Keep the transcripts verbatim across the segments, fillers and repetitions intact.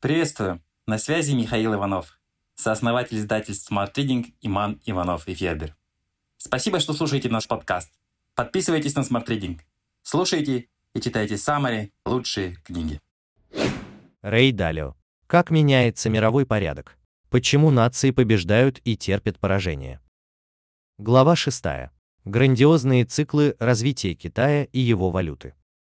Приветствую! На связи Михаил Иванов, сооснователь издательств Smart Reading Иман Иванов и Федер. Спасибо, что слушаете наш подкаст. Подписывайтесь на Smart Reading. Слушайте и читайте самые лучшие книги. Рэй Далио. Как меняется мировой порядок? Почему нации побеждают и терпят поражение? Глава шестая. Грандиозные циклы развития Китая и его валюты.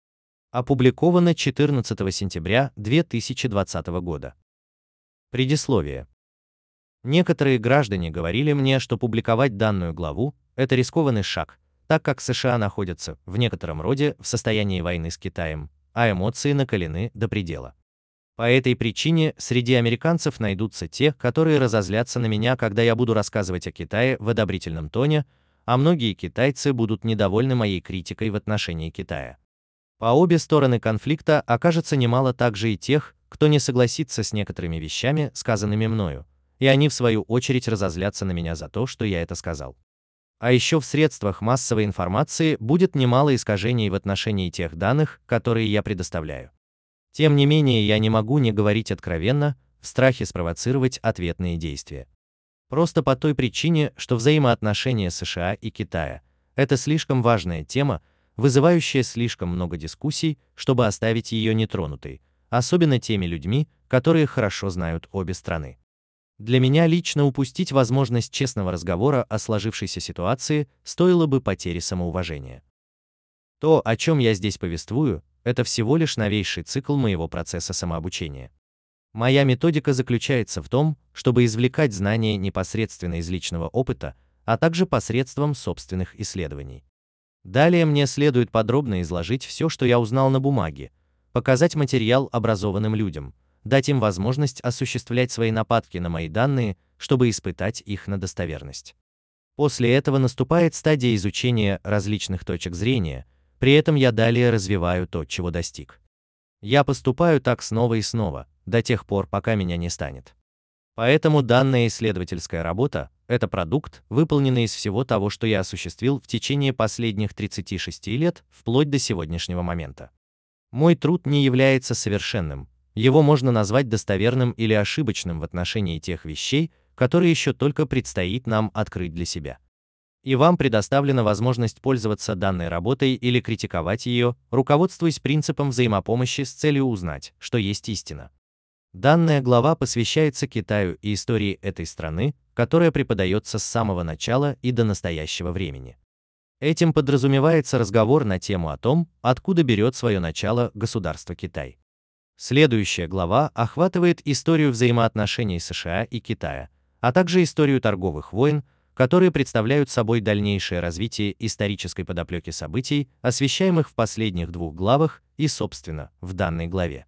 Опубликовано четырнадцатого сентября две тысячи двадцатого года. Предисловие. Некоторые граждане говорили мне, что публиковать данную главу – это рискованный шаг, так как США находятся, в некотором роде, в состоянии войны с Китаем, а эмоции накалены до предела. По этой причине среди американцев найдутся те, которые разозлятся на меня, когда я буду рассказывать о Китае в одобрительном тоне, а многие китайцы будут недовольны моей критикой в отношении Китая. По обе стороны конфликта окажется немало также и тех, кто не согласится с некоторыми вещами, сказанными мною, и они в свою очередь разозлятся на меня за то, что я это сказал. А еще в средствах массовой информации будет немало искажений в отношении тех данных, которые я предоставляю. Тем не менее, я не могу не говорить откровенно, в страхе спровоцировать ответные действия. Просто по той причине, что взаимоотношения США и Китая – это слишком важная тема, вызывающая слишком много дискуссий, чтобы оставить ее нетронутой, особенно теми людьми, которые хорошо знают обе страны. Для меня лично упустить возможность честного разговора о сложившейся ситуации стоило бы потери самоуважения. То, о чем я здесь повествую, это всего лишь новейший цикл моего процесса самообучения. Моя методика заключается в том, чтобы извлекать знания непосредственно из личного опыта, а также посредством собственных исследований. Далее мне следует подробно изложить все, что я узнал на бумаге, показать материал образованным людям, дать им возможность осуществлять свои нападки на мои данные, чтобы испытать их на достоверность. После этого наступает стадия изучения различных точек зрения, при этом я далее развиваю то, чего достиг. Я поступаю так снова и снова, до тех пор, пока меня не станет. Поэтому данная исследовательская работа – это продукт, выполненный из всего того, что я осуществил в течение последних тридцати шести лет, вплоть до сегодняшнего момента. Мой труд не является совершенным, его можно назвать достоверным или ошибочным в отношении тех вещей, которые еще только предстоит нам открыть для себя. И вам предоставлена возможность пользоваться данной работой или критиковать ее, руководствуясь принципом взаимопомощи с целью узнать, что есть истина. Данная глава посвящается Китаю и истории этой страны, которая преподается с самого начала и до настоящего времени. Этим подразумевается разговор на тему о том, откуда берет свое начало государство Китай. Следующая глава охватывает историю взаимоотношений США и Китая, а также историю торговых войн, которые представляют собой дальнейшее развитие исторической подоплеки событий, освещаемых в последних двух главах и, собственно, в данной главе.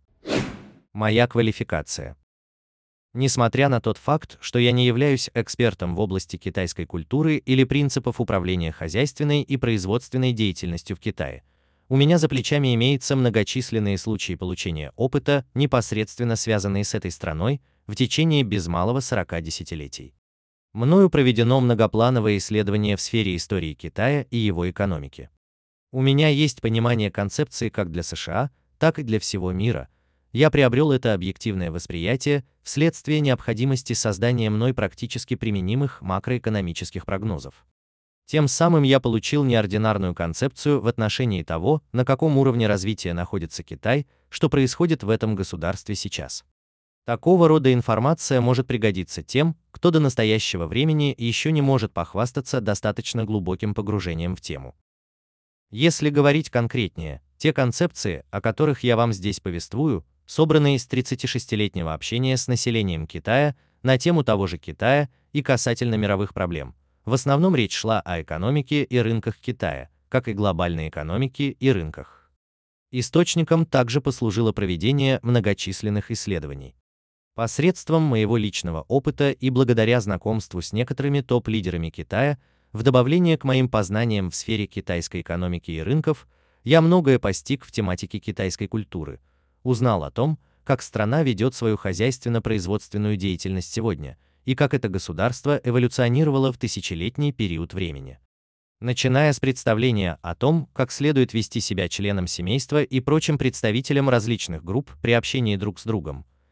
Моя квалификация. Несмотря на тот факт, что я не являюсь экспертом в области китайской культуры или принципов управления хозяйственной и производственной деятельностью в Китае, у меня за плечами имеются многочисленные случаи получения опыта, непосредственно связанные с этой страной, в течение без малого сорока десятилетий. Мною проведено многоплановое исследование в сфере истории Китая и его экономики. У меня есть понимание концепции как для США, так и для всего мира. Я приобрел это объективное восприятие вследствие необходимости создания мной практически применимых макроэкономических прогнозов. Тем самым я получил неординарную концепцию в отношении того, на каком уровне развития находится Китай, что происходит в этом государстве сейчас. Такого рода информация может пригодиться тем, кто до настоящего времени еще не может похвастаться достаточно глубоким погружением в тему. Если говорить конкретнее, те концепции, о которых я вам здесь повествую, собранные из тридцатишестилетнего общения с населением Китая на тему того же Китая и касательно мировых проблем. В основном речь шла о экономике и рынках Китая, как и глобальной экономике и рынках. Источником также послужило проведение многочисленных исследований. Посредством моего личного опыта и благодаря знакомству с некоторыми топ-лидерами Китая, в добавление к моим познаниям в сфере китайской экономики и рынков, я многое постиг в тематике китайской культуры, узнал о том, как страна ведет свою хозяйственно-производственную деятельность сегодня, и как это государство эволюционировало в тысячелетний период времени. Начиная с представления о том, как следует вести себя членам семейства и прочим представителям различных групп при общении друг с другом,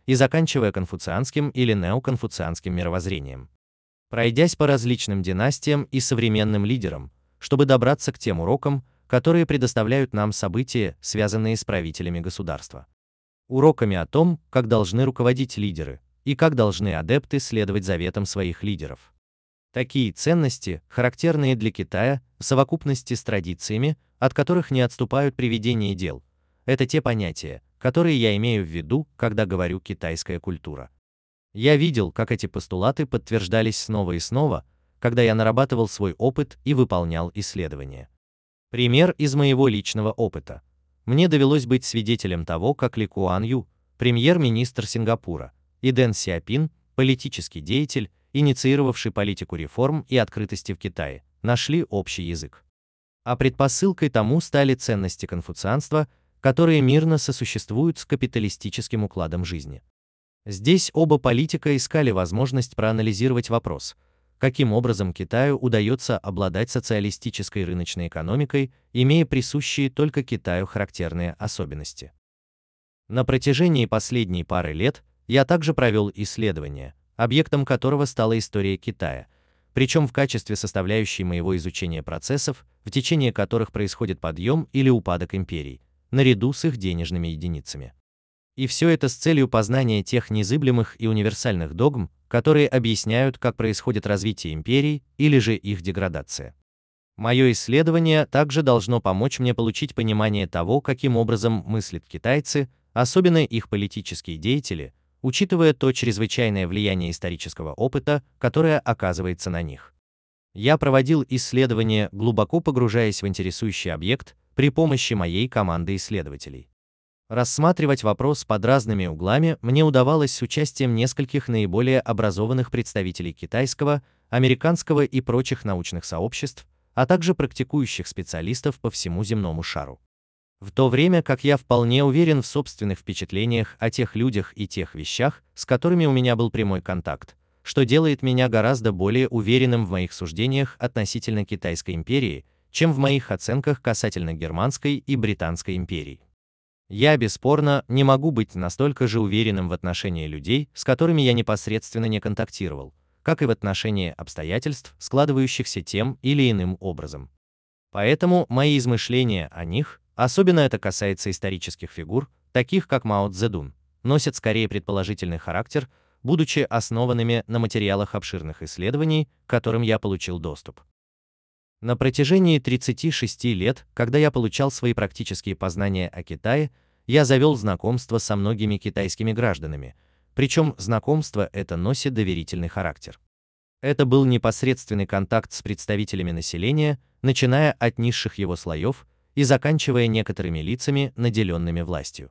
и заканчивая конфуцианским или неоконфуцианским мировоззрением. Пройдясь по различным династиям и современным лидерам, чтобы добраться к тем урокам, которые предоставляют нам события, связанные с правителями государства. Уроками о том, как должны руководить лидеры, и как должны адепты следовать заветам своих лидеров. Такие ценности, характерные для Китая, в совокупности с традициями, от которых не отступают при ведении дел, это те понятия, которые я имею в виду, когда говорю «китайская культура». Я видел, как эти постулаты подтверждались снова и снова, когда я нарабатывал свой опыт и выполнял исследования. Пример из моего личного опыта. Мне довелось быть свидетелем того, как Ли Куан Ю, премьер-министр Сингапура, и Дэн Сяопин, политический деятель, инициировавший политику реформ и открытости в Китае, нашли общий язык. А предпосылкой тому стали ценности конфуцианства, которые мирно сосуществуют с капиталистическим укладом жизни. Здесь оба политика искали возможность проанализировать вопрос, каким образом Китаю удается обладать социалистической рыночной экономикой, имея присущие только Китаю характерные особенности. На протяжении последней пары лет я также провел исследование, объектом которого стала история Китая, причем в качестве составляющей моего изучения процессов, в течение которых происходит подъем или упадок империй, наряду с их денежными единицами. И все это с целью познания тех незыблемых и универсальных догм, которые объясняют, как происходит развитие империй или же их деградация. Мое исследование также должно помочь мне получить понимание того, каким образом мыслят китайцы, особенно их политические деятели, учитывая то чрезвычайное влияние исторического опыта, которое оказывается на них. Я проводил исследования, глубоко погружаясь в интересующий объект при помощи моей команды исследователей. Рассматривать вопрос под разными углами мне удавалось с участием нескольких наиболее образованных представителей китайского, американского и прочих научных сообществ, а также практикующих специалистов по всему земному шару. В то время как я вполне уверен в собственных впечатлениях о тех людях и тех вещах, с которыми у меня был прямой контакт, что делает меня гораздо более уверенным в моих суждениях относительно Китайской империи, чем в моих оценках касательно Германской и Британской империй. Я, бесспорно, не могу быть настолько же уверенным в отношении людей, с которыми я непосредственно не контактировал, как и в отношении обстоятельств, складывающихся тем или иным образом. Поэтому мои измышления о них, особенно это касается исторических фигур, таких как Мао Цзэдун, носят скорее предположительный характер, будучи основанными на материалах обширных исследований, к которым я получил доступ. На протяжении тридцати шести лет, когда я получал свои практические познания о Китае, я завел знакомство со многими китайскими гражданами, причем знакомство это носит доверительный характер. Это был непосредственный контакт с представителями населения, начиная от низших его слоев и заканчивая некоторыми лицами, наделенными властью.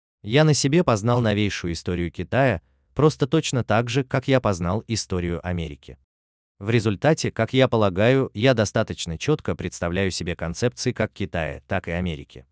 Я на себе познал новейшую историю Китая, просто точно так же, как я познал историю Америки. В результате, как я полагаю, я достаточно четко представляю себе концепции как Китая, так и Америки.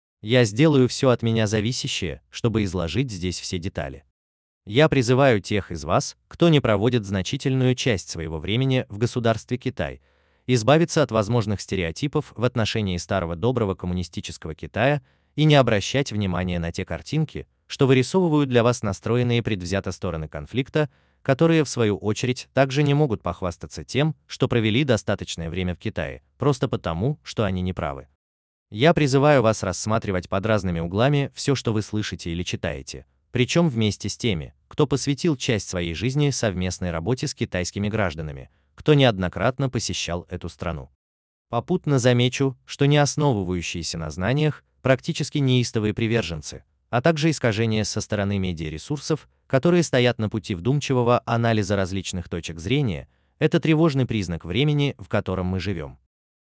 Я сделаю все от меня зависящее, чтобы изложить здесь все детали. Я призываю тех из вас, кто не проводит значительную часть своего времени в государстве Китай, избавиться от возможных стереотипов в отношении старого доброго коммунистического Китая и не обращать внимания на те картинки, что вырисовывают для вас настроенные предвзято стороны конфликта, которые, в свою очередь, также не могут похвастаться тем, что провели достаточное время в Китае, просто потому, что они не правы. Я призываю вас рассматривать под разными углами все, что вы слышите или читаете, причем вместе с теми, кто посвятил часть своей жизни совместной работе с китайскими гражданами, кто неоднократно посещал эту страну. Попутно замечу, что не основывающиеся на знаниях, практически неистовые приверженцы, а также искажения со стороны медиаресурсов, которые стоят на пути вдумчивого анализа различных точек зрения, это тревожный признак времени, в котором мы живем.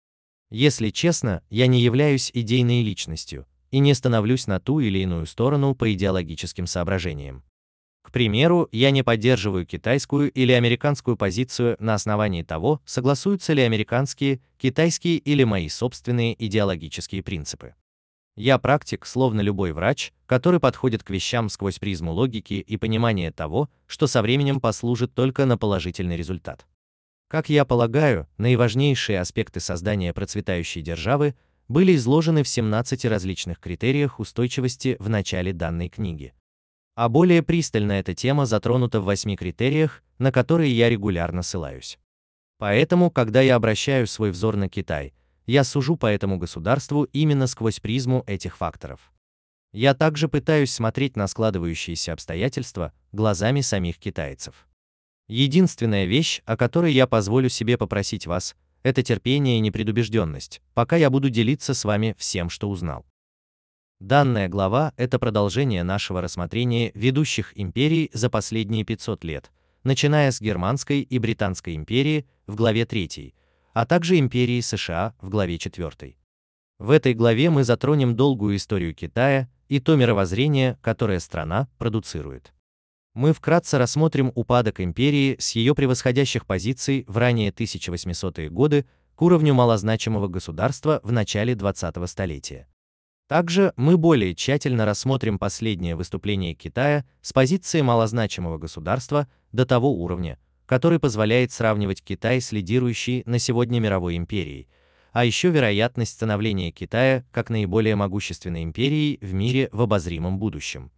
Если честно, я не являюсь идейной личностью и не становлюсь на ту или иную сторону по идеологическим соображениям. К примеру, я не поддерживаю китайскую или американскую позицию на основании того, согласуются ли американские, китайские или мои собственные идеологические принципы. Я практик, словно любой врач, который подходит к вещам сквозь призму логики и понимания того, что со временем послужит только на положительный результат. Как я полагаю, наиважнейшие аспекты создания процветающей державы были изложены в семнадцати различных критериях устойчивости в начале данной книги. А более пристально эта тема затронута в восьми критериях, на которые я регулярно ссылаюсь. Поэтому, когда я обращаю свой взор на Китай, я сужу по этому государству именно сквозь призму этих факторов. Я также пытаюсь смотреть на складывающиеся обстоятельства глазами самих китайцев. Единственная вещь, о которой я позволю себе попросить вас, это терпение и непредубежденность, пока я буду делиться с вами всем, что узнал. Данная глава – это продолжение нашего рассмотрения ведущих империй за последние пятьсот лет, начиная с Германской и Британской империи в главе третьей, а также империи США в главе четвёртой. В этой главе мы затронем долгую историю Китая и то мировоззрение, которое страна продуцирует. Мы вкратце рассмотрим упадок империи с ее превосходящих позиций в ранее тысяча восьмисотые годы к уровню малозначимого государства в начале двадцатого столетия. Также мы более тщательно рассмотрим последнее выступление Китая с позиции малозначимого государства до того уровня, который позволяет сравнивать Китай с лидирующей на сегодня мировой империей, а еще вероятность становления Китая как наиболее могущественной империей в мире в обозримом будущем.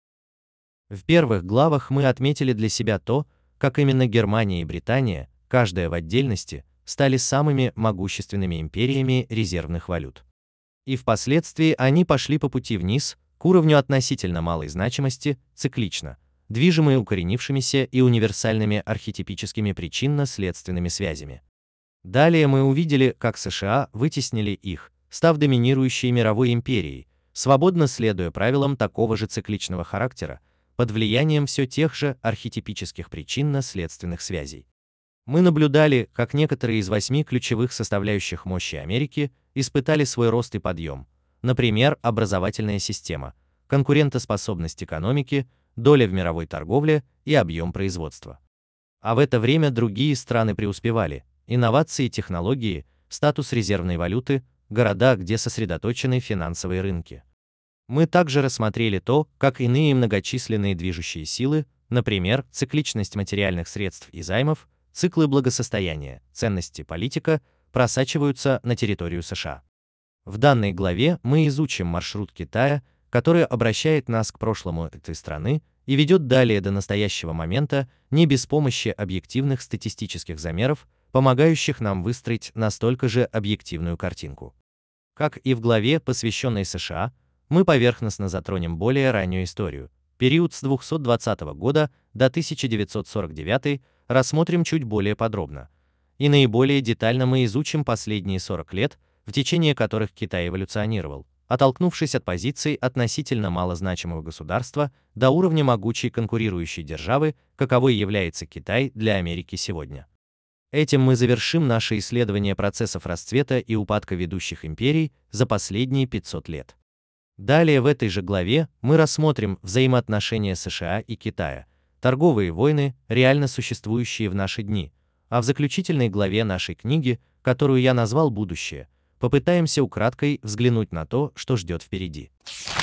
В первых главах мы отметили для себя то, как именно Германия и Британия, каждая в отдельности, стали самыми могущественными империями резервных валют. И впоследствии они пошли по пути вниз, к уровню относительно малой значимости, циклично, движимые укоренившимися и универсальными архетипическими причинно-следственными связями. Далее мы увидели, как США вытеснили их, став доминирующей мировой империей, свободно следуя правилам такого же цикличного характера, под влиянием все тех же архетипических причинно-следственных связей. Мы наблюдали, как некоторые из восьми ключевых составляющих мощи Америки испытали свой рост и подъем, например, образовательная система, конкурентоспособность экономики, доля в мировой торговле и объем производства. А в это время другие страны преуспевали: инновации и технологии, статус резервной валюты, города, где сосредоточены финансовые рынки. Мы также рассмотрели то, как иные многочисленные движущие силы, например, цикличность материальных средств и займов, циклы благосостояния, ценности, политика, просачиваются на территорию США. В данной главе мы изучим маршрут Китая, который обращает нас к прошлому этой страны и ведет далее до настоящего момента не без помощи объективных статистических замеров, помогающих нам выстроить настолько же объективную картинку. Как и в главе, посвященной США, мы поверхностно затронем более раннюю историю, период с двухсот двадцатого года до тысяча девятьсот сорок девятого, рассмотрим чуть более подробно. И наиболее детально мы изучим последние сорок лет, в течение которых Китай эволюционировал, оттолкнувшись от позиций относительно малозначимого государства до уровня могучей конкурирующей державы, каковой является Китай для Америки сегодня. Этим мы завершим наше исследование процессов расцвета и упадка ведущих империй за последние пятьсот лет. Далее в этой же главе мы рассмотрим взаимоотношения США и Китая, торговые войны, реально существующие в наши дни, а в заключительной главе нашей книги, которую я назвал «Будущее», попытаемся украдкой взглянуть на то, что ждет впереди.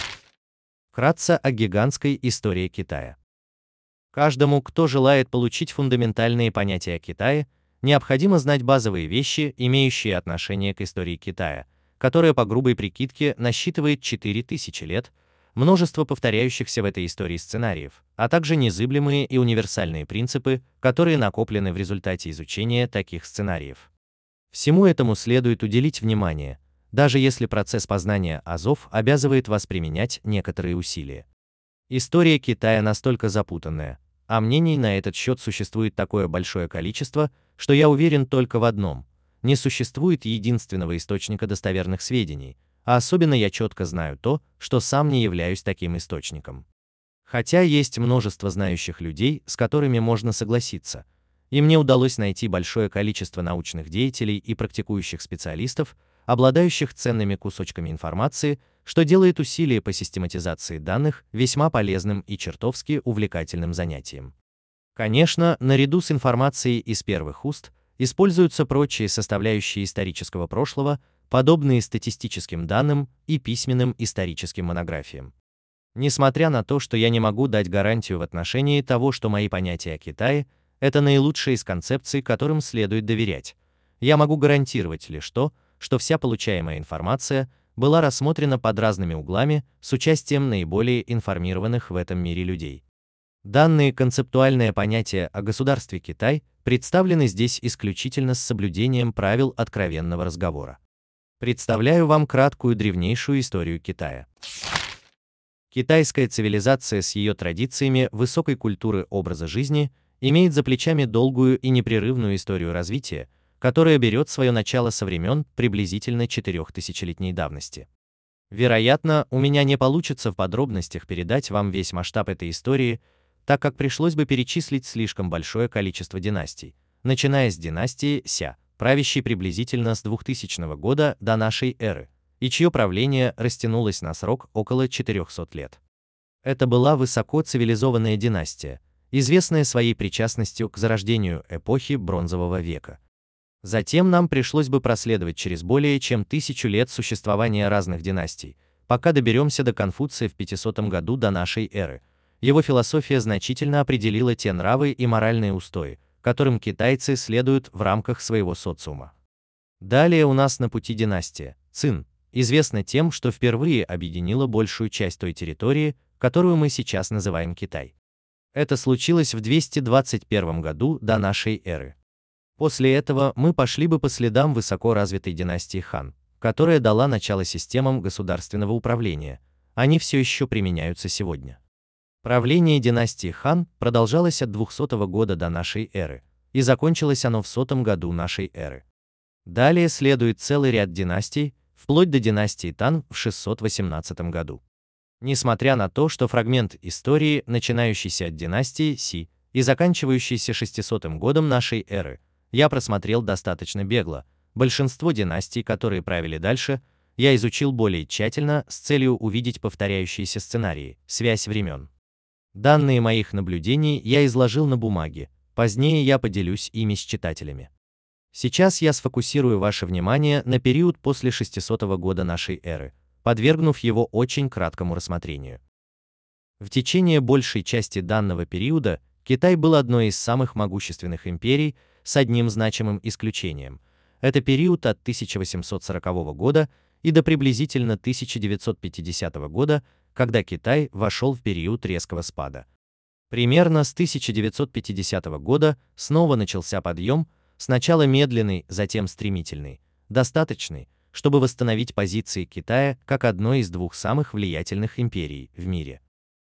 Вкратце о гигантской истории Китая. Каждому, кто желает получить фундаментальные понятия о Китае, необходимо знать базовые вещи, имеющие отношение к истории Китая, которая по грубой прикидке насчитывает четыре тысячи лет, множество повторяющихся в этой истории сценариев, а также незыблемые и универсальные принципы, которые накоплены в результате изучения таких сценариев. Всему этому следует уделить внимание, даже если процесс познания азов обязывает вас применять некоторые усилия. История Китая настолько запутанная, а мнений на этот счет существует такое большое количество, что я уверен только в одном: не существует единственного источника достоверных сведений, а особенно я четко знаю то, что сам не являюсь таким источником. Хотя есть множество знающих людей, с которыми можно согласиться, и мне удалось найти большое количество научных деятелей и практикующих специалистов, обладающих ценными кусочками информации, что делает усилия по систематизации данных весьма полезным и чертовски увлекательным занятием. Конечно, наряду с информацией из первых уст используются прочие составляющие исторического прошлого, подобные статистическим данным и письменным историческим монографиям. Несмотря на то, что я не могу дать гарантию в отношении того, что мои понятия о Китае – это наилучшая из концепций, которым следует доверять, я могу гарантировать лишь то, что вся получаемая информация была рассмотрена под разными углами с участием наиболее информированных в этом мире людей. Данные концептуальные понятия о государстве Китай представлены здесь исключительно с соблюдением правил откровенного разговора. Представляю вам краткую древнейшую историю Китая. Китайская цивилизация с ее традициями высокой культуры образа жизни имеет за плечами долгую и непрерывную историю развития, которая берет свое начало со времен приблизительно четырехтысячелетней давности. Вероятно, у меня не получится в подробностях передать вам весь масштаб этой истории, так как пришлось бы перечислить слишком большое количество династий, начиная с династии Ся, правящей приблизительно с двухтысячного года до нашей эры, и чье правление растянулось на срок около четырехсот лет. Это была высокоцивилизованная династия, известная своей причастностью к зарождению эпохи Бронзового века. Затем нам пришлось бы проследовать через более чем тысячу лет существования разных династий, пока доберемся до Конфуция в пятисотом году до нашей эры. Его философия значительно определила те нравы и моральные устои, которым китайцы следуют в рамках своего социума. Далее у нас на пути династия Цин, известна тем, что впервые объединила большую часть той территории, которую мы сейчас называем Китай. Это случилось в двести двадцать первом году до нашей эры. После этого мы пошли бы по следам высоко развитой династии Хан, которая дала начало системам государственного управления. Они все еще применяются сегодня. Правление династии Хан продолжалось от двухсотого года до нашей эры, и закончилось оно в сотом году нашей эры. Далее следует целый ряд династий, вплоть до династии Тан в шестьсот восемнадцатом году. Несмотря на то, что фрагмент истории, начинающийся от династии Си и заканчивающийся шестисотым годом нашей эры, я просмотрел достаточно бегло, большинство династий, которые правили дальше, я изучил более тщательно с целью увидеть повторяющиеся сценарии, связь времен. Данные моих наблюдений я изложил на бумаге, позднее я поделюсь ими с читателями. Сейчас я сфокусирую ваше внимание на период после шестисотого года нашей эры, подвергнув его очень краткому рассмотрению. В течение большей части данного периода Китай был одной из самых могущественных империй, с одним значимым исключением. Это период от тысяча восемьсот сорокового года и до приблизительно тысяча девятьсот пятидесятого года, когда Китай вошел в период резкого спада. Примерно с тысяча девятьсот пятидесятого года снова начался подъем, сначала медленный, затем стремительный, достаточный, чтобы восстановить позиции Китая как одной из двух самых влиятельных империй в мире.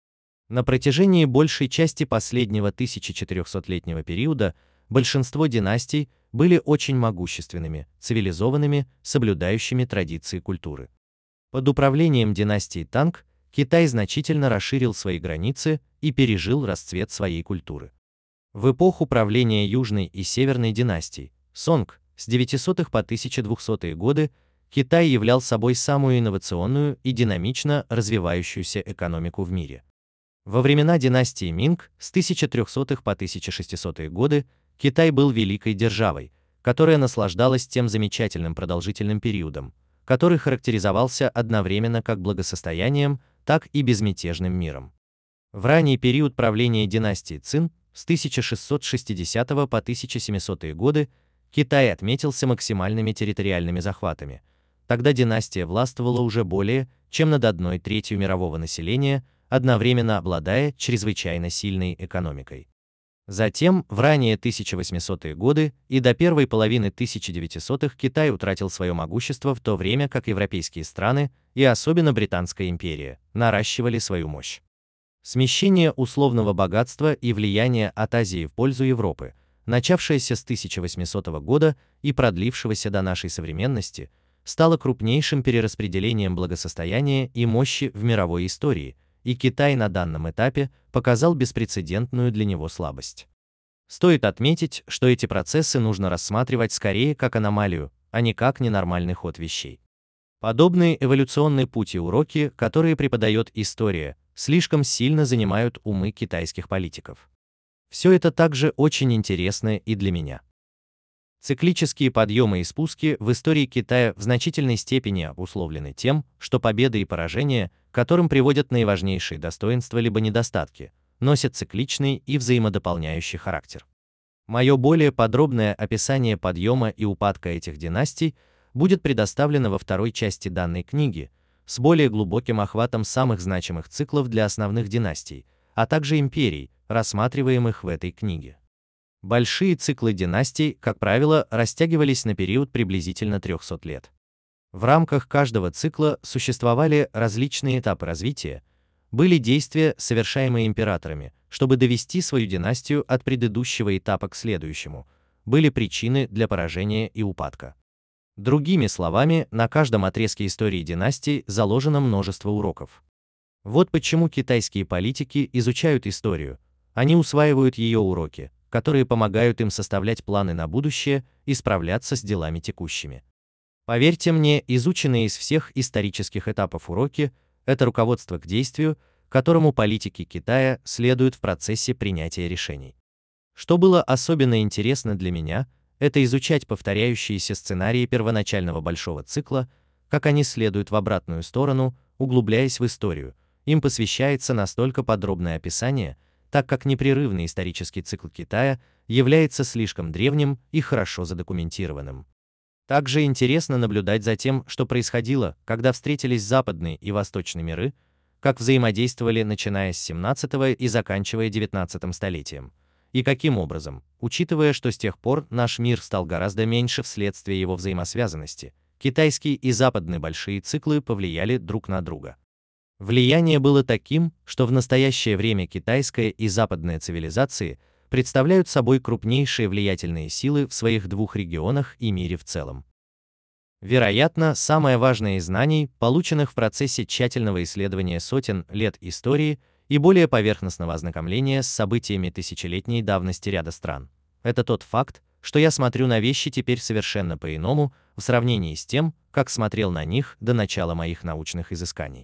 На протяжении большей части последнего тысячечетырехсотлетнего периода большинство династий были очень могущественными, цивилизованными, соблюдающими традиции культуры. Под управлением династии Танг Китай значительно расширил свои границы и пережил расцвет своей культуры. В эпоху правления Южной и Северной династий Сонг с девятисотых по тысяча двухсотые годы Китай являл собой самую инновационную и динамично развивающуюся экономику в мире. Во времена династии Минг с тысяча трехсотых по тысяча шестисотые годы Китай был великой державой, которая наслаждалась тем замечательным продолжительным периодом, который характеризовался одновременно как благосостоянием, так и безмятежным миром. В ранний период правления династии Цин с тысяча шестьсот шестидесятого по тысяча семисотые годы Китай отметился максимальными территориальными захватами. Тогда династия властвовала уже более чем над одной третью мирового населения, одновременно обладая чрезвычайно сильной экономикой. Затем, в ранние тысяча восьмисотые годы и до первой половины тысяча девятисотых Китай утратил свое могущество, в то время как европейские страны, и особенно Британская империя, наращивали свою мощь. Смещение условного богатства и влияния от Азии в пользу Европы, начавшееся с тысяча восьмисотого года и продлившегося до нашей современности, стало крупнейшим перераспределением благосостояния и мощи в мировой истории, и Китай на данном этапе показал беспрецедентную для него слабость. Стоит отметить, что эти процессы нужно рассматривать скорее как аномалию, а не как ненормальный ход вещей. Подобные эволюционные пути и уроки, которые преподает история, слишком сильно занимают умы китайских политиков. Все это также очень интересно и для меня. Циклические подъемы и спуски в истории Китая в значительной степени обусловлены тем, что победы и поражения, к которым приводят наиважнейшие достоинства либо недостатки, носят цикличный и взаимодополняющий характер. Мое более подробное описание подъема и упадка этих династий будет предоставлено во второй части данной книги, с более глубоким охватом самых значимых циклов для основных династий, а также империй, рассматриваемых в этой книге. Большие циклы династий, как правило, растягивались на период приблизительно трёхсот лет. В рамках каждого цикла существовали различные этапы развития, были действия, совершаемые императорами, чтобы довести свою династию от предыдущего этапа к следующему, были причины для поражения и упадка. Другими словами, на каждом отрезке истории династий заложено множество уроков. Вот почему китайские политики изучают историю, они усваивают ее уроки, которые помогают им составлять планы на будущее и справляться с делами текущими. Поверьте мне, изученные из всех исторических этапов уроки – это руководство к действию, которому политики Китая следуют в процессе принятия решений. Что было особенно интересно для меня, это изучать повторяющиеся сценарии первоначального большого цикла, как они следуют в обратную сторону, углубляясь в историю. Им посвящается настолько подробное описание, так как непрерывный исторический цикл Китая является слишком древним и хорошо задокументированным. Также интересно наблюдать за тем, что происходило, когда встретились западные и восточные миры, как взаимодействовали, начиная с семнадцатого и заканчивая девятнадцатым столетием, и каким образом, учитывая, что с тех пор наш мир стал гораздо меньше вследствие его взаимосвязанности, китайские и западные большие циклы повлияли друг на друга. Влияние было таким, что в настоящее время китайская и западная цивилизации представляют собой крупнейшие влиятельные силы в своих двух регионах и мире в целом. Вероятно, самое важное из знаний, полученных в процессе тщательного исследования сотен лет истории и более поверхностного ознакомления с событиями тысячелетней давности ряда стран, это тот факт, что я смотрю на вещи теперь совершенно по-иному в сравнении с тем, как смотрел на них до начала моих научных изысканий.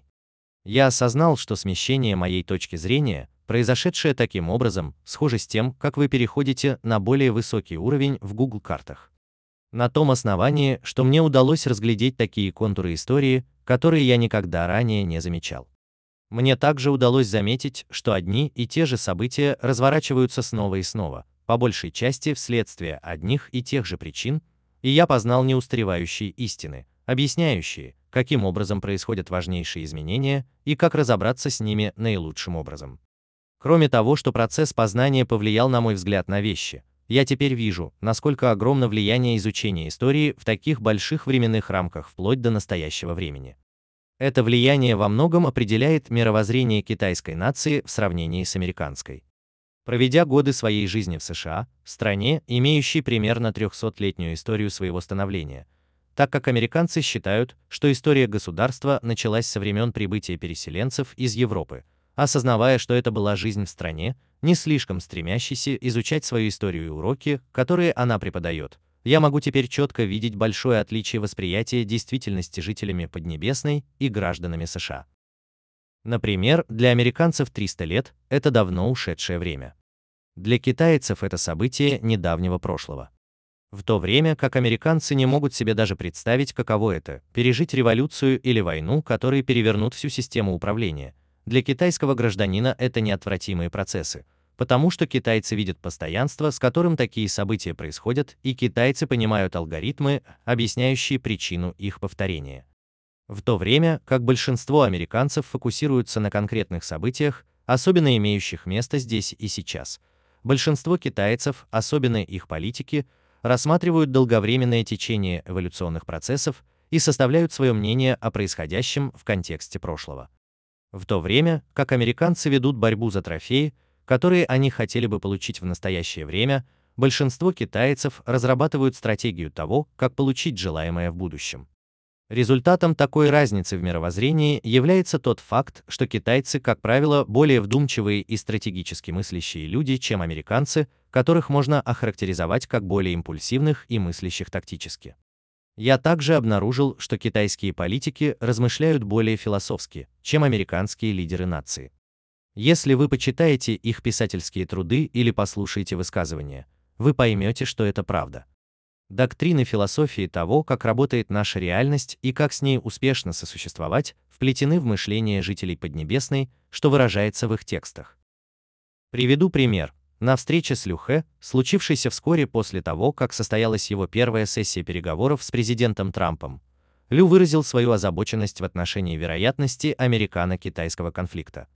Я осознал, что смещение моей точки зрения, произошедшее таким образом, схоже с тем, как вы переходите на более высокий уровень в Google картах. На том основании, что мне удалось разглядеть такие контуры истории, которые я никогда ранее не замечал. Мне также удалось заметить, что одни и те же события разворачиваются снова и снова, по большей части вследствие одних и тех же причин, и я познал неустаревающие истины, объясняющие, каким образом происходят важнейшие изменения и как разобраться с ними наилучшим образом. Кроме того, что процесс познания повлиял на мой взгляд на вещи, я теперь вижу, насколько огромно влияние изучения истории в таких больших временных рамках вплоть до настоящего времени. Это влияние во многом определяет мировоззрение китайской нации в сравнении с американской. Проведя годы своей жизни в США, стране, имеющей примерно трехсотлетнюю историю своего становления, так как американцы считают, что история государства началась со времен прибытия переселенцев из Европы, осознавая, что это была жизнь в стране, не слишком стремящейся изучать свою историю и уроки, которые она преподает, я могу теперь четко видеть большое отличие восприятия действительности жителями Поднебесной и гражданами США. Например, для американцев триста лет – это давно ушедшее время. Для китайцев это событие недавнего прошлого. В то время как американцы не могут себе даже представить, каково это – пережить революцию или войну, которые перевернут всю систему управления. Для китайского гражданина это неотвратимые процессы, потому что китайцы видят постоянство, с которым такие события происходят, и китайцы понимают алгоритмы, объясняющие причину их повторения. В то время как большинство американцев фокусируются на конкретных событиях, особенно имеющих место здесь и сейчас, большинство китайцев, особенно их политики, рассматривают долговременное течение эволюционных процессов и составляют свое мнение о происходящем в контексте прошлого. В то время как американцы ведут борьбу за трофеи, которые они хотели бы получить в настоящее время, большинство китайцев разрабатывают стратегию того, как получить желаемое в будущем. Результатом такой разницы в мировоззрении является тот факт, что китайцы, как правило, более вдумчивые и стратегически мыслящие люди, чем американцы, которых можно охарактеризовать как более импульсивных и мыслящих тактически. Я также обнаружил, что китайские политики размышляют более философски, чем американские лидеры нации. Если вы почитаете их писательские труды или послушаете высказывания, вы поймете, что это правда. Доктрины философии того, как работает наша реальность и как с ней успешно сосуществовать, вплетены в мышление жителей Поднебесной, что выражается в их текстах. Приведу пример. На встрече с Лю Хэ, случившейся вскоре после того, как состоялась его первая сессия переговоров с президентом Трампом, Лю выразил свою озабоченность в отношении вероятности американо-китайского конфликта.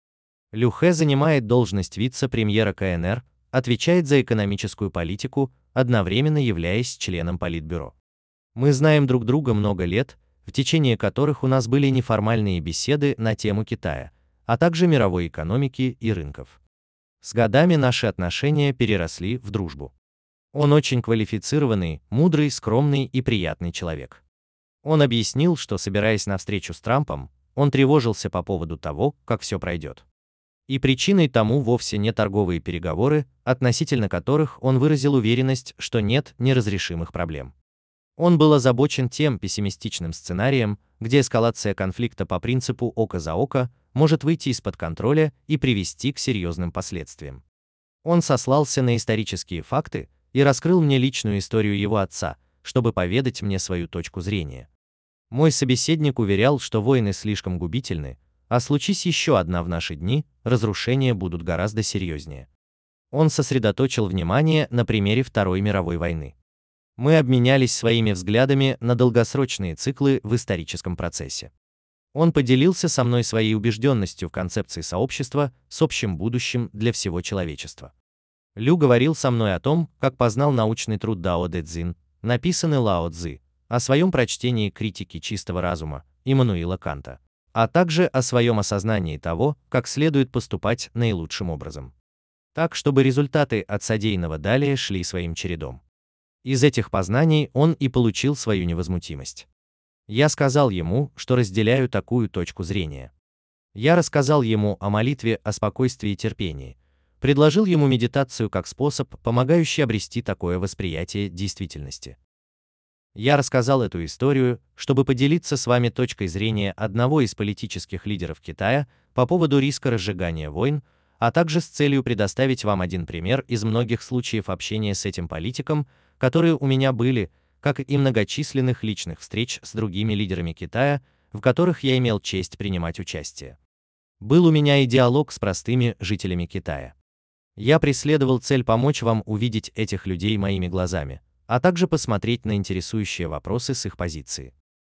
Лю Хэ занимает должность вице-премьера Ка Эн Эр, отвечает за экономическую политику, одновременно являясь членом Политбюро. Мы знаем друг друга много лет, в течение которых у нас были неформальные беседы на тему Китая, а также мировой экономики и рынков. С годами наши отношения переросли в дружбу. Он очень квалифицированный, мудрый, скромный и приятный человек. Он объяснил, что, собираясь на встречу с Трампом, он тревожился по поводу того, как все пройдет. И причиной тому вовсе не торговые переговоры, относительно которых он выразил уверенность, что нет неразрешимых проблем. Он был озабочен тем пессимистичным сценарием, где эскалация конфликта по принципу око за око может выйти из-под контроля и привести к серьезным последствиям. Он сослался на исторические факты и раскрыл мне личную историю его отца, чтобы поведать мне свою точку зрения. Мой собеседник уверял, что войны слишком губительны, а случись еще одна в наши дни, разрушения будут гораздо серьезнее. Он сосредоточил внимание на примере Второй мировой войны. Мы обменялись своими взглядами на долгосрочные циклы в историческом процессе. Он поделился со мной своей убежденностью в концепции сообщества с общим будущим для всего человечества. Лю говорил со мной о том, как познал научный труд Дао Дэ Цзин, написанный Лао Цзы, о своем прочтении критики чистого разума Иммануила Канта, а также о своем осознании того, как следует поступать наилучшим образом. Так, чтобы результаты от содеянного далее шли своим чередом. Из этих познаний он и получил свою невозмутимость. Я сказал ему, что разделяю такую точку зрения. Я рассказал ему о молитве о спокойствии и терпении, предложил ему медитацию как способ, помогающий обрести такое восприятие действительности. Я рассказал эту историю, чтобы поделиться с вами точкой зрения одного из политических лидеров Китая по поводу риска разжигания войн, а также с целью предоставить вам один пример из многих случаев общения с этим политиком, которые у меня были, как и многочисленных личных встреч с другими лидерами Китая, в которых я имел честь принимать участие. Был у меня и диалог с простыми жителями Китая. Я преследовал цель помочь вам увидеть этих людей моими глазами, а также посмотреть на интересующие вопросы с их позиции.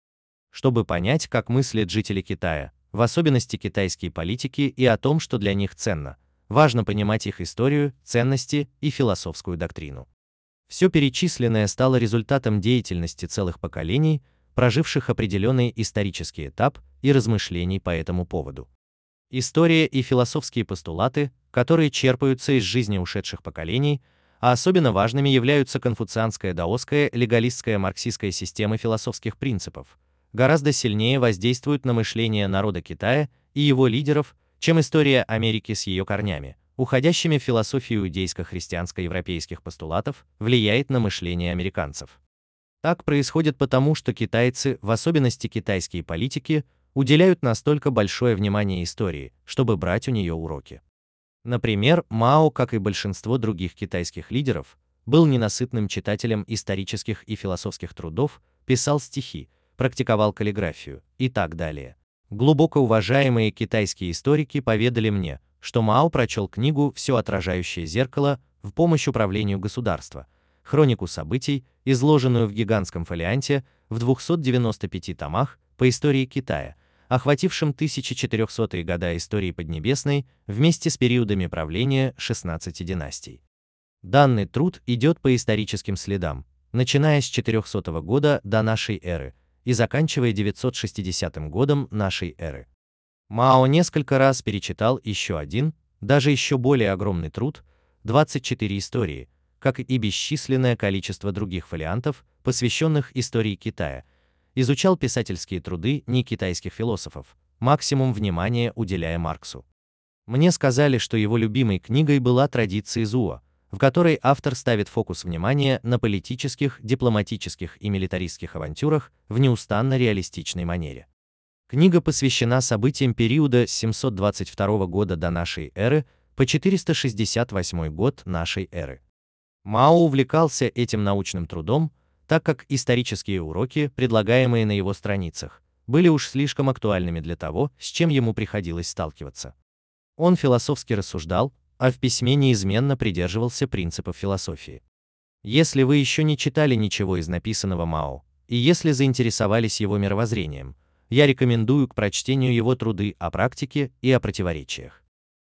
Чтобы понять, как мыслят жители Китая, в особенности китайские политики, и о том, что для них ценно, важно понимать их историю, ценности и философскую доктрину. Все перечисленное стало результатом деятельности целых поколений, проживших определенный исторический этап и размышлений по этому поводу. История и философские постулаты, которые черпаются из жизни ушедших поколений, а особенно важными являются конфуцианская, даосская, легалистская, марксистская системы философских принципов, гораздо сильнее воздействуют на мышление народа Китая и его лидеров, чем история Америки с ее корнями, уходящими в философию иудейско-христианско-европейских постулатов, влияет на мышление американцев. Так происходит потому, что китайцы, в особенности китайские политики, уделяют настолько большое внимание истории, чтобы брать у нее уроки. Например, Мао, как и большинство других китайских лидеров, был ненасытным читателем исторических и философских трудов, писал стихи, практиковал каллиграфию и так далее. Глубоко уважаемые китайские историки поведали мне, что Мао прочел книгу «Все отражающее зеркало» в помощь управлению государства, хронику событий, изложенную в гигантском фолианте в двухстах девяноста пяти томах по истории Китая, охватившим тысяча четырехсотые года истории Поднебесной вместе с периодами правления шестнадцати династий. Данный труд идет по историческим следам, начиная с четырехсотого года до нашей эры и заканчивая девятьсот шестидесятым годом нашей эры. Мао несколько раз перечитал еще один, даже еще более огромный труд, двадцать четыре истории, как и бесчисленное количество других фолиантов, посвященных истории Китая, изучал писательские труды некитайских философов, максимум внимания уделяя Марксу. Мне сказали, что его любимой книгой была «Традиции Зуо», в которой автор ставит фокус внимания на политических, дипломатических и милитаристских авантюрах в неустанно реалистичной манере. Книга посвящена событиям периода с семьсот двадцать второго года до нашей эры по четыреста шестьдесят восьмой год нашей эры. Мао увлекался этим научным трудом, так как исторические уроки, предлагаемые на его страницах, были уж слишком актуальными для того, с чем ему приходилось сталкиваться. Он философски рассуждал, а в письме неизменно придерживался принципов философии. Если вы еще не читали ничего из написанного Мао, и если заинтересовались его мировоззрением, я рекомендую к прочтению его труды о практике и о противоречиях.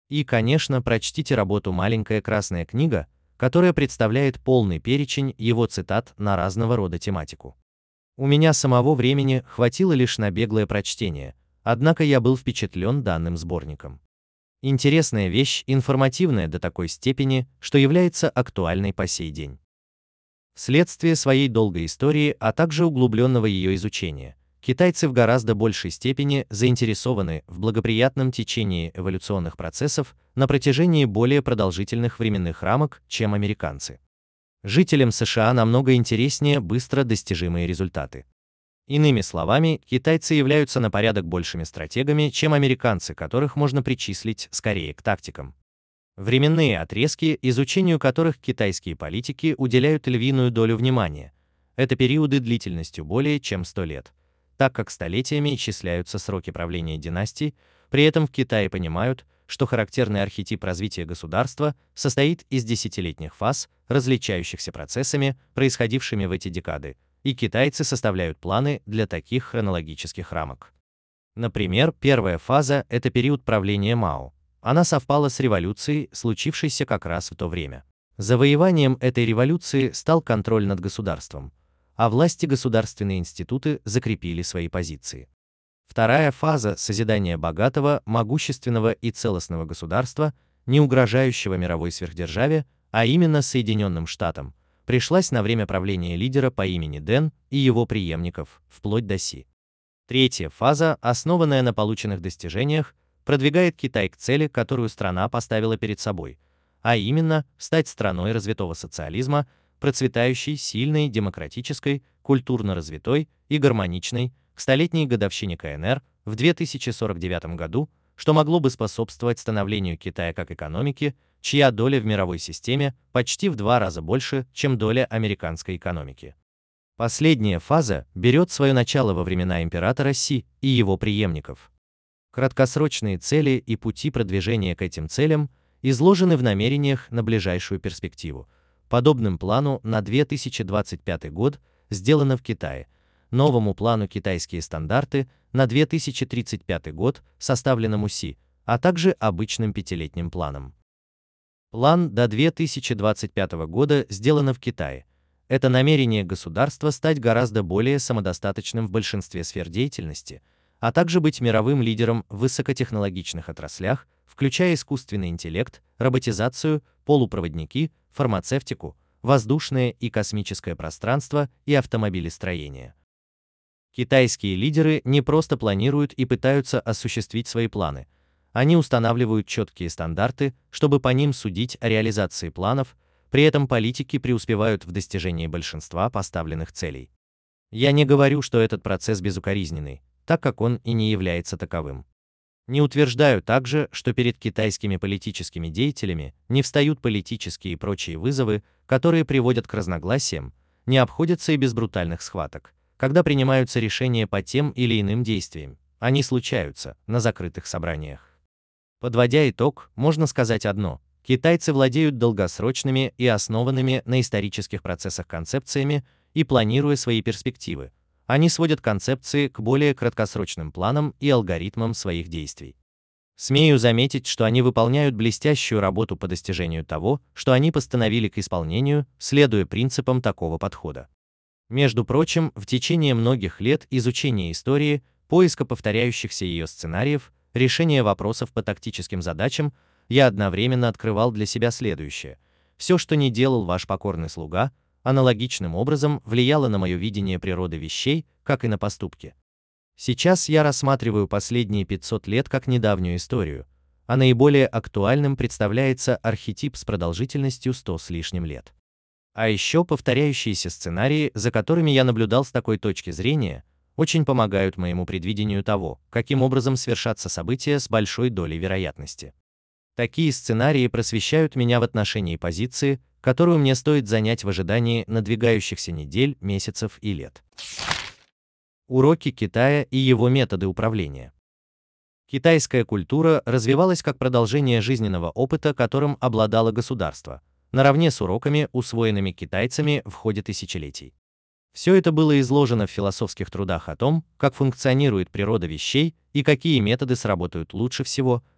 И, конечно, прочтите работу «Маленькая красная книга», которая представляет полный перечень его цитат на разного рода тематику. У меня самого времени хватило лишь на беглое прочтение, однако я был впечатлен данным сборником. Интересная вещь, информативная до такой степени, что является актуальной по сей день. Вследствие своей долгой истории, а также углубленного ее изучения, китайцы в гораздо большей степени заинтересованы в благоприятном течении эволюционных процессов на протяжении более продолжительных временных рамок, чем американцы. Жителям США намного интереснее быстро достижимые результаты. Иными словами, китайцы являются на порядок большими стратегами, чем американцы, которых можно причислить скорее к тактикам. Временные отрезки, изучению которых китайские политики уделяют львиную долю внимания, это периоды длительностью более чем сто лет, так как столетиями исчисляются сроки правления династий, при этом в Китае понимают, что характерный архетип развития государства состоит из десятилетних фаз, различающихся процессами, происходившими в эти декады, и китайцы составляют планы для таких хронологических рамок. Например, первая фаза – это период правления Мао. Она совпала с революцией, случившейся как раз в то время. Завоеванием этой революции стал контроль над государством, а власти государственные институты закрепили свои позиции. Вторая фаза – созидания богатого, могущественного и целостного государства, не угрожающего мировой сверхдержаве, а именно Соединенным Штатам, пришлась на время правления лидера по имени Дэн и его преемников, вплоть до Си. Третья фаза, основанная на полученных достижениях, продвигает Китай к цели, которую страна поставила перед собой, а именно стать страной развитого социализма, процветающей, сильной, демократической, культурно развитой и гармоничной, к столетней годовщине ка эн эр в две тысячи сорок девятом году, что могло бы способствовать становлению Китая как экономики, чья доля в мировой системе почти в два раза больше, чем доля американской экономики. Последняя фаза берет свое начало во времена императора Си и его преемников. Краткосрочные цели и пути продвижения к этим целям изложены в намерениях на ближайшую перспективу. Подобным плану на две тысячи двадцать пятый год сделано в Китае, новому плану «Китайские стандарты» на две тысячи тридцать пятый год, составленному Си, а также обычным пятилетним планом. План до две тысячи двадцать пятого года сделано в Китае. Это намерение государства стать гораздо более самодостаточным в большинстве сфер деятельности, а также быть мировым лидером в высокотехнологичных отраслях, включая искусственный интеллект, роботизацию, полупроводники, фармацевтику, воздушное и космическое пространство и автомобилестроение. Китайские лидеры не просто планируют и пытаются осуществить свои планы, они устанавливают четкие стандарты, чтобы по ним судить о реализации планов, при этом политики преуспевают в достижении большинства поставленных целей. Я не говорю, что этот процесс безукоризненный, так как он и не является таковым. Не утверждаю также, что перед китайскими политическими деятелями не встают политические и прочие вызовы, которые приводят к разногласиям, не обходятся и без брутальных схваток, когда принимаются решения по тем или иным действиям, они случаются на закрытых собраниях. Подводя итог, можно сказать одно: китайцы владеют долгосрочными и основанными на исторических процессах концепциями, и планируя свои перспективы, они сводят концепции к более краткосрочным планам и алгоритмам своих действий. Смею заметить, что они выполняют блестящую работу по достижению того, что они постановили к исполнению, следуя принципам такого подхода. Между прочим, в течение многих лет изучения истории, поиска повторяющихся ее сценариев, решения вопросов по тактическим задачам, я одновременно открывал для себя следующее: все, что не делал ваш покорный слуга, аналогичным образом влияло на мое видение природы вещей, как и на поступки. Сейчас я рассматриваю последние пятьсот лет как недавнюю историю, а наиболее актуальным представляется архетип с продолжительностью сто с лишним лет. А еще повторяющиеся сценарии, за которыми я наблюдал с такой точки зрения, очень помогают моему предвидению того, каким образом свершатся события с большой долей вероятности. Такие сценарии просвещают меня в отношении позиции, которую мне стоит занять в ожидании надвигающихся недель, месяцев и лет. Уроки Китая и его методы управления. Китайская культура развивалась как продолжение жизненного опыта, которым обладало государство, наравне с уроками, усвоенными китайцами в ходе тысячелетий. Все это было изложено в философских трудах о том, как функционирует природа вещей и какие методы сработают лучше всего,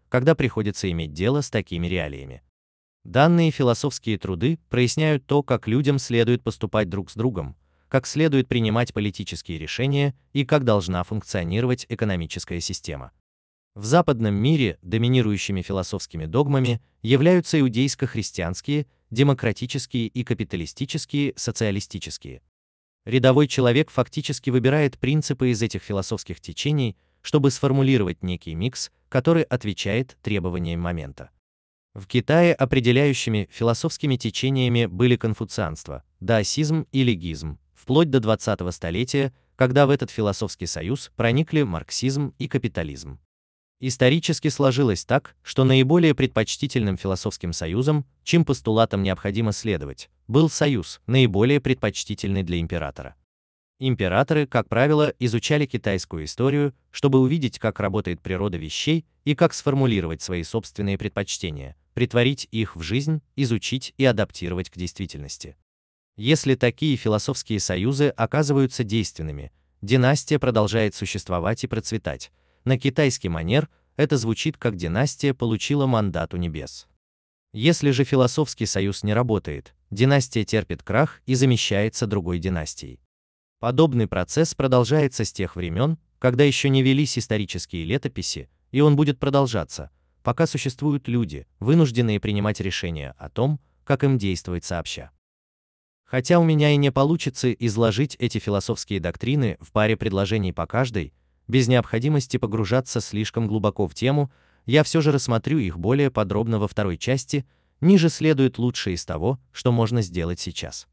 когда приходится иметь дело с такими реалиями. Данные философские труды проясняют то, как людям следует поступать друг с другом, как следует принимать политические решения и как должна функционировать экономическая система. В западном мире доминирующими философскими догмами являются иудейско-христианские, демократические и капиталистические, социалистические. Рядовой человек фактически выбирает принципы из этих философских течений, чтобы сформулировать некий микс, который отвечает требованиям момента. В Китае определяющими философскими течениями были конфуцианство, даосизм и легизм, вплоть до двадцатого столетия, когда в этот философский союз проникли марксизм и капитализм. Исторически сложилось так, что наиболее предпочтительным философским союзом, чьим постулатам необходимо следовать, был союз, наиболее предпочтительный для императора. Императоры, как правило, изучали китайскую историю, чтобы увидеть, как работает природа вещей и как сформулировать свои собственные предпочтения, претворить их в жизнь, изучить и адаптировать к действительности. Если такие философские союзы оказываются действенными, династия продолжает существовать и процветать. На китайский манер это звучит как династия получила мандат у небес. Если же философский союз не работает, династия терпит крах и замещается другой династией. Подобный процесс продолжается с тех времен, когда еще не велись исторические летописи, и он будет продолжаться, пока существуют люди, вынужденные принимать решения о том, как им действовать сообща. Хотя у меня и не получится изложить эти философские доктрины в паре предложений по каждой, без необходимости погружаться слишком глубоко в тему, я все же рассмотрю их более подробно во второй части, ниже следует лучшее из того, что можно сделать сейчас.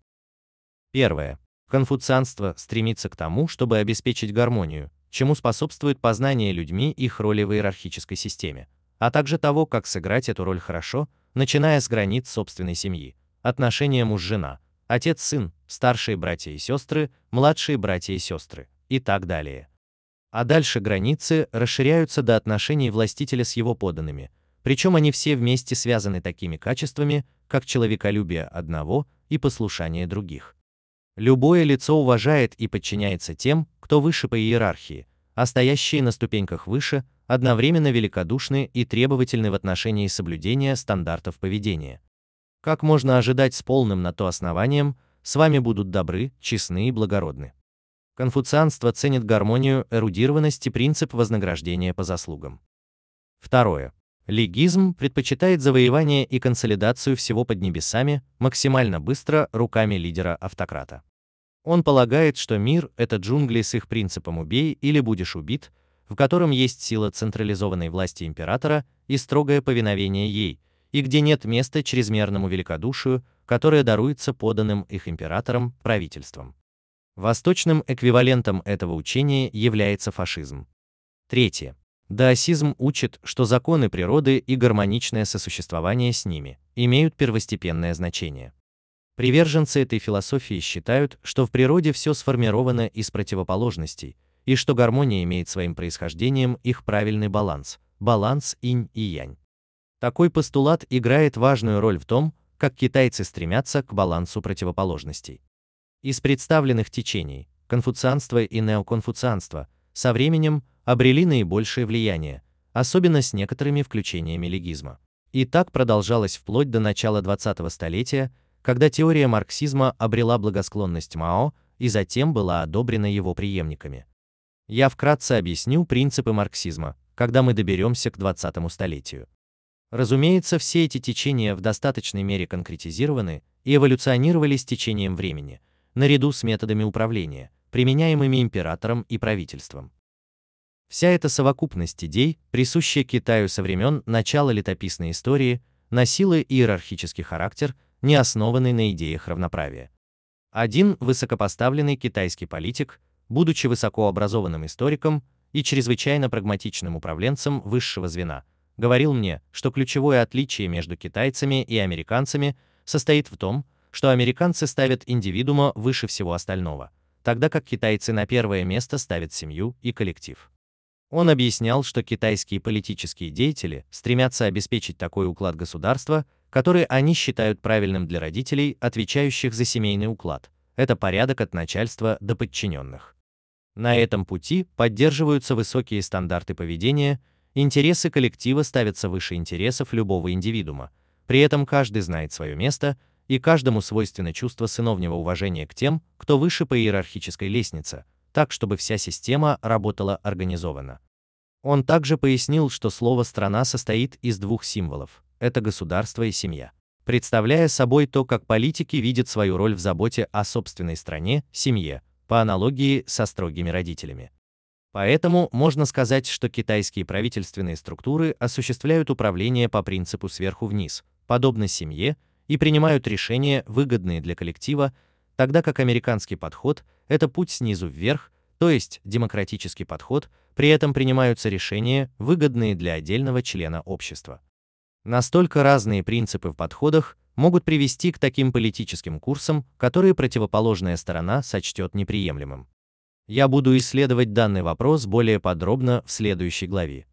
Первое. Конфуцианство стремится к тому, чтобы обеспечить гармонию, чему способствует познание людьми их роли в иерархической системе, а также того, как сыграть эту роль хорошо, начиная с границ собственной семьи, отношения муж-жена, отец-сын, старшие братья и сестры, младшие братья и сестры и так далее. А дальше границы расширяются до отношений властителя с его подданными, причем они все вместе связаны такими качествами, как человеколюбие одного и послушание других. Любое лицо уважает и подчиняется тем, кто выше по иерархии, а стоящие на ступеньках выше одновременно великодушны и требовательны в отношении соблюдения стандартов поведения. Как можно ожидать с полным на то основанием, с вами будут добры, честны и благородны. Конфуцианство ценит гармонию, эрудированность и принцип вознаграждения по заслугам. Второе. Легизм предпочитает завоевание и консолидацию всего под небесами максимально быстро руками лидера-автократа. Он полагает, что мир – это джунгли с их принципом «убей или будешь убит», в котором есть сила централизованной власти императора и строгое повиновение ей, и где нет места чрезмерному великодушию, которое даруется подданным их императорам, правительством. Восточным эквивалентом этого учения является фашизм. Третье. Даосизм учит, что законы природы и гармоничное сосуществование с ними имеют первостепенное значение. Приверженцы этой философии считают, что в природе все сформировано из противоположностей, и что гармония имеет своим происхождением их правильный баланс, баланс инь и янь. Такой постулат играет важную роль в том, как китайцы стремятся к балансу противоположностей. Из представленных течений, конфуцианство и неоконфуцианство, со временем обрели наибольшее влияние, особенно с некоторыми включениями легизма. И так продолжалось вплоть до начала двадцатого столетия, когда теория марксизма обрела благосклонность Мао и затем была одобрена его преемниками. Я вкратце объясню принципы марксизма, когда мы доберемся к двадцатому столетию. Разумеется, все эти течения в достаточной мере конкретизированы и эволюционировали с течением времени, наряду с методами управления, применяемыми императором и правительством. Вся эта совокупность идей, присущая Китаю со времен начала летописной истории, носила иерархический характер, не основанный на идеях равноправия. Один высокопоставленный китайский политик, будучи высокообразованным историком и чрезвычайно прагматичным управленцем высшего звена, говорил мне, что ключевое отличие между китайцами и американцами состоит в том, что американцы ставят индивидуума выше всего остального, тогда как китайцы на первое место ставят семью и коллектив. Он объяснял, что китайские политические деятели стремятся обеспечить такой уклад государства, который они считают правильным для родителей, отвечающих за семейный уклад. Это порядок от начальства до подчиненных. На этом пути поддерживаются высокие стандарты поведения, Интересы коллектива ставятся выше интересов любого индивидуума. При этом каждый знает свое место, и каждому свойственно чувство сыновнего уважения к тем, кто выше по иерархической лестнице, так чтобы вся система работала организованно. Он также пояснил, что слово «страна» состоит из двух символов – это государство и семья, представляя собой то, как политики видят свою роль в заботе о собственной стране, семье, по аналогии со строгими родителями. Поэтому можно сказать, что китайские правительственные структуры осуществляют управление по принципу сверху вниз, подобно семье, и принимают решения, выгодные для коллектива, тогда как американский подход – это путь снизу вверх, то есть демократический подход, при этом принимаются решения, выгодные для отдельного члена общества. Настолько разные принципы в подходах могут привести к таким политическим курсам, которые противоположная сторона сочтет неприемлемым. Я буду исследовать данный вопрос более подробно в следующей главе.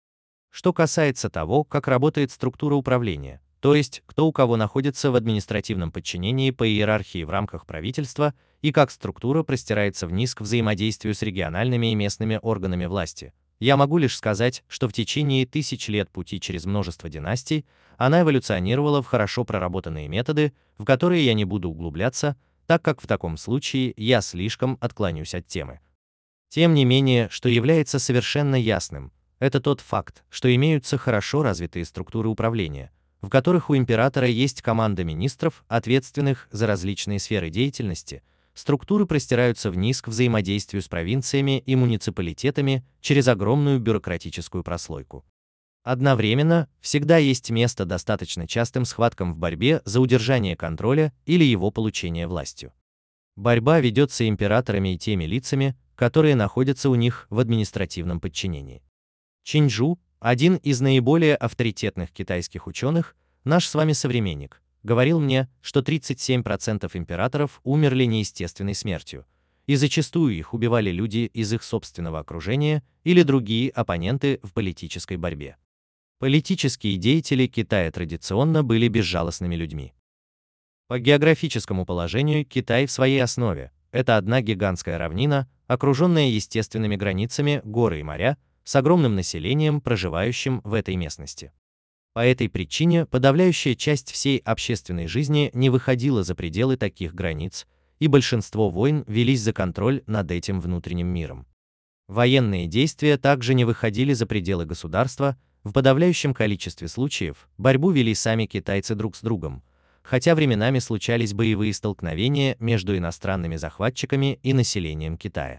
Что касается того, как работает структура управления, то есть кто у кого находится в административном подчинении по иерархии в рамках правительства и как структура простирается вниз к взаимодействию с региональными и местными органами власти, я могу лишь сказать, что в течение тысяч лет пути через множество династий она эволюционировала в хорошо проработанные методы, в которые я не буду углубляться, так как в таком случае я слишком отклонюсь от темы. Тем не менее, что является совершенно ясным, это тот факт, что имеются хорошо развитые структуры управления, в которых у императора есть команда министров, ответственных за различные сферы деятельности. Структуры простираются вниз к взаимодействию с провинциями и муниципалитетами через огромную бюрократическую прослойку. Одновременно, всегда есть место достаточно частым схваткам в борьбе за удержание контроля или его получение властью. Борьба ведется императорами и теми лицами, которые находятся у них в административном подчинении. Чиньчжу, один из наиболее авторитетных китайских ученых, наш с вами современник, говорил мне, что тридцать семь процентов императоров умерли неестественной смертью, и зачастую их убивали люди из их собственного окружения или другие оппоненты в политической борьбе. Политические деятели Китая традиционно были безжалостными людьми. По географическому положению Китай в своей основе – это одна гигантская равнина, окруженная естественными границами, горы и моря, с огромным населением, проживающим в этой местности. По этой причине подавляющая часть всей общественной жизни не выходила за пределы таких границ, и большинство войн велись за контроль над этим внутренним миром. Военные действия также не выходили за пределы государства, в подавляющем количестве случаев борьбу вели сами китайцы друг с другом, хотя временами случались боевые столкновения между иностранными захватчиками и населением Китая.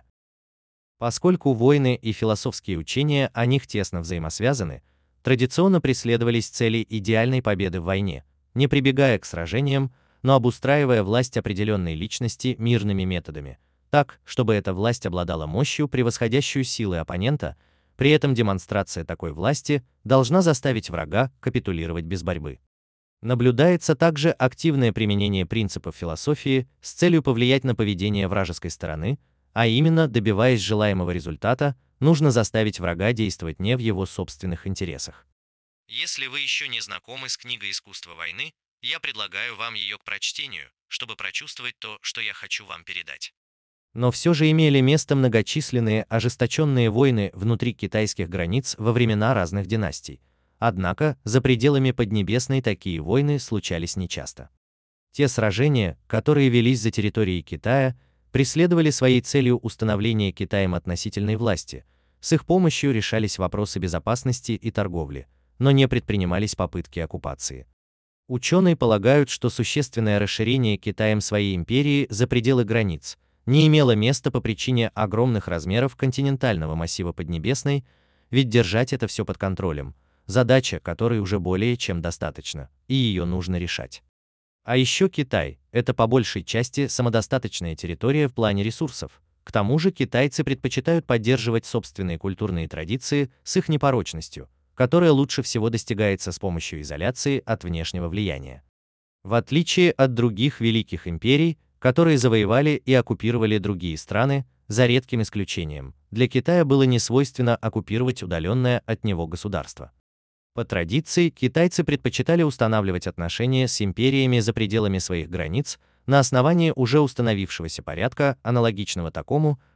Поскольку войны и философские учения о них тесно взаимосвязаны, традиционно преследовались цели идеальной победы в войне, не прибегая к сражениям, но обустраивая власть определенной личности мирными методами, так, чтобы эта власть обладала мощью, превосходящую силы оппонента, при этом демонстрация такой власти должна заставить врага капитулировать без борьбы. Наблюдается также активное применение принципов философии с целью повлиять на поведение вражеской стороны, а именно, добиваясь желаемого результата, нужно заставить врага действовать не в его собственных интересах. Если вы еще не знакомы с книгой «Искусство войны», я предлагаю вам ее к прочтению, чтобы прочувствовать то, что я хочу вам передать. Но все же имели место многочисленные ожесточенные войны внутри китайских границ во времена разных династий. Однако, за пределами Поднебесной такие войны случались нечасто. Те сражения, которые велись за территорией Китая, преследовали своей целью установление Китаем относительной власти, с их помощью решались вопросы безопасности и торговли, но не предпринимались попытки оккупации. Ученые полагают, что существенное расширение Китаем своей империи за пределы границ не имело места по причине огромных размеров континентального массива Поднебесной, ведь держать это все под контролем – задача, которой уже более чем достаточно, и ее нужно решать. А еще Китай – это по большей части самодостаточная территория в плане ресурсов. К тому же китайцы предпочитают поддерживать собственные культурные традиции с их непорочностью, которая лучше всего достигается с помощью изоляции от внешнего влияния. В отличие от других великих империй, которые завоевали и оккупировали другие страны, за редким исключением, для Китая было несвойственно оккупировать удаленное от него государство. По традиции, китайцы предпочитали устанавливать отношения с империями за пределами своих границ на основании уже установившегося порядка, аналогичного такому,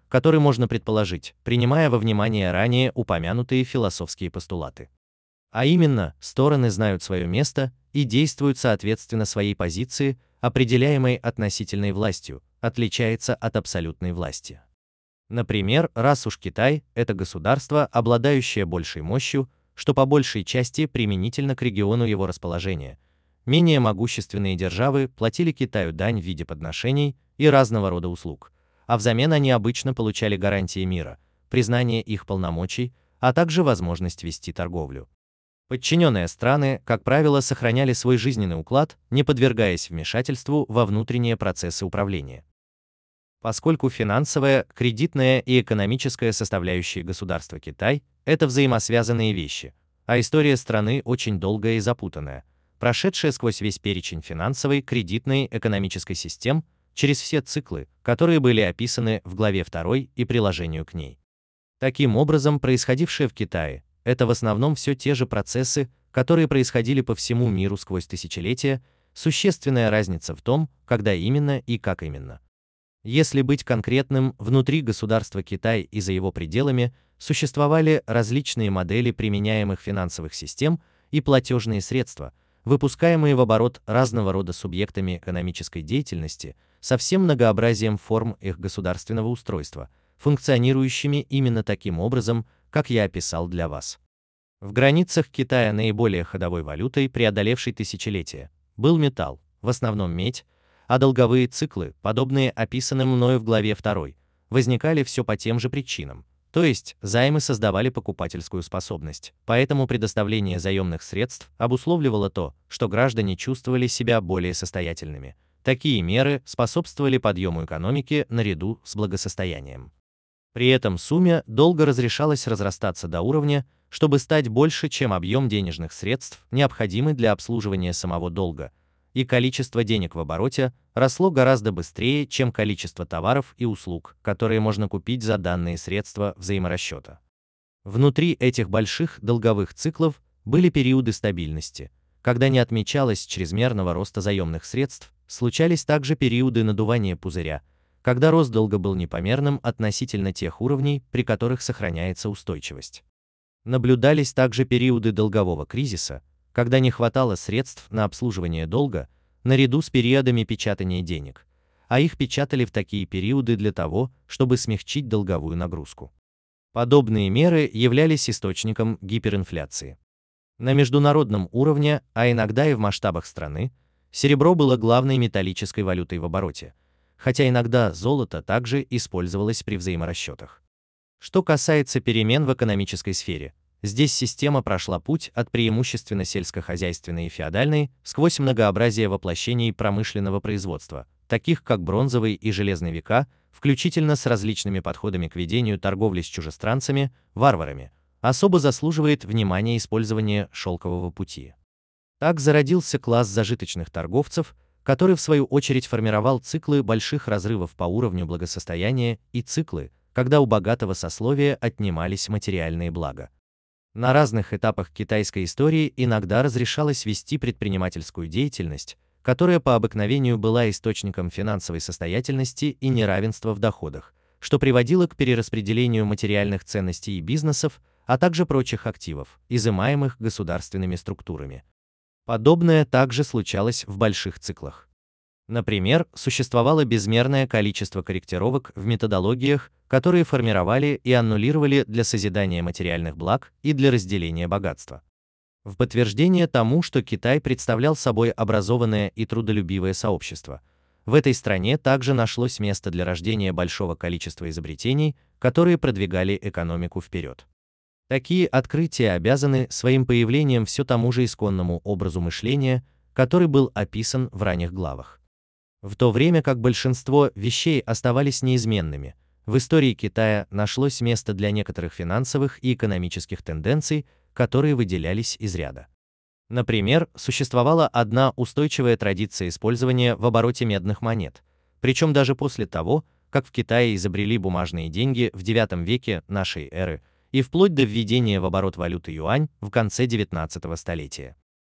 который можно предположить, принимая во внимание ранее упомянутые философские постулаты. А именно, стороны знают свое место и действуют соответственно своей позиции, определяемой относительной властью, отличается от абсолютной власти. Например, раз уж Китай – это государство, обладающее большей мощью, что по большей части применительно к региону его расположения, менее могущественные державы платили Китаю дань в виде подношений и разного рода услуг, а взамен они обычно получали гарантии мира, признание их полномочий, а также возможность вести торговлю. Подчиненные страны, как правило, сохраняли свой жизненный уклад, не подвергаясь вмешательству во внутренние процессы управления. Поскольку финансовая, кредитная и экономическая составляющие государства Китай – это взаимосвязанные вещи, а история страны очень долгая и запутанная, прошедшая сквозь весь перечень финансовой, кредитной, экономической систем, через все циклы, которые были описаны в главе второй и приложению к ней. Таким образом, происходившее в Китае – это в основном все те же процессы, которые происходили по всему миру сквозь тысячелетия, существенная разница в том, когда именно и как именно. Если быть конкретным, внутри государства Китай и за его пределами существовали различные модели применяемых финансовых систем и платежные средства, выпускаемые в оборот разного рода субъектами экономической деятельности, со всем многообразием форм их государственного устройства, функционирующими именно таким образом, как я описал для вас. В границах Китая наиболее ходовой валютой, преодолевшей тысячелетия, был металл, в основном медь, а долговые циклы, подобные описанным мною в главе второй, возникали все по тем же причинам, то есть займы создавали покупательскую способность, поэтому предоставление заемных средств обусловливало то, что граждане чувствовали себя более состоятельными. Такие меры способствовали подъему экономики наряду с благосостоянием. При этом сумме долга разрешалось разрастаться до уровня, чтобы стать больше, чем объем денежных средств, необходимый для обслуживания самого долга, и количество денег в обороте росло гораздо быстрее, чем количество товаров и услуг, которые можно купить за данные средства взаиморасчета. Внутри этих больших долговых циклов были периоды стабильности, когда не отмечалось чрезмерного роста заемных средств, случались также периоды надувания пузыря, когда рост долга был непомерным относительно тех уровней, при которых сохраняется устойчивость. Наблюдались также периоды долгового кризиса, когда не хватало средств на обслуживание долга, наряду с периодами печатания денег, а их печатали в такие периоды для того, чтобы смягчить долговую нагрузку. Подобные меры являлись источником гиперинфляции. На международном уровне, а иногда и в масштабах страны, серебро было главной металлической валютой в обороте, хотя иногда золото также использовалось при взаиморасчетах. Что касается перемен в экономической сфере, здесь система прошла путь от преимущественно сельскохозяйственной и феодальной сквозь многообразие воплощений промышленного производства, таких как бронзовый и железный века, включительно с различными подходами к ведению торговли с чужестранцами, варварами. Особо заслуживает внимания использование шелкового пути. Так зародился класс зажиточных торговцев, который в свою очередь формировал циклы больших разрывов по уровню благосостояния и циклы, когда у богатого сословия отнимались материальные блага. На разных этапах китайской истории иногда разрешалось вести предпринимательскую деятельность, которая по обыкновению была источником финансовой состоятельности и неравенства в доходах, что приводило к перераспределению материальных ценностей и бизнесов, а также прочих активов, изымаемых государственными структурами. Подобное также случалось в больших циклах. Например, существовало безмерное количество корректировок в методологиях, которые формировали и аннулировали для созидания материальных благ и для разделения богатства. В подтверждение тому, что Китай представлял собой образованное и трудолюбивое сообщество, в этой стране также нашлось место для рождения большого количества изобретений, которые продвигали экономику вперед. Такие открытия обязаны своим появлением все тому же исконному образу мышления, который был описан в ранних главах. В то время как большинство вещей оставались неизменными, в истории Китая нашлось место для некоторых финансовых и экономических тенденций, которые выделялись из ряда. Например, существовала одна устойчивая традиция использования в обороте медных монет, причем даже после того, как в Китае изобрели бумажные деньги в девятом веке нашей эры, и вплоть до введения в оборот валюты юань в конце девятнадцатого столетия.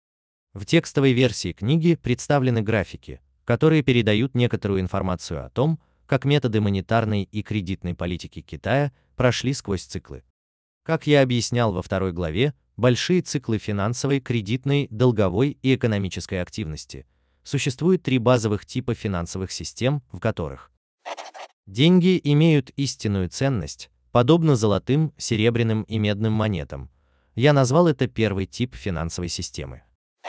В текстовой версии книги представлены графики, которые передают некоторую информацию о том, как методы монетарной и кредитной политики Китая прошли сквозь циклы. Как я объяснял во второй главе, большие циклы финансовой, кредитной, долговой и экономической активности. Существует три базовых типа финансовых систем, в которых деньги имеют истинную ценность, подобно золотым, серебряным и медным монетам. Я назвал это первый тип финансовой системы.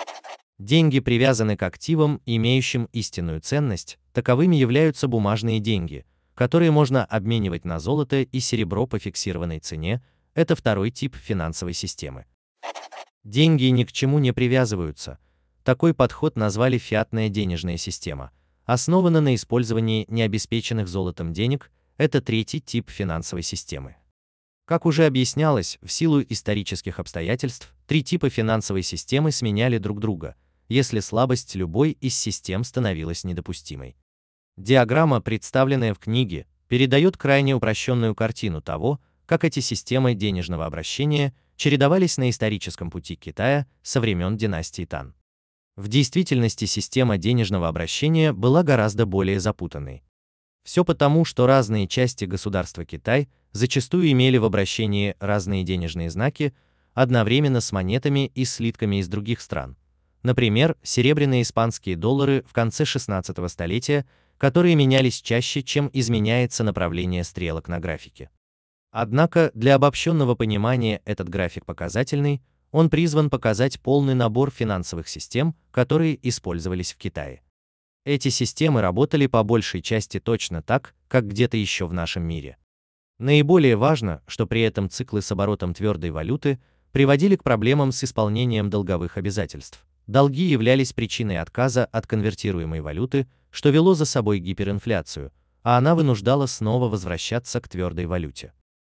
Деньги привязаны к активам, имеющим истинную ценность, таковыми являются бумажные деньги, которые можно обменивать на золото и серебро по фиксированной цене. Это второй тип финансовой системы. Деньги ни к чему не привязываются. Такой подход назвали фиатная денежная система. Основана на использовании необеспеченных золотом денег. Это третий тип финансовой системы. Как уже объяснялось, в силу исторических обстоятельств, три типа финансовой системы сменяли друг друга, если слабость любой из систем становилась недопустимой. Диаграмма, представленная в книге, передает крайне упрощенную картину того, как эти системы денежного обращения чередовались на историческом пути Китая со времен династии Тан. В действительности система денежного обращения была гораздо более запутанной. Все потому, что разные части государства Китай зачастую имели в обращении разные денежные знаки одновременно с монетами и слитками из других стран. Например, серебряные испанские доллары в конце шестнадцатого столетия, которые менялись чаще, чем изменяется направление стрелок на графике. Однако, для обобщенного понимания этот график показательный, он призван показать полный набор финансовых систем, которые использовались в Китае. Эти системы работали по большей части точно так, как где-то еще в нашем мире. Наиболее важно, что при этом циклы с оборотом твердой валюты приводили к проблемам с исполнением долговых обязательств. Долги являлись причиной отказа от конвертируемой валюты, что вело за собой гиперинфляцию, а она вынуждала снова возвращаться к твердой валюте.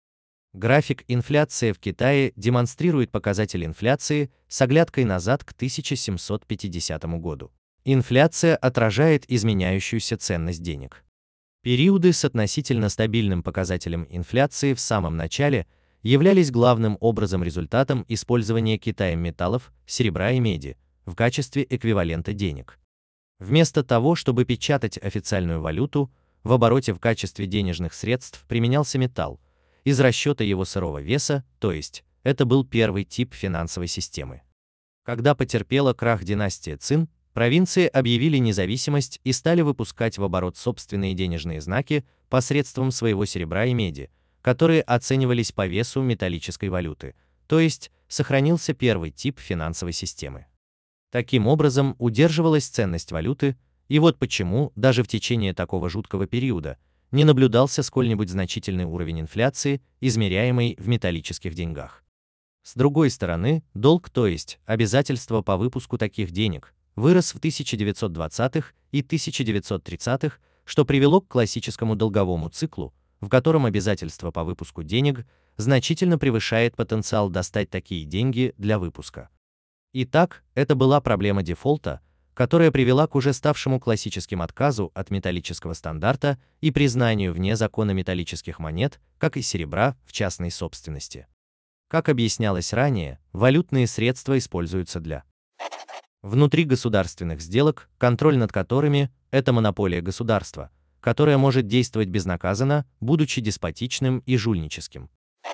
График инфляции в Китае демонстрирует показатель инфляции с оглядкой назад к тысяча семьсот пятидесятому году. Инфляция отражает изменяющуюся ценность денег. Периоды с относительно стабильным показателем инфляции в самом начале являлись главным образом результатом использования Китаем металлов, серебра и меди, в качестве эквивалента денег. Вместо того, чтобы печатать официальную валюту, в обороте в качестве денежных средств применялся металл, из расчета его сырого веса, то есть, это был первый тип финансовой системы. Когда потерпела крах династия Цин, провинции объявили независимость и стали выпускать в оборот собственные денежные знаки посредством своего серебра и меди, которые оценивались по весу металлической валюты, то есть, сохранился первый тип финансовой системы. Таким образом, удерживалась ценность валюты, и вот почему, даже в течение такого жуткого периода, не наблюдался сколь-нибудь значительный уровень инфляции, измеряемый в металлических деньгах. С другой стороны, долг, то есть обязательства по выпуску таких денег, вырос в тысяча девятьсот двадцатых и тысяча девятьсот тридцатых, что привело к классическому долговому циклу, в котором обязательство по выпуску денег значительно превышает потенциал достать такие деньги для выпуска. Итак, это была проблема дефолта, которая привела к уже ставшему классическим отказу от металлического стандарта и признанию вне закона металлических монет, как и серебра, в частной собственности. Как объяснялось ранее, валютные средства используются для внутригосударственных сделок, контроль над которыми – это монополия государства, которое может действовать безнаказанно, будучи деспотичным и жульническим.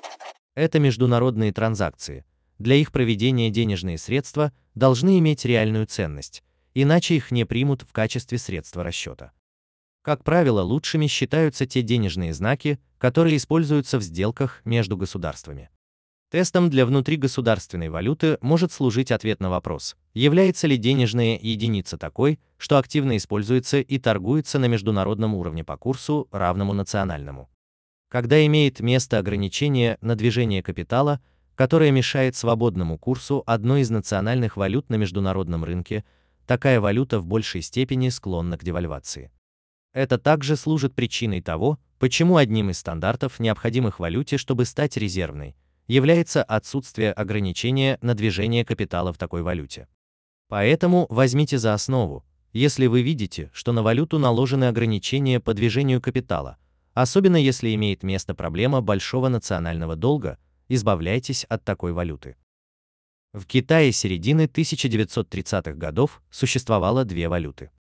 Это международные транзакции. Для их проведения денежные средства должны иметь реальную ценность, иначе их не примут в качестве средства расчета. Как правило, лучшими считаются те денежные знаки, которые используются в сделках между государствами. Тестом для внутригосударственной валюты может служить ответ на вопрос, является ли денежная единица такой, что активно используется и торгуется на международном уровне по курсу, равному национальному. Когда имеет место ограничение на движение капитала, которое мешает свободному курсу одной из национальных валют на международном рынке, такая валюта в большей степени склонна к девальвации. Это также служит причиной того, почему одним из стандартов, необходимых валюте, чтобы стать резервной, является отсутствие ограничения на движение капитала в такой валюте. Поэтому возьмите за основу, если вы видите, что на валюту наложены ограничения по движению капитала, особенно если имеет место проблема большого национального долга, избавляйтесь от такой валюты. В Китае середины тысяча девятьсот тридцатых годов существовало две валюты.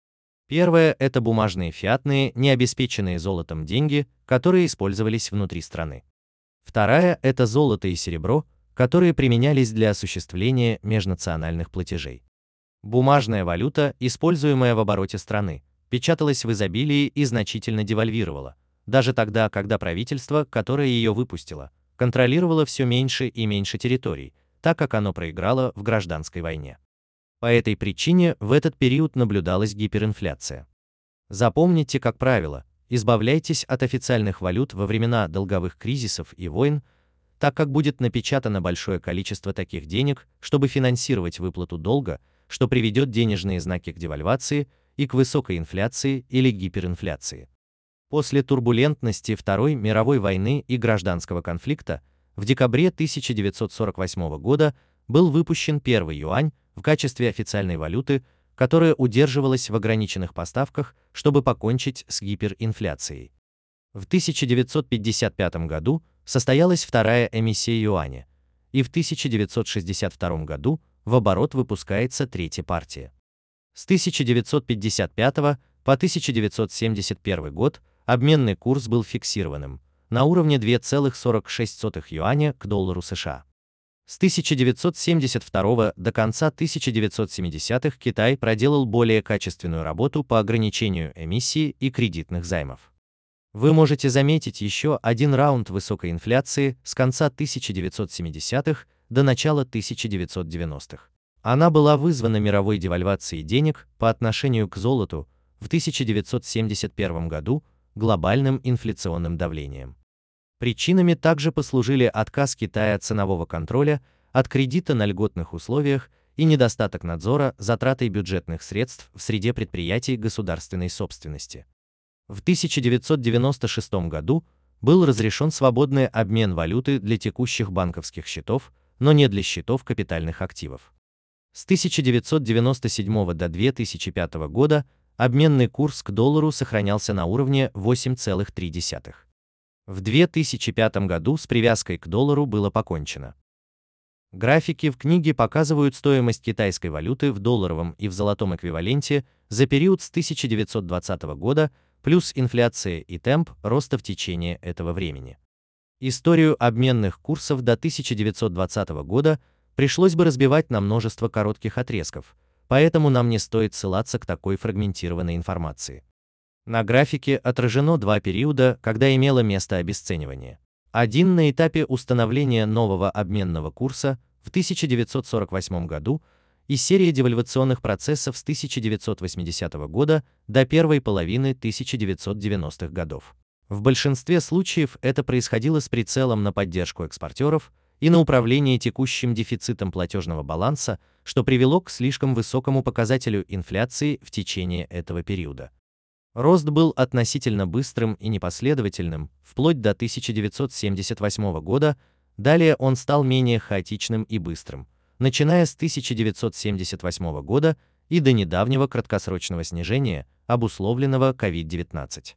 Первое – это бумажные фиатные, необеспеченные золотом деньги, которые использовались внутри страны. Вторая – это золото и серебро, которые применялись для осуществления межнациональных платежей. Бумажная валюта, используемая в обороте страны, печаталась в изобилии и значительно девальвировала, даже тогда, когда правительство, которое ее выпустило, контролировало все меньше и меньше территорий, так как оно проиграло в гражданской войне. По этой причине в этот период наблюдалась гиперинфляция. Запомните, как правило, избавляйтесь от официальных валют во времена долговых кризисов и войн, так как будет напечатано большое количество таких денег, чтобы финансировать выплату долга, что приведет денежные знаки к девальвации и к высокой инфляции или гиперинфляции. После турбулентности Второй мировой войны и гражданского конфликта в декабре тысяча девятьсот сорок восьмого года был выпущен первый юань в качестве официальной валюты, которая удерживалась в ограниченных поставках, чтобы покончить с гиперинфляцией. В тысяча девятьсот пятьдесят пятом году состоялась вторая эмиссия юаня, и в тысяча девятьсот шестьдесят втором году в оборот выпускается третья партия. С тысяча девятьсот пятьдесят пятого по тысяча девятьсот семьдесят первый год обменный курс был фиксированным, на уровне два целых сорок шесть сотых юаня к доллару США. С тысяча девятьсот семьдесят второго до конца тысяча девятьсот семидесятых Китай проделал более качественную работу по ограничению эмиссии и кредитных займов. Вы можете заметить еще один раунд высокой инфляции с конца тысяча девятьсот семидесятых до начала тысяча девятьсот девяностых. Она была вызвана мировой девальвацией денег по отношению к золоту в тысяча девятьсот семьдесят первом году, глобальным инфляционным давлением. Причинами также послужили отказ Китая от ценового контроля, от кредита на льготных условиях и недостаток надзора за тратой бюджетных средств в среде предприятий государственной собственности. В тысяча девятьсот девяносто шестом году был разрешен свободный обмен валюты для текущих банковских счетов, но не для счетов капитальных активов. С тысяча девятьсот девяносто седьмого до две тысячи пятого года обменный курс к доллару сохранялся на уровне восемь целых три десятых. В две тысячи пятом году с привязкой к доллару было покончено. Графики в книге показывают стоимость китайской валюты в долларовом и в золотом эквиваленте за период с тысяча девятьсот двадцатого года плюс инфляция и темп роста в течение этого времени. Историю обменных курсов до тысяча девятьсот двадцатого года пришлось бы разбивать на множество коротких отрезков, поэтому нам не стоит ссылаться к такой фрагментированной информации. На графике отражено два периода, когда имело место обесценивание. Один на этапе установления нового обменного курса в тысяча девятьсот сорок восьмом году и серия девальвационных процессов с тысяча девятьсот восьмидесятого года до первой половины тысяча девятьсот девяностых годов. В большинстве случаев это происходило с прицелом на поддержку экспортеров и на управление текущим дефицитом платежного баланса, что привело к слишком высокому показателю инфляции в течение этого периода. Рост был относительно быстрым и непоследовательным, вплоть до тысяча девятьсот семьдесят восьмого года, далее он стал менее хаотичным и быстрым, начиная с тысяча девятьсот семьдесят восьмого года и до недавнего краткосрочного снижения, обусловленного ковид девятнадцать.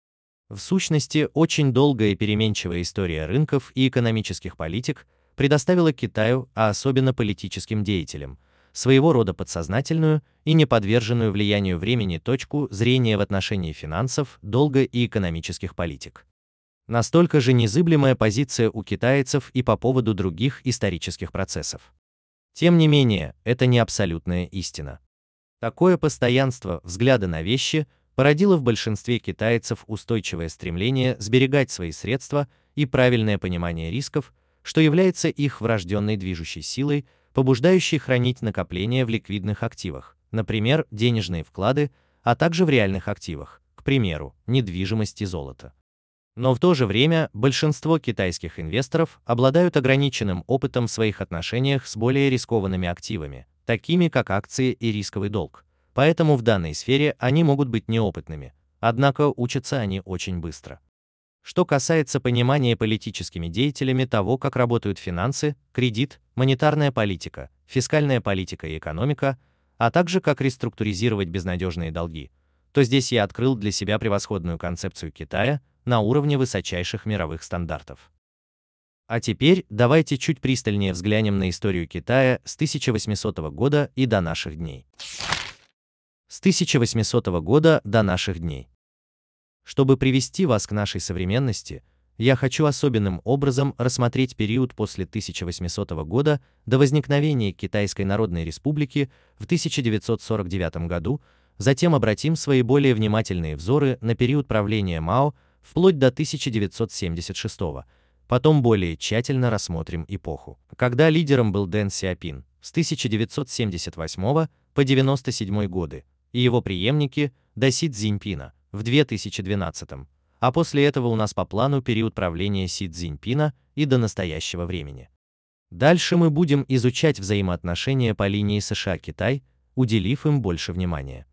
В сущности, очень долгая и переменчивая история рынков и экономических политик предоставила Китаю, а особенно политическим деятелям, своего рода подсознательную и неподверженную влиянию времени точку зрения в отношении финансов, долга и экономических политик. Настолько же незыблемая позиция у китайцев и по поводу других исторических процессов. Тем не менее, это не абсолютная истина. Такое постоянство взгляда на вещи породило в большинстве китайцев устойчивое стремление сберегать свои средства и правильное понимание рисков, что является их врожденной движущей силой, побуждающей хранить накопления в ликвидных активах, например, денежные вклады, а также в реальных активах, к примеру, недвижимость и золото. Но в то же время большинство китайских инвесторов обладают ограниченным опытом в своих отношениях с более рискованными активами, такими как акции и рисковый долг, поэтому в данной сфере они могут быть неопытными, однако учатся они очень быстро. Что касается понимания политическими деятелями того, как работают финансы, кредит, монетарная политика, фискальная политика и экономика, а также как реструктуризировать безнадежные долги, то здесь я открыл для себя превосходную концепцию Китая на уровне высочайших мировых стандартов. А теперь давайте чуть пристальнее взглянем на историю Китая с тысяча восьмисотого года и до наших дней. с тысяча восьмисотого года до наших дней. Чтобы привести вас к нашей современности, я хочу особенным образом рассмотреть период после тысяча восьмисотого года до возникновения Китайской Народной Республики в тысяча девятьсот сорок девятом году, затем обратим свои более внимательные взоры на период правления Мао вплоть до тысяча девятьсот семьдесят шестого, потом более тщательно рассмотрим эпоху, когда лидером был Дэн Сяопин с тысяча девятьсот семьдесят восьмого по девяносто седьмой годы и его преемники до Си Цзиньпина в две тысячи двенадцатом, а после этого у нас по плану период правления Си Цзиньпина и до настоящего времени. Дальше мы будем изучать взаимоотношения по линии США-Китай, уделив им больше внимания.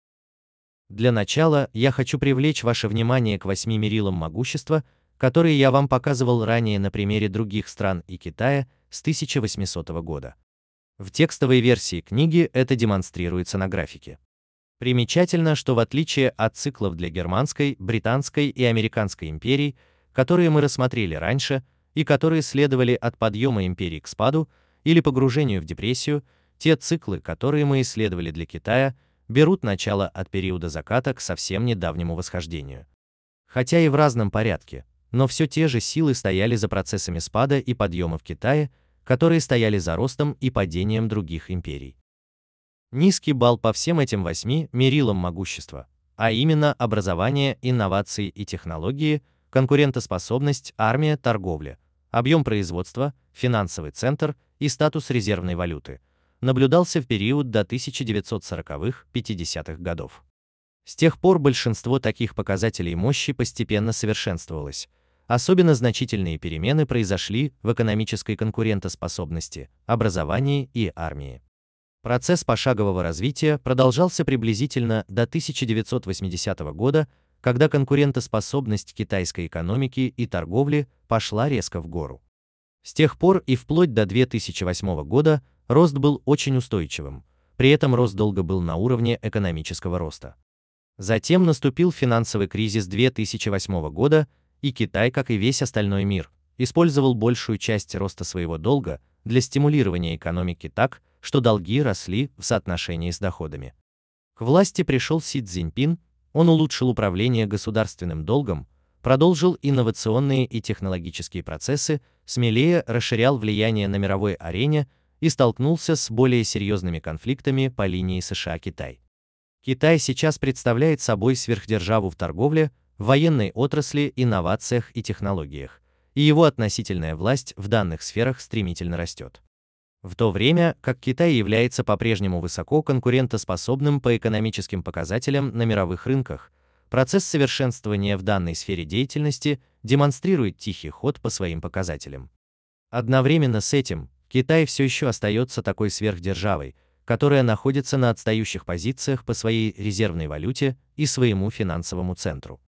Для начала я хочу привлечь ваше внимание к восьми мерилам могущества, которые я вам показывал ранее на примере других стран и Китая с тысяча восьмисотого года. В текстовой версии книги это демонстрируется на графике. Примечательно, что в отличие от циклов для германской, британской и американской империй, которые мы рассмотрели раньше и которые следовали от подъема империи к спаду или погружению в депрессию, те циклы, которые мы исследовали для Китая, берут начало от периода заката к совсем недавнему восхождению. Хотя и в разном порядке, но все те же силы стояли за процессами спада и подъема в Китае, которые стояли за ростом и падением других империй. Низкий балл по всем этим восьми мерилам могущества, а именно образование, инновации и технологии, конкурентоспособность, армия, торговля, объем производства, финансовый центр и статус резервной валюты, наблюдался в период до тысяча девятьсот сороковых-пятидесятых годов. С тех пор большинство таких показателей мощи постепенно совершенствовалось. Особенно значительные перемены произошли в экономической конкурентоспособности, образовании и армии. Процесс пошагового развития продолжался приблизительно до тысяча девятьсот восьмидесятого года, когда конкурентоспособность китайской экономики и торговли пошла резко в гору. С тех пор и вплоть до две тысячи восьмого года рост был очень устойчивым, при этом рост долга был на уровне экономического роста. Затем наступил финансовый кризис две тысячи восьмого года, и Китай, как и весь остальной мир, использовал большую часть роста своего долга для стимулирования экономики так, что долги росли в соотношении с доходами. К власти пришел Си Цзиньпин, он улучшил управление государственным долгом, продолжил инновационные и технологические процессы, смелее расширял влияние на мировой арене и столкнулся с более серьезными конфликтами по линии США-Китай. Китай сейчас представляет собой сверхдержаву в торговле, в военной отрасли, инновациях и технологиях, и его относительная власть в данных сферах стремительно растет. В то время как Китай является по-прежнему высоко конкурентоспособным по экономическим показателям на мировых рынках, процесс совершенствования в данной сфере деятельности демонстрирует тихий ход по своим показателям. Одновременно с этим Китай все еще остается такой сверхдержавой, которая находится на отстающих позициях по своей резервной валюте и своему финансовому центру.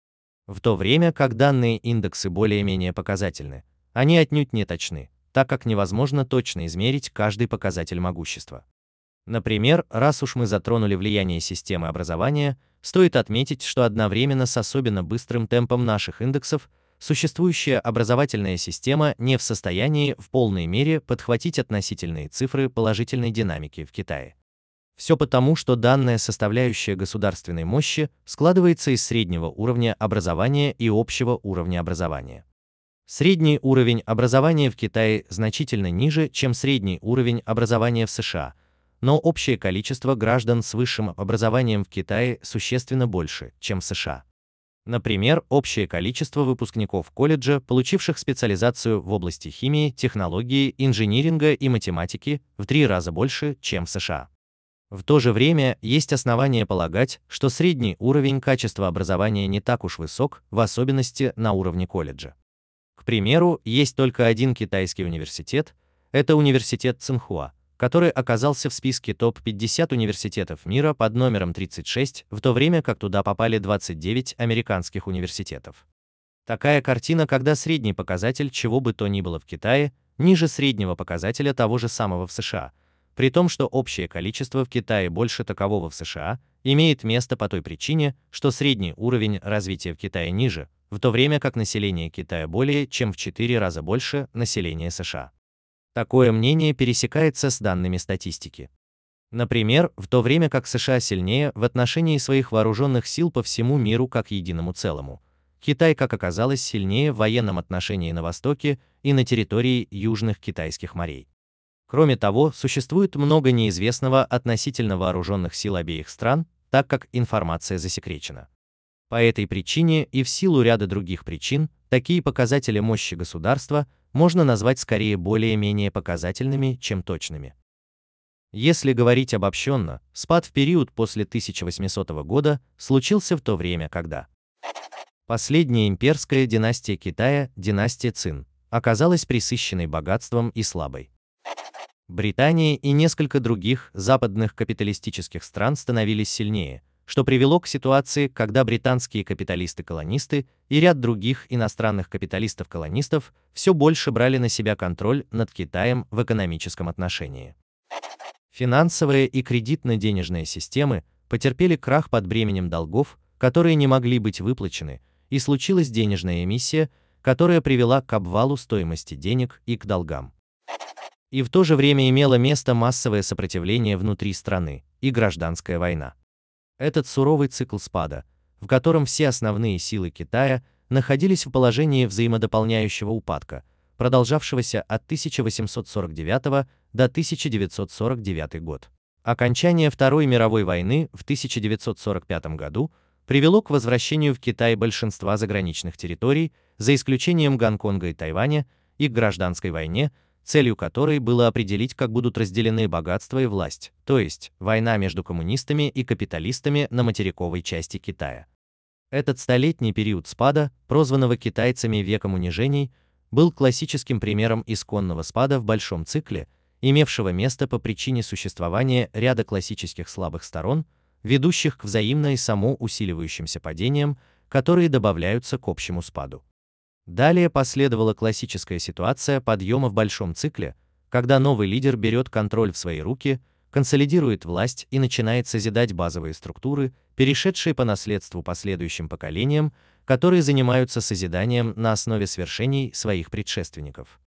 В то время как данные индексы более-менее показательны, они отнюдь не точны, так как невозможно точно измерить каждый показатель могущества. Например, раз уж мы затронули влияние системы образования, стоит отметить, что одновременно с особенно быстрым темпом наших индексов, существующая образовательная система не в состоянии в полной мере подхватить относительные цифры положительной динамики в Китае. Все потому, что данная составляющая государственной мощи складывается из среднего уровня образования и общего уровня образования. Средний уровень образования в Китае значительно ниже, чем средний уровень образования в США, но общее количество граждан с высшим образованием в Китае существенно больше, чем в США. Например, общее количество выпускников колледжа, получивших специализацию в области химии, технологии, инжиниринга и математики, в три раза больше, чем в США. В то же время есть основания полагать, что средний уровень качества образования не так уж высок, в особенности на уровне колледжа. К примеру, есть только один китайский университет, это университет Цинхуа, который оказался в списке топ пятьдесят университетов мира под номером тридцать шесть, в то время как туда попали двадцать девять американских университетов. Такая картина, когда средний показатель чего бы то ни было в Китае ниже среднего показателя того же самого в США, при том, что общее количество в Китае больше такового в США, имеет место по той причине, что средний уровень развития в Китае ниже, в то время как население Китая более чем в четыре раза больше населения США. Такое мнение пересекается с данными статистики. Например, в то время как США сильнее в отношении своих вооруженных сил по всему миру как единому целому, Китай, как оказалось, сильнее в военном отношении на Востоке и на территории южных китайских морей. Кроме того, существует много неизвестного относительно вооруженных сил обеих стран, так как информация засекречена. По этой причине и в силу ряда других причин, такие показатели мощи государства можно назвать скорее более-менее показательными, чем точными. Если говорить обобщенно, спад в период после тысяча восьмисотого года случился в то время, когда последняя имперская династия Китая, династия Цин, оказалась пресыщенной богатством и слабой. Британия и несколько других западных капиталистических стран становились сильнее, что привело к ситуации, когда британские капиталисты-колонисты и ряд других иностранных капиталистов-колонистов все больше брали на себя контроль над Китаем в экономическом отношении. Финансовая и кредитно-денежная системы потерпели крах под бременем долгов, которые не могли быть выплачены, и случилась денежная эмиссия, которая привела к обвалу стоимости денег и к долгам. И в то же время имело место массовое сопротивление внутри страны и гражданская война. Этот суровый цикл спада, в котором все основные силы Китая находились в положении взаимодополняющего упадка, продолжавшегося от тысяча восемьсот сорок девятого до тысяча девятьсот сорок девятый год. Окончание Второй мировой войны в тысяча девятьсот сорок пятом году привело к возвращению в Китай большинства заграничных территорий, за исключением Гонконга и Тайваня, и к гражданской войне, целью которой было определить, как будут разделены богатство и власть, то есть война между коммунистами и капиталистами на материковой части Китая. Этот столетний период спада, прозванного китайцами веком унижений, был классическим примером исконного спада в большом цикле, имевшего место по причине существования ряда классических слабых сторон, ведущих к взаимно и самоусиливающимся падениям, которые добавляются к общему спаду. Далее последовала классическая ситуация подъема в большом цикле, когда новый лидер берет контроль в свои руки, консолидирует власть и начинает созидать базовые структуры, перешедшие по наследству последующим поколениям, которые занимаются созиданием на основе свершений своих предшественников.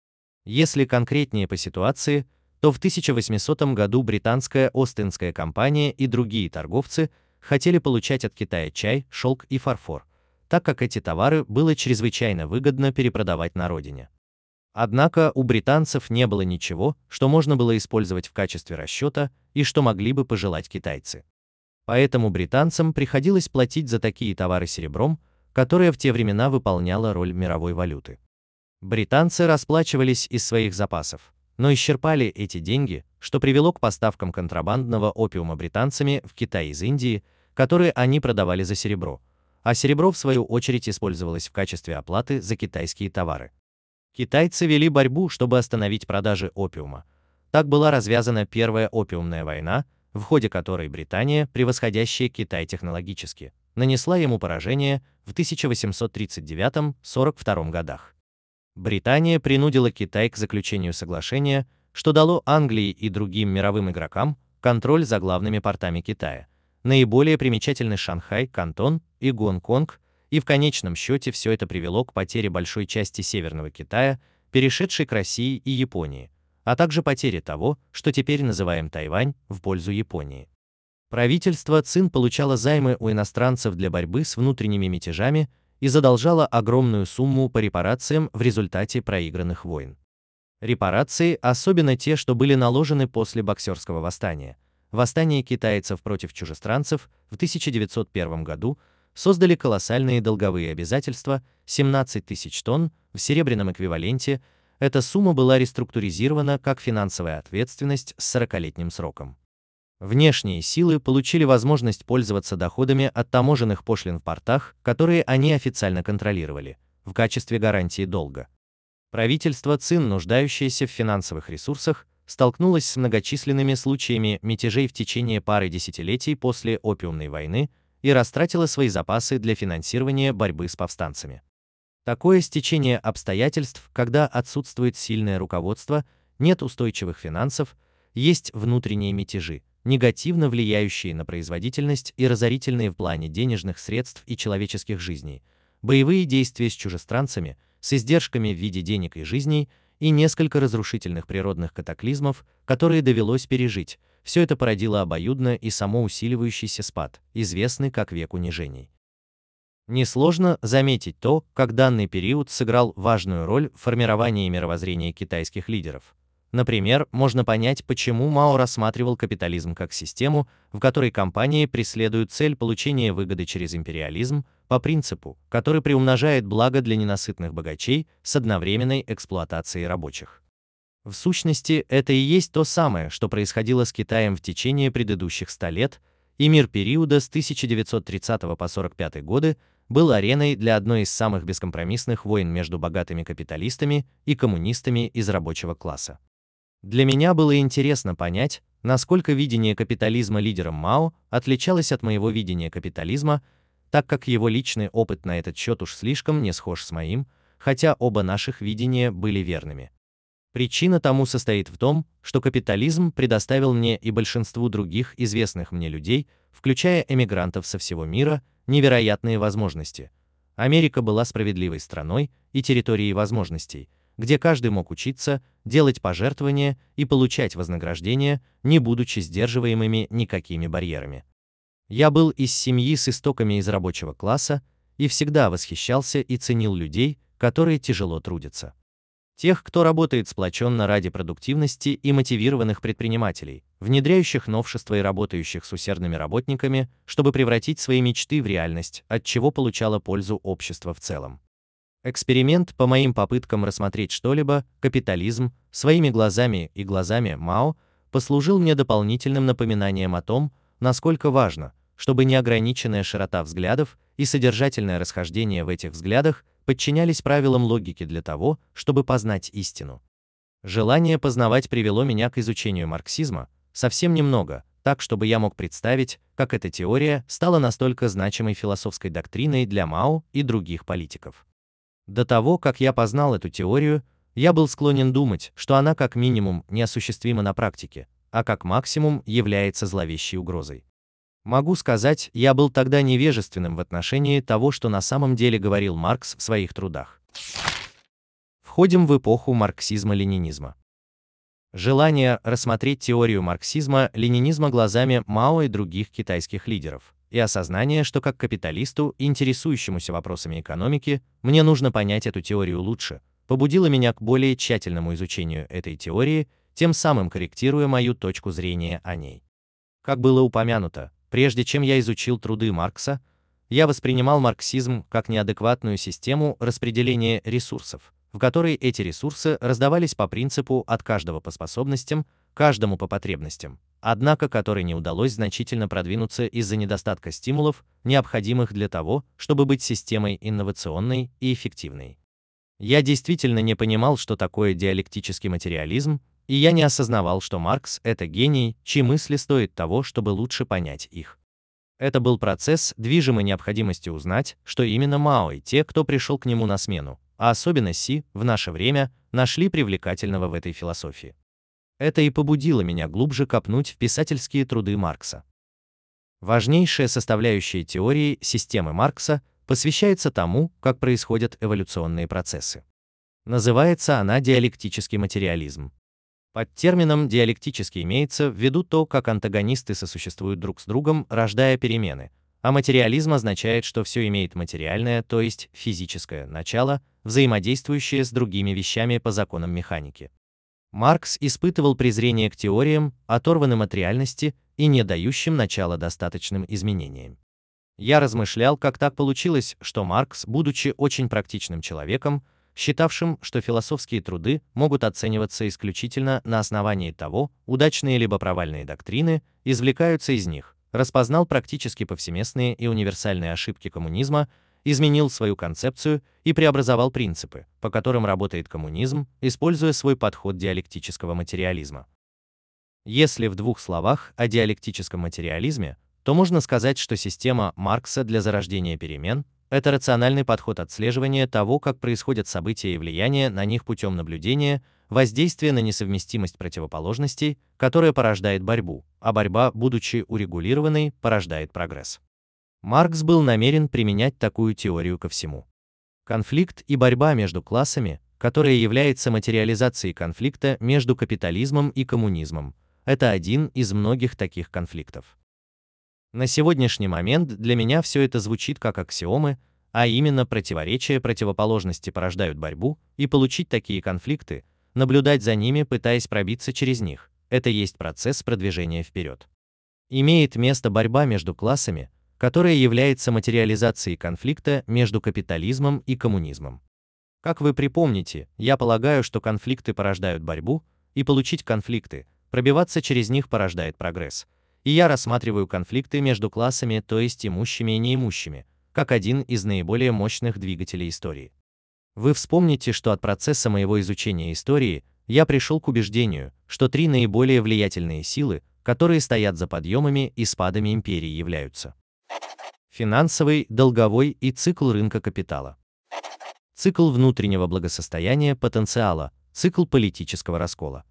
Если конкретнее по ситуации, то в тысяча восьмисотом году британская Остинская компания и другие торговцы хотели получать от Китая чай, шелк и фарфор, так как эти товары было чрезвычайно выгодно перепродавать на родине. Однако у британцев не было ничего, что можно было использовать в качестве расчета и что могли бы пожелать китайцы. Поэтому британцам приходилось платить за такие товары серебром, которое в те времена выполняло роль мировой валюты. Британцы расплачивались из своих запасов, но исчерпали эти деньги, что привело к поставкам контрабандного опиума британцами в Китай из Индии, которые они продавали за серебро, а серебро в свою очередь использовалось в качестве оплаты за китайские товары. Китайцы вели борьбу, чтобы остановить продажи опиума. Так была развязана Первая опиумная война, в ходе которой Британия, превосходящая Китай технологически, нанесла ему поражение в тысяча восемьсот тридцать девятом — сорок втором годах. Британия принудила Китай к заключению соглашения, что дало Англии и другим мировым игрокам контроль за главными портами Китая, наиболее примечательны Шанхай, Кантон и Гонконг, и в конечном счете все это привело к потере большой части Северного Китая, перешедшей к России и Японии, а также потере того, что теперь называем Тайвань, в пользу Японии. Правительство Цин получало займы у иностранцев для борьбы с внутренними мятежами и задолжало огромную сумму по репарациям в результате проигранных войн. Репарации, особенно те, что были наложены после Боксерского восстания, восстание китайцев против чужестранцев в тысяча девятьсот первом году, создали колоссальные долговые обязательства — семнадцать тысяч тонн в серебряном эквиваленте. Эта сумма была реструктуризирована как финансовая ответственность с сорокалетним сроком. Внешние силы получили возможность пользоваться доходами от таможенных пошлин в портах, которые они официально контролировали, в качестве гарантии долга. Правительство Цин, нуждающееся в финансовых ресурсах, столкнулось с многочисленными случаями мятежей в течение пары десятилетий после опиумной войны и растратило свои запасы для финансирования борьбы с повстанцами. Такое стечение обстоятельств, когда отсутствует сильное руководство, нет устойчивых финансов, есть внутренние мятежи, негативно влияющие на производительность и разорительные в плане денежных средств и человеческих жизней, боевые действия с чужестранцами, с издержками в виде денег и жизней, и несколько разрушительных природных катаклизмов, которые довелось пережить, все это породило обоюдно и самоусиливающийся спад, известный как век унижений. Несложно заметить то, как данный период сыграл важную роль в формировании мировоззрения китайских лидеров. Например, можно понять, почему Мао рассматривал капитализм как систему, в которой компании преследуют цель получения выгоды через империализм, по принципу, который приумножает благо для ненасытных богачей с одновременной эксплуатацией рабочих. В сущности, это и есть то самое, что происходило с Китаем в течение предыдущих ста лет, и мир периода с тысяча девятьсот тридцатого по сорок пятый годы был ареной для одной из самых бескомпромиссных войн между богатыми капиталистами и коммунистами из рабочего класса. Для меня было интересно понять, насколько видение капитализма лидером Мао отличалось от моего видения капитализма, так как его личный опыт на этот счет уж слишком не схож с моим, хотя оба наших видения были верными. Причина тому состоит в том, что капитализм предоставил мне и большинству других известных мне людей, включая эмигрантов со всего мира, невероятные возможности. Америка была справедливой страной и территорией возможностей, где каждый мог учиться, делать пожертвования и получать вознаграждение, не будучи сдерживаемыми никакими барьерами. Я был из семьи с истоками из рабочего класса и всегда восхищался и ценил людей, которые тяжело трудятся. Тех, кто работает сплоченно ради продуктивности и мотивированных предпринимателей, внедряющих новшества и работающих с усердными работниками, чтобы превратить свои мечты в реальность, от чего получало пользу общество в целом. Эксперимент по моим попыткам рассмотреть что-либо, капитализм, своими глазами и глазами Мао, послужил мне дополнительным напоминанием о том, насколько важно, чтобы неограниченная широта взглядов и содержательное расхождение в этих взглядах подчинялись правилам логики для того, чтобы познать истину. Желание познавать привело меня к изучению марксизма, совсем немного, так чтобы я мог представить, как эта теория стала настолько значимой философской доктриной для Мао и других политиков. До того, как я познал эту теорию, я был склонен думать, что она как минимум неосуществима на практике, а как максимум является зловещей угрозой. Могу сказать, я был тогда невежественным в отношении того, что на самом деле говорил Маркс в своих трудах. Входим в эпоху марксизма-ленинизма. Желание рассмотреть теорию марксизма-ленинизма глазами Мао и других китайских лидеров, и осознание, что как капиталисту, интересующемуся вопросами экономики, мне нужно понять эту теорию лучше, побудило меня к более тщательному изучению этой теории, тем самым корректируя мою точку зрения о ней. Как было упомянуто, прежде чем я изучил труды Маркса, я воспринимал марксизм как неадекватную систему распределения ресурсов, в которой эти ресурсы раздавались по принципу от каждого по способностям, каждому по потребностям, однако которой не удалось значительно продвинуться из-за недостатка стимулов, необходимых для того, чтобы быть системой инновационной и эффективной. Я действительно не понимал, что такое диалектический материализм, и я не осознавал, что Маркс – это гений, чьи мысли стоит того, чтобы лучше понять их. Это был процесс, движимый необходимостью узнать, что именно Мао и те, кто пришел к нему на смену, а особенно Си, в наше время, нашли привлекательного в этой философии. Это и побудило меня глубже копнуть в писательские труды Маркса. Важнейшая составляющая теории системы Маркса посвящается тому, как происходят эволюционные процессы. Называется она диалектический материализм. Под термином диалектический имеется в виду то, как антагонисты сосуществуют друг с другом, рождая перемены, а материализм означает, что все имеет материальное, то есть физическое, начало, взаимодействующее с другими вещами по законам механики. Маркс испытывал презрение к теориям, оторванным от реальности и не дающим начала достаточным изменениям. Я размышлял, как так получилось, что Маркс, будучи очень практичным человеком, считавшим, что философские труды могут оцениваться исключительно на основании того, удачные либо провальные доктрины извлекаются из них, распознал практически повсеместные и универсальные ошибки коммунизма, изменил свою концепцию и преобразовал принципы, по которым работает коммунизм, используя свой подход диалектического материализма. Если в двух словах о диалектическом материализме, то можно сказать, что система Маркса для зарождения перемен – это рациональный подход отслеживания того, как происходят события и влияние на них путем наблюдения, воздействия на несовместимость противоположностей, которая порождает борьбу, а борьба, будучи урегулированной, порождает прогресс. Маркс был намерен применять такую теорию ко всему. Конфликт и борьба между классами, которая является материализацией конфликта между капитализмом и коммунизмом, это один из многих таких конфликтов. На сегодняшний момент для меня все это звучит как аксиомы, а именно противоречия противоположности порождают борьбу, и получить такие конфликты, наблюдать за ними, пытаясь пробиться через них, это есть процесс продвижения вперед. Имеет место борьба между классами, которая является материализацией конфликта между капитализмом и коммунизмом. Как вы припомните, я полагаю, что конфликты порождают борьбу, и получить конфликты, пробиваться через них порождает прогресс. И я рассматриваю конфликты между классами, то есть имущими и неимущими, как один из наиболее мощных двигателей истории. Вы вспомните, что от процесса моего изучения истории я пришел к убеждению, что три наиболее влиятельные силы, которые стоят за подъемами и спадами империи, являются финансовый, долговой и цикл рынка капитала. Цикл внутреннего благосостояния потенциала, цикл политического раскола.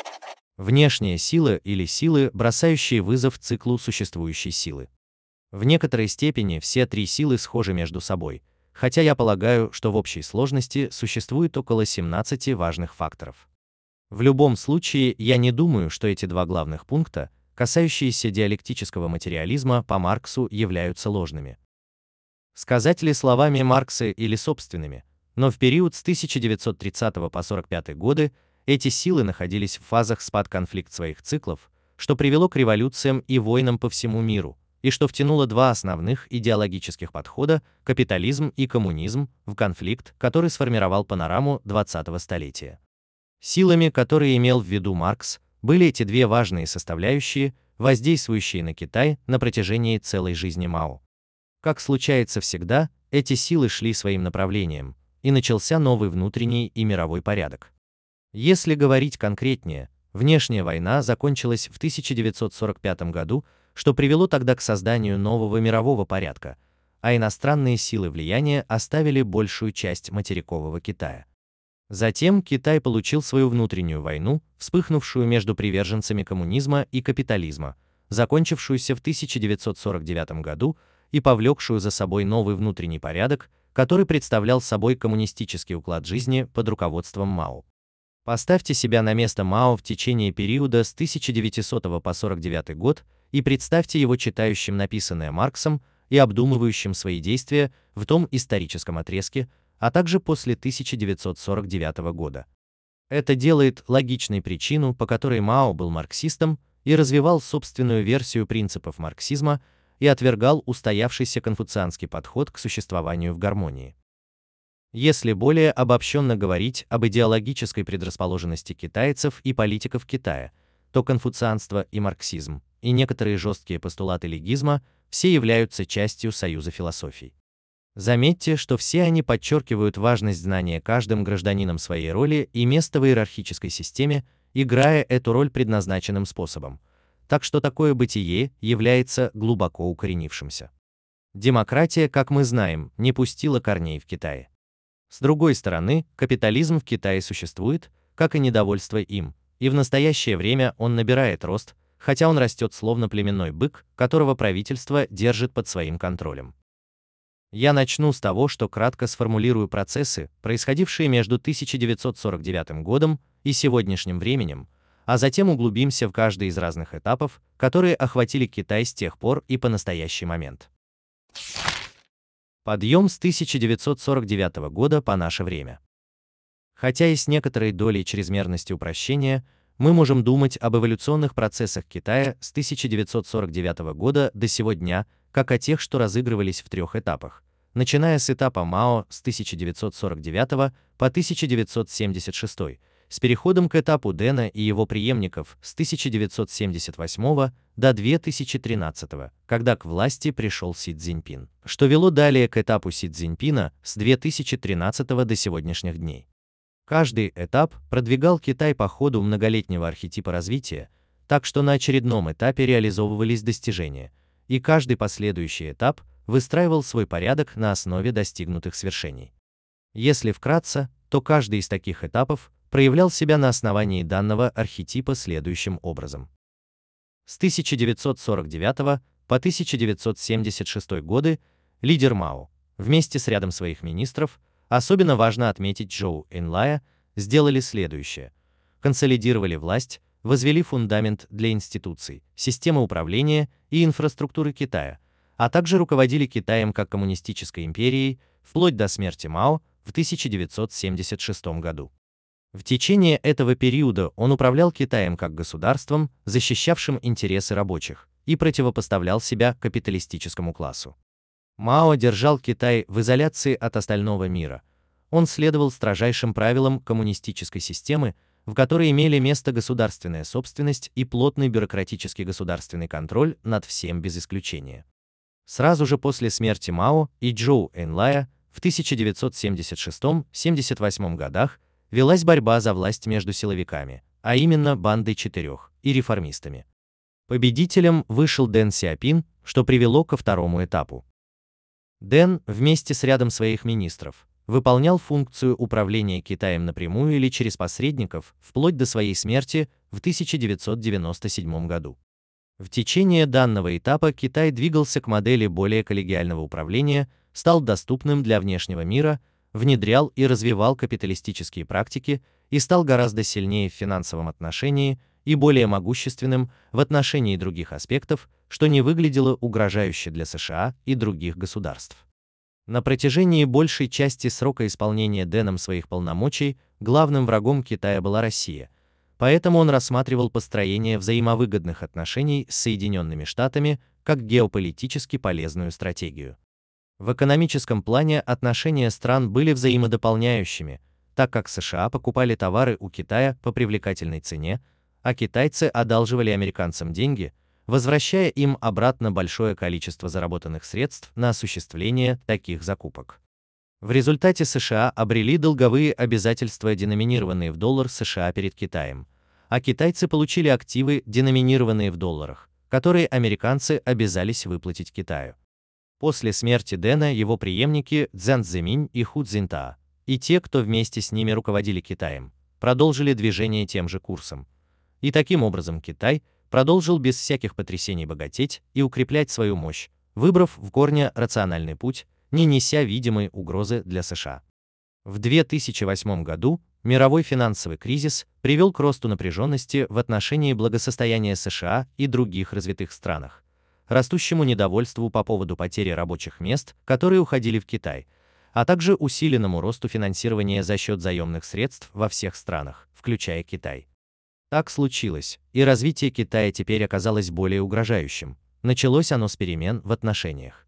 Внешняя сила или силы, бросающие вызов циклу существующей силы. В некоторой степени все три силы схожи между собой, хотя я полагаю, что в общей сложности существует около семнадцати важных факторов. В любом случае, я не думаю, что эти два главных пункта, касающиеся диалектического материализма по Марксу, являются ложными. Сказать ли словами Маркса или собственными, но в период с тысяча девятьсот тридцатого по сорок пятый годы эти силы находились в фазах спад-конфликт своих циклов, что привело к революциям и войнам по всему миру, и что втянуло два основных идеологических подхода – капитализм и коммунизм – в конфликт, который сформировал панораму двадцатого столетия. Силами, которые имел в виду Маркс, были эти две важные составляющие, воздействующие на Китай на протяжении целой жизни Мао. Как случается всегда, эти силы шли своим направлением, и начался новый внутренний и мировой порядок. Если говорить конкретнее, внешняя война закончилась в тысяча девятьсот сорок пятом году, что привело тогда к созданию нового мирового порядка, а иностранные силы влияния оставили большую часть материкового Китая. Затем Китай получил свою внутреннюю войну, вспыхнувшую между приверженцами коммунизма и капитализма, закончившуюся в тысяча девятьсот сорок девятом году и повлекшую за собой новый внутренний порядок, который представлял собой коммунистический уклад жизни под руководством Мао. Поставьте себя на место Мао в течение периода с тысяча девятисотого по сорок девятый год и представьте его читающим написанное Марксом и обдумывающим свои действия в том историческом отрезке, а также после тысяча девятьсот сорок девятого года. Это делает логичной причину, по которой Мао был марксистом и развивал собственную версию принципов марксизма и отвергал устоявшийся конфуцианский подход к существованию в гармонии. Если более обобщенно говорить об идеологической предрасположенности китайцев и политиков Китая, то конфуцианство и марксизм, и некоторые жесткие постулаты легизма все являются частью союза философий. Заметьте, что все они подчеркивают важность знания каждым гражданином своей роли и места в иерархической системе, играя эту роль предназначенным способом, так что такое бытие является глубоко укоренившимся. Демократия, как мы знаем, не пустила корней в Китае. С другой стороны, капитализм в Китае существует, как и недовольство им, и в настоящее время он набирает рост, хотя он растет словно племенной бык, которого правительство держит под своим контролем. Я начну с того, что кратко сформулирую процессы, происходившие между тысяча девятьсот сорок девятым годом и сегодняшним временем, а затем углубимся в каждый из разных этапов, которые охватили Китай с тех пор и по настоящий момент. Подъем с тысяча девятьсот сорок девятого года по наше время. Хотя и с некоторой долей чрезмерности упрощения, мы можем думать об эволюционных процессах Китая с тысяча девятьсот сорок девятого года до сего дня, как о тех, что разыгрывались в трех этапах, начиная с этапа Мао с тысяча девятьсот сорок девятого по тысяча девятьсот семьдесят шестой, с переходом к этапу Дэна и его преемников с тысяча девятьсот семьдесят восьмого до две тысячи тринадцатого, когда к власти пришел Си Цзиньпин, что вело далее к этапу Си Цзиньпина с две тысячи тринадцатого до сегодняшних дней. Каждый этап продвигал Китай по ходу многолетнего архетипа развития, так что на очередном этапе реализовывались достижения, и каждый последующий этап выстраивал свой порядок на основе достигнутых свершений. Если вкратце, то каждый из таких этапов проявлял себя на основании данного архетипа следующим образом. С тысяча девятьсот сорок девятого по тысяча девятьсот семьдесят шестой годы лидер Мао, вместе с рядом своих министров, особенно важно отметить Чжоу Энлая, сделали следующее: консолидировали власть, возвели фундамент для институций, системы управления и инфраструктуры Китая, а также руководили Китаем как коммунистической империей вплоть до смерти Мао в тысяча девятьсот семьдесят шестом году. В течение этого периода он управлял Китаем как государством, защищавшим интересы рабочих, и противопоставлял себя капиталистическому классу. Мао держал Китай в изоляции от остального мира. Он следовал строжайшим правилам коммунистической системы, в которой имели место государственная собственность и плотный бюрократический государственный контроль над всем без исключения. Сразу же после смерти Мао и Чжоу Энлая в тысяча девятьсот семьдесят шестом — семьдесят восьмом годах велась борьба за власть между силовиками, а именно бандой четырех, и реформистами. Победителем вышел Дэн Сяопин, что привело ко второму этапу. Дэн вместе с рядом своих министров выполнял функцию управления Китаем напрямую или через посредников вплоть до своей смерти в тысяча девятьсот девяносто седьмом году. В течение данного этапа Китай двигался к модели более коллегиального управления, стал доступным для внешнего мира, внедрял и развивал капиталистические практики и стал гораздо сильнее в финансовом отношении и более могущественным в отношении других аспектов, что не выглядело угрожающе для США и других государств. На протяжении большей части срока исполнения Дэном своих полномочий главным врагом Китая была Россия, поэтому он рассматривал построение взаимовыгодных отношений с Соединенными Штатами как геополитически полезную стратегию. В экономическом плане отношения стран были взаимодополняющими, так как США покупали товары у Китая по привлекательной цене, а китайцы одалживали американцам деньги, возвращая им обратно большое количество заработанных средств на осуществление таких закупок. В результате США обрели долговые обязательства, деноминированные в доллар США перед Китаем, а китайцы получили активы, деноминированные в долларах, которые американцы обязались выплатить Китаю. После смерти Дэна его преемники Цзян Цзэминь и Ху Цзиньтао, и те, кто вместе с ними руководили Китаем, продолжили движение тем же курсом. И таким образом Китай продолжил без всяких потрясений богатеть и укреплять свою мощь, выбрав в корне рациональный путь, не неся видимой угрозы для США. В две тысячи восьмом году мировой финансовый кризис привел к росту напряженности в отношении благосостояния США и других развитых странах, растущему недовольству по поводу потери рабочих мест, которые уходили в Китай, а также усиленному росту финансирования за счет заемных средств во всех странах, включая Китай. Так случилось, и развитие Китая теперь оказалось более угрожающим. Началось оно с перемен в отношениях.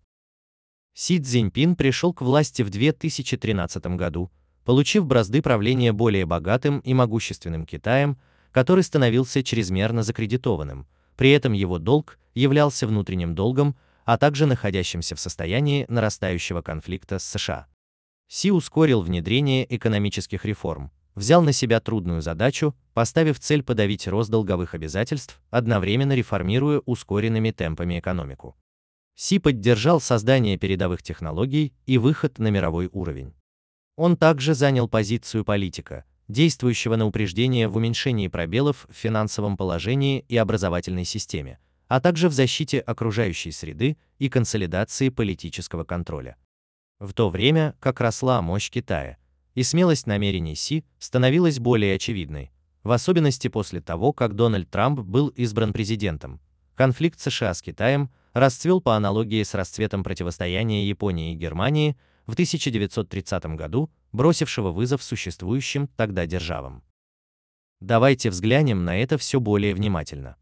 Си Цзиньпин пришел к власти в две тысячи тринадцатом году, получив бразды правления более богатым и могущественным Китаем, который становился чрезмерно закредитованным, при этом его долг являлся внутренним долгом, а также находящимся в состоянии нарастающего конфликта с США. Си ускорил внедрение экономических реформ, взял на себя трудную задачу, поставив цель подавить рост долговых обязательств, одновременно реформируя ускоренными темпами экономику. Си поддержал создание передовых технологий и выход на мировой уровень. Он также занял позицию политика, действующего на упреждение в уменьшении пробелов в финансовом положении и образовательной системе, а также в защите окружающей среды и консолидации политического контроля. В то время, как росла мощь Китая, и смелость намерений Си становилась более очевидной, в особенности после того, как Дональд Трамп был избран президентом. Конфликт США с Китаем расцвел по аналогии с расцветом противостояния Японии и Германии в тысяча девятьсот тридцатом году, бросившего вызов существующим тогда державам. Давайте взглянем на это все более внимательно.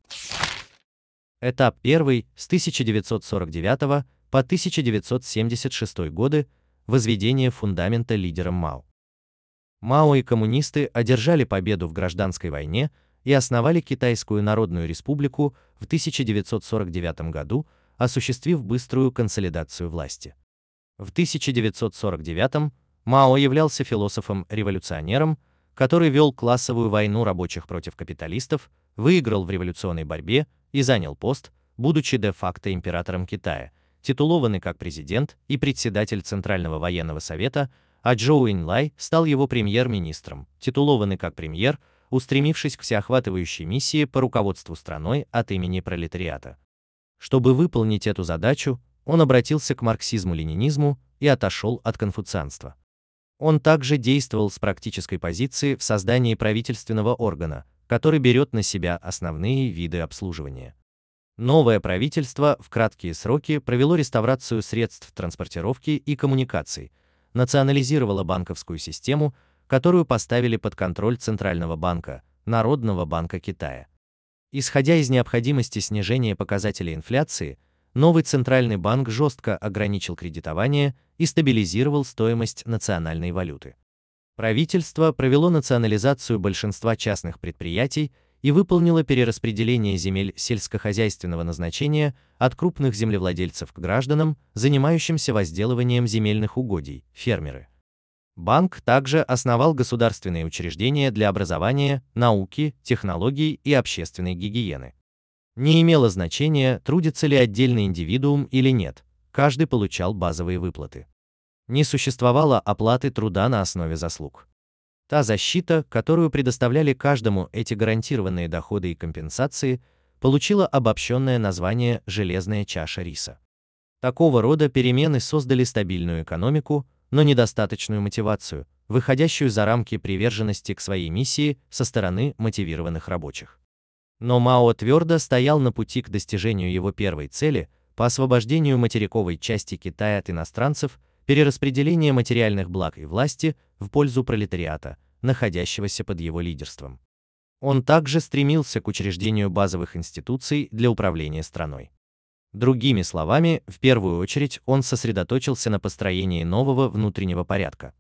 Этап первый с тысяча девятьсот сорок девятого по тысяча девятьсот семьдесят шестой годы – возведение фундамента лидером Мао. Мао и коммунисты одержали победу в гражданской войне и основали Китайскую Народную Республику в тысяча девятьсот сорок девятом году, осуществив быструю консолидацию власти. В тысяча девятьсот сорок девятом Мао являлся философом-революционером, который вел классовую войну рабочих против капиталистов, выиграл в революционной борьбе и занял пост, будучи де-факто императором Китая, титулованный как президент и председатель Центрального военного совета, а Чжоу Энлай стал его премьер-министром, титулованный как премьер, устремившись к всеохватывающей миссии по руководству страной от имени пролетариата. Чтобы выполнить эту задачу, он обратился к марксизму-ленинизму и отошел от конфуцианства. Он также действовал с практической позиции в создании правительственного органа, который берет на себя основные виды обслуживания. Новое правительство в краткие сроки провело реставрацию средств транспортировки и коммуникаций, национализировало банковскую систему, которую поставили под контроль Центрального банка, Народного банка Китая. Исходя из необходимости снижения показателей инфляции, новый Центральный банк жестко ограничил кредитование и стабилизировал стоимость национальной валюты. Правительство провело национализацию большинства частных предприятий и выполнило перераспределение земель сельскохозяйственного назначения от крупных землевладельцев к гражданам, занимающимся возделыванием земельных угодий, фермеры. Банк также основал государственные учреждения для образования, науки, технологий и общественной гигиены. Не имело значения, трудится ли отдельный индивидуум или нет, каждый получал базовые выплаты. Не существовало оплаты труда на основе заслуг. Та защита, которую предоставляли каждому эти гарантированные доходы и компенсации, получила обобщенное название «железная чаша риса». Такого рода перемены создали стабильную экономику, но недостаточную мотивацию, выходящую за рамки приверженности к своей миссии со стороны мотивированных рабочих. Но Мао твердо стоял на пути к достижению его первой цели по освобождению материковой части Китая от иностранцев, перераспределение материальных благ и власти в пользу пролетариата, находящегося под его лидерством. Он также стремился к учреждению базовых институций для управления страной. Другими словами, в первую очередь он сосредоточился на построении нового внутреннего порядка.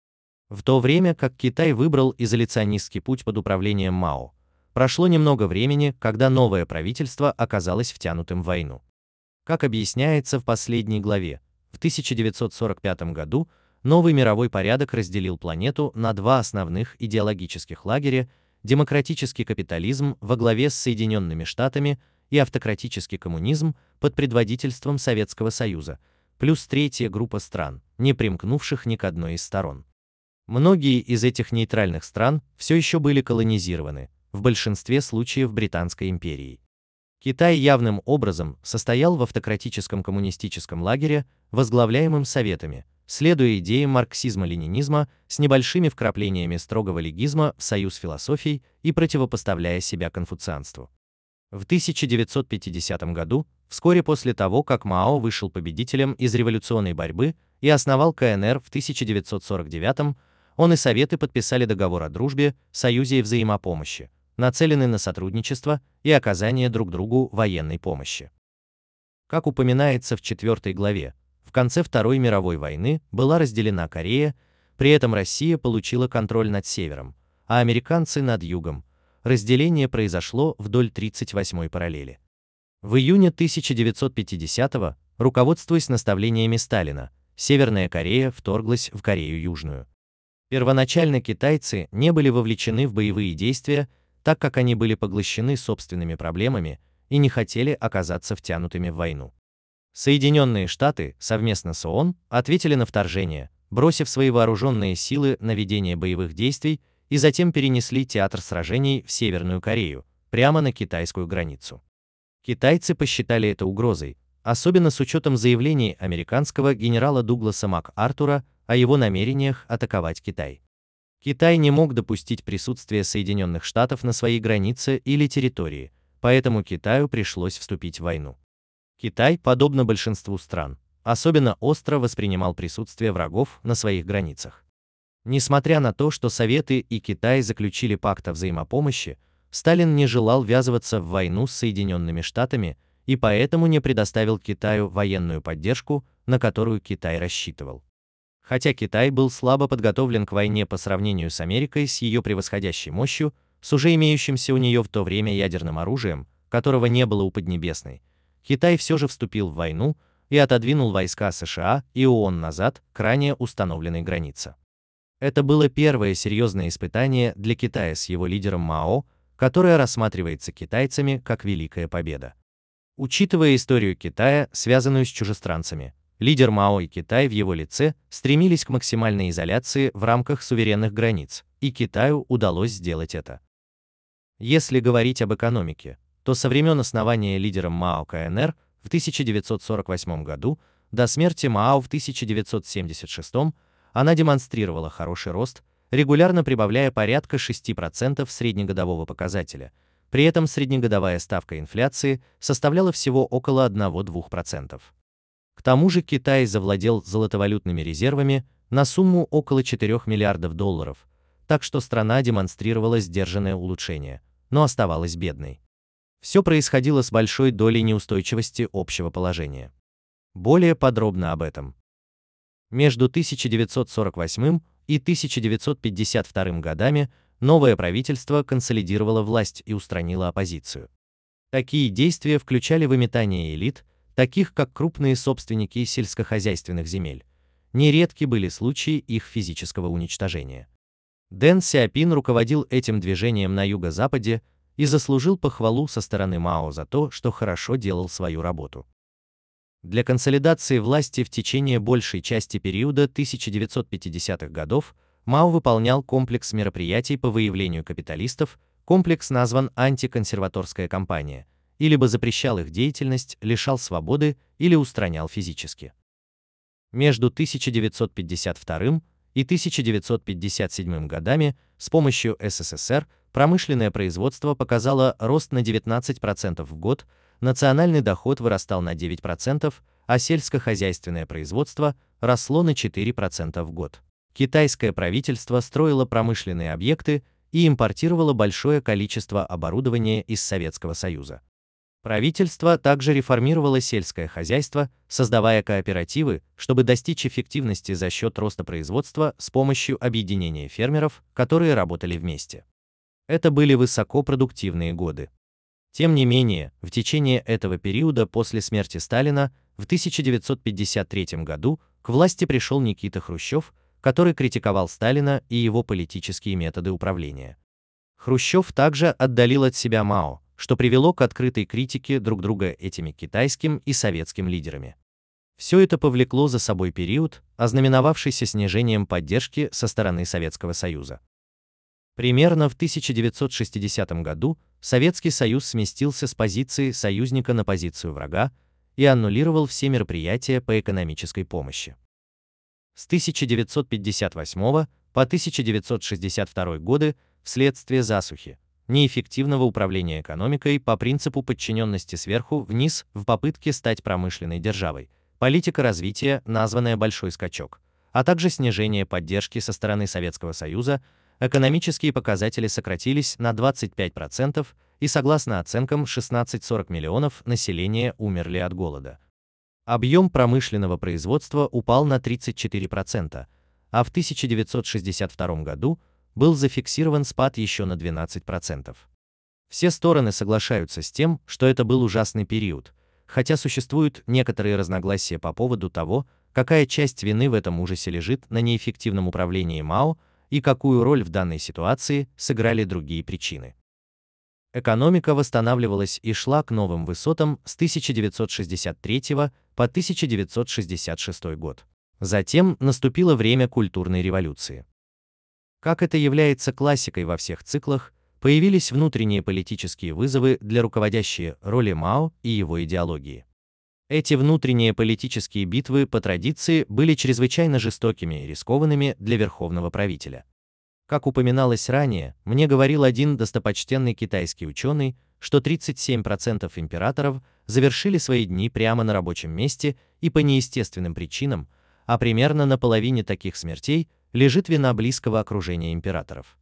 В то время как Китай выбрал изоляционистский путь под управлением Мао, прошло немного времени, когда новое правительство оказалось втянутым в войну. Как объясняется в последней главе, в тысяча девятьсот сорок пятом году новый мировой порядок разделил планету на два основных идеологических лагеря: демократический капитализм во главе с Соединенными Штатами и автократический коммунизм под предводительством Советского Союза, плюс третья группа стран, не примкнувших ни к одной из сторон. Многие из этих нейтральных стран все еще были колонизированы, в большинстве случаев Британской империей. Китай явным образом состоял в автократическом коммунистическом лагере, возглавляемом Советами, следуя идеям марксизма-ленинизма с небольшими вкраплениями строгого легизма в союз философий и противопоставляя себя конфуцианству. В тысяча девятьсот пятидесятом году, вскоре после того, как Мао вышел победителем из революционной борьбы и основал ка эн эр в тысяча девятьсот сорок девятом, он и Советы подписали договор о дружбе, союзе и взаимопомощи, нацеленный на сотрудничество и оказание друг другу военной помощи. Как упоминается в четвертой главе, в конце Второй мировой войны была разделена Корея, при этом Россия получила контроль над севером, а американцы над югом. Разделение произошло вдоль тридцать восьмой параллели. В июне тысяча девятьсот пятидесятого, руководствуясь наставлениями Сталина, Северная Корея вторглась в Корею Южную. Первоначально китайцы не были вовлечены в боевые действия, так как они были поглощены собственными проблемами и не хотели оказаться втянутыми в войну. Соединенные Штаты совместно с ООН ответили на вторжение, бросив свои вооруженные силы на ведение боевых действий, и затем перенесли театр сражений в Северную Корею, прямо на китайскую границу. Китайцы посчитали это угрозой, особенно с учетом заявлений американского генерала Дугласа МакАртура о его намерениях атаковать Китай. Китай не мог допустить присутствия Соединенных Штатов на своей границе или территории, поэтому Китаю пришлось вступить в войну. Китай, подобно большинству стран, особенно остро воспринимал присутствие врагов на своих границах. Несмотря на то, что Советы и Китай заключили пакт о взаимопомощи, Сталин не желал ввязываться в войну с Соединенными Штатами и поэтому не предоставил Китаю военную поддержку, на которую Китай рассчитывал. Хотя Китай был слабо подготовлен к войне по сравнению с Америкой с ее превосходящей мощью, с уже имеющимся у нее в то время ядерным оружием, которого не было у Поднебесной, Китай все же вступил в войну и отодвинул войска США и ООН назад к ранее установленной границе. Это было первое серьезное испытание для Китая с его лидером Мао, которое рассматривается китайцами как великая победа. Учитывая историю Китая, связанную с чужестранцами, лидер Мао и Китай в его лице стремились к максимальной изоляции в рамках суверенных границ, и Китаю удалось сделать это. Если говорить об экономике, то со времен основания лидером Мао ка эн эр в тысяча девятьсот сорок восьмом году до смерти Мао в тысяча девятьсот семьдесят шестом она демонстрировала хороший рост, регулярно прибавляя порядка шести процентов среднегодового показателя. При этом среднегодовая ставка инфляции составляла всего около одного-двух процентов. К тому же Китай завладел золотовалютными резервами на сумму около четырёх миллиардов долларов, так что страна демонстрировала сдержанное улучшение, но оставалась бедной. Все происходило с большой долей неустойчивости общего положения. Более подробно об этом. Между тысяча девятьсот сорок восьмым и тысяча девятьсот пятьдесят вторым годами новое правительство консолидировало власть и устранило оппозицию. Такие действия включали выметание элит, таких как крупные собственники сельскохозяйственных земель. Нередки были случаи их физического уничтожения. Дэн Сяопин руководил этим движением на юго-западе и заслужил похвалу со стороны Мао за то, что хорошо делал свою работу. Для консолидации власти в течение большей части периода тысяча девятьсот пятидесятых годов Мао выполнял комплекс мероприятий по выявлению капиталистов, комплекс назван «антиконсерваторская кампания», и либо запрещал их деятельность, лишал свободы или устранял физически. Между тысяча девятьсот пятьдесят вторым и тысяча девятьсот пятьдесят седьмым годами с помощью СССР промышленное производство показало рост на девятнадцать процентов в год, национальный доход вырастал на девять процентов, а сельскохозяйственное производство росло на четыре процента в год. Китайское правительство строило промышленные объекты и импортировало большое количество оборудования из Советского Союза. Правительство также реформировало сельское хозяйство, создавая кооперативы, чтобы достичь эффективности за счет роста производства с помощью объединения фермеров, которые работали вместе. Это были высокопродуктивные годы. Тем не менее, в течение этого периода после смерти Сталина в тысяча девятьсот пятьдесят третьем году к власти пришел Никита Хрущев, который критиковал Сталина и его политические методы управления. Хрущев также отдалил от себя Мао, что привело к открытой критике друг друга этими китайским и советским лидерами. Все это повлекло за собой период, ознаменовавшийся снижением поддержки со стороны Советского Союза. Примерно в тысяча девятьсот шестидесятом году Советский Союз сместился с позиции союзника на позицию врага и аннулировал все мероприятия по экономической помощи. С тысяча девятьсот пятьдесят восьмого по тысяча девятьсот шестьдесят второй годы вследствие засухи, неэффективного управления экономикой по принципу подчиненности сверху вниз в попытке стать промышленной державой, политика развития, названная «Большой скачок», а также снижение поддержки со стороны Советского Союза, экономические показатели сократились на двадцать пять процентов и, согласно оценкам, шестнадцать-сорок миллионов населения умерли от голода. Объем промышленного производства упал на тридцать четыре процента, а в тысяча девятьсот шестьдесят втором году был зафиксирован спад еще на двенадцать процентов. Все стороны соглашаются с тем, что это был ужасный период, хотя существуют некоторые разногласия по поводу того, какая часть вины в этом ужасе лежит на неэффективном управлении Мао и какую роль в данной ситуации сыграли другие причины. Экономика восстанавливалась и шла к новым высотам с тысяча девятьсот шестьдесят третьего по тысяча девятьсот шестьдесят шестой год. Затем наступило время культурной революции. Как это является классикой во всех циклах, появились внутренние политические вызовы для руководящей роли Мао и его идеологии. Эти внутренние политические битвы по традиции были чрезвычайно жестокими и рискованными для верховного правителя. Как упоминалось ранее, мне говорил один достопочтенный китайский ученый, что тридцать семь процентов императоров завершили свои дни прямо на рабочем месте и по неестественным причинам, а примерно на половине таких смертей лежит вина близкого окружения императоров.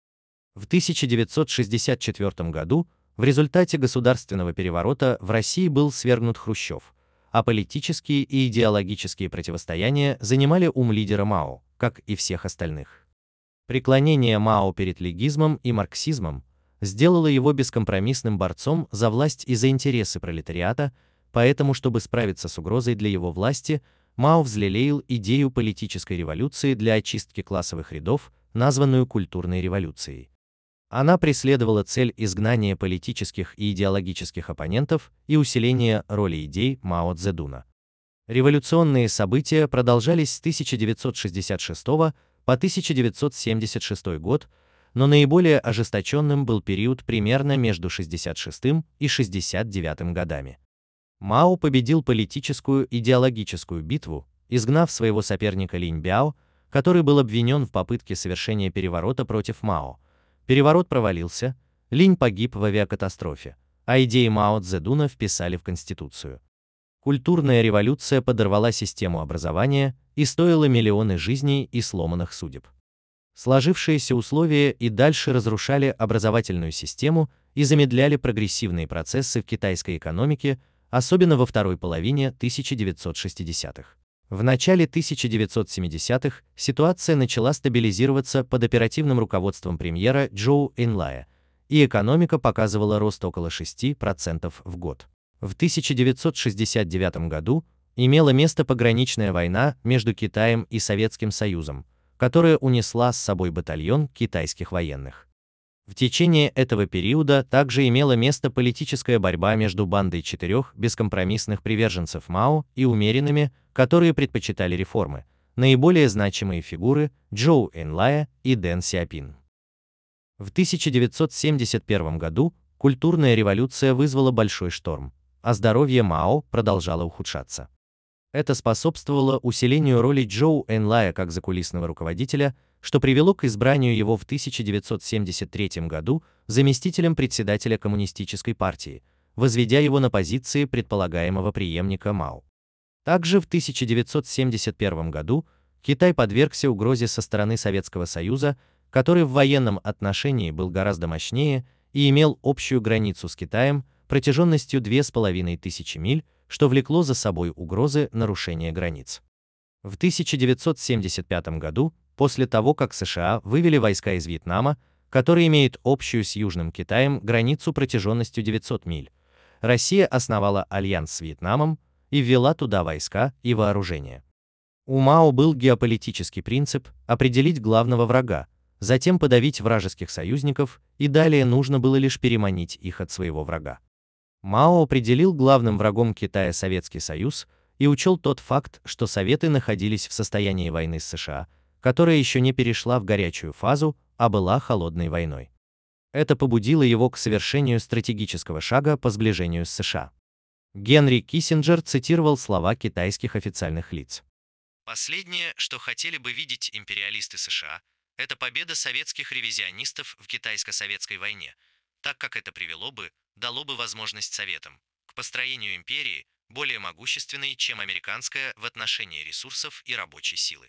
В тысяча девятьсот шестьдесят четвёртом году в результате государственного переворота в России был свергнут Хрущев, а политические и идеологические противостояния занимали ум лидера Мао, как и всех остальных. Преклонение Мао перед легизмом и марксизмом сделало его бескомпромиссным борцом за власть и за интересы пролетариата, поэтому, чтобы справиться с угрозой для его власти, Мао взлелеял идею политической революции для очистки классовых рядов, названную культурной революцией. Она преследовала цель изгнания политических и идеологических оппонентов и усиления роли идей Мао Цзэдуна. Революционные события продолжались с тысяча девятьсот шестьдесят шестого по тысяча девятьсот семьдесят шестой год, но наиболее ожесточенным был период примерно между шестьдесят шестым и шестьдесят девятым годами. Мао победил политическую идеологическую битву, изгнав своего соперника Линь Бяо, который был обвинен в попытке совершения переворота против Мао. Переворот провалился, Линь погиб в авиакатастрофе, а идеи Мао Цзэдуна вписали в Конституцию. Культурная революция подорвала систему образования и стоила миллионы жизней и сломанных судеб. Сложившиеся условия и дальше разрушали образовательную систему и замедляли прогрессивные процессы в китайской экономике, особенно во второй половине тысяча девятьсот шестидесятых. В начале тысяча девятьсот семидесятых ситуация начала стабилизироваться под оперативным руководством премьера Чжоу Энлая, и экономика показывала рост около шести процентов в год. В тысяча девятьсот шестьдесят девятом году имела место пограничная война между Китаем и Советским Союзом, которая унесла с собой батальон китайских военных. В течение этого периода также имела место политическая борьба между бандой четырех бескомпромиссных приверженцев Мао и умеренными, которые предпочитали реформы, наиболее значимые фигуры Чжоу Энлая и Дэн Сяопин. В тысяча девятьсот семьдесят первом году культурная революция вызвала большой шторм, а здоровье Мао продолжало ухудшаться. Это способствовало усилению роли Чжоу Энлая как закулисного руководителя, что привело к избранию его в тысяча девятьсот семьдесят третьем году заместителем председателя Коммунистической партии, возведя его на позиции предполагаемого преемника Мао. Также в тысяча девятьсот семьдесят первом году Китай подвергся угрозе со стороны Советского Союза, который в военном отношении был гораздо мощнее и имел общую границу с Китаем протяженностью две с половиной тысячи миль, что влекло за собой угрозы нарушения границ. В тысяча девятьсот семьдесят пятом году, после того, как США вывели войска из Вьетнама, который имеет общую с Южным Китаем границу протяженностью девятьсот миль, Россия основала альянс с Вьетнамом и ввела туда войска и вооружение. У Мао был геополитический принцип определить главного врага, затем подавить вражеских союзников, и далее нужно было лишь переманить их от своего врага. Мао определил главным врагом Китая Советский Союз и учел тот факт, что Советы находились в состоянии войны с США, которая еще не перешла в горячую фазу, а была холодной войной. Это побудило его к совершению стратегического шага по сближению с США. Генри Киссинджер цитировал слова китайских официальных лиц. «Последнее, что хотели бы видеть империалисты США, это победа советских ревизионистов в китайско-советской войне, так как это привело бы, дало бы возможность Советам к построению империи, более могущественной, чем американская в отношении ресурсов и рабочей силы».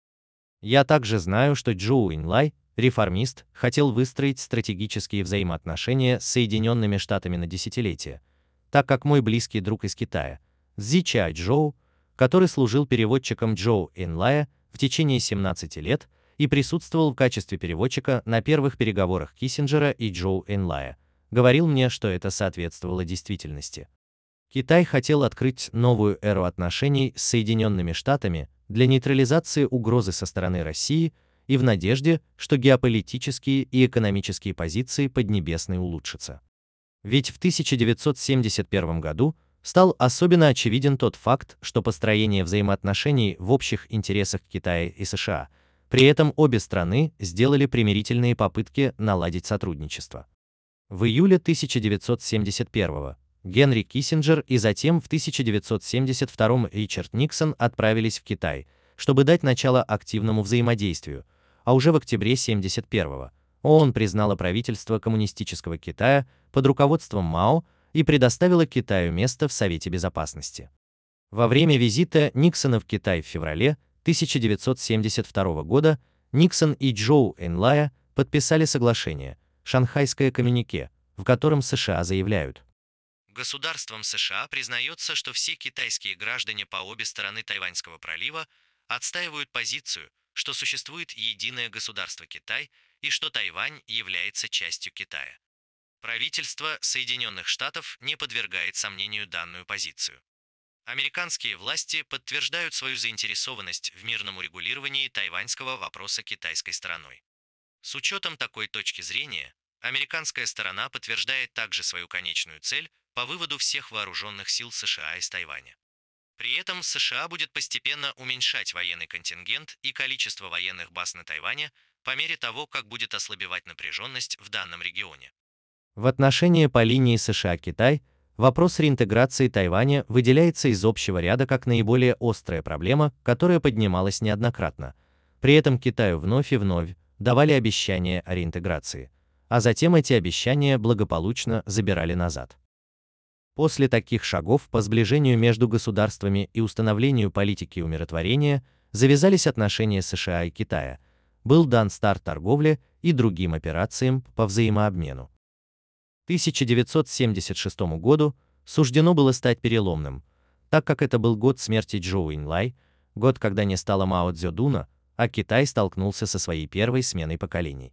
Я также знаю, что Чжоу Энлай, реформист, хотел выстроить стратегические взаимоотношения с Соединенными Штатами на десятилетия, так как мой близкий друг из Китая, Цзи Чжоу, который служил переводчиком Чжоу Энлая в течение семнадцати лет и присутствовал в качестве переводчика на первых переговорах Киссинджера и Чжоу Энлая, говорил мне, что это соответствовало действительности. Китай хотел открыть новую эру отношений с Соединенными Штатами для нейтрализации угрозы со стороны России и в надежде, что геополитические и экономические позиции Поднебесной улучшатся. Ведь в тысяча девятьсот семьдесят первом году стал особенно очевиден тот факт, что построение взаимоотношений в общих интересах Китая и США, при этом обе страны сделали примирительные попытки наладить сотрудничество. В июле тысяча девятьсот семьдесят первого Генри Киссинджер и затем в тысяча девятьсот семьдесят втором Ричард Никсон отправились в Китай, чтобы дать начало активному взаимодействию, а уже в октябре семьдесят первого ООН признала правительство коммунистического Китая под руководством Мао и предоставила Китаю место в Совете Безопасности. Во время визита Никсона в Китай в феврале тысяча девятьсот семьдесят второго года Никсон и Чжоу Энлая подписали соглашение «Шанхайское коммюнике», в котором США заявляют: государством США признается, что все китайские граждане по обе стороны Тайваньского пролива отстаивают позицию, что существует единое государство Китай и что Тайвань является частью Китая. Правительство Соединенных Штатов не подвергает сомнению данную позицию. Американские власти подтверждают свою заинтересованность в мирном урегулировании тайваньского вопроса китайской стороной. С учетом такой точки зрения, американская сторона подтверждает также свою конечную цель по выводу всех вооруженных сил США из Тайваня. При этом США будет постепенно уменьшать военный контингент и количество военных баз на Тайване по мере того, как будет ослабевать напряженность в данном регионе. В отношении по линии США-Китай вопрос реинтеграции Тайваня выделяется из общего ряда как наиболее острая проблема, которая поднималась неоднократно, При этом Китаю вновь и вновь давали обещания о реинтеграции, а затем эти обещания благополучно забирали назад. После таких шагов по сближению между государствами и установлению политики умиротворения завязались отношения США и Китая, был дан старт торговле и другим операциям по взаимообмену. тысяча девятьсот семьдесят шестому году суждено было стать переломным, так как это был год смерти Чжоу Энлай, год, когда не стало Мао Цзэдуна, а Китай столкнулся со своей первой сменой поколений.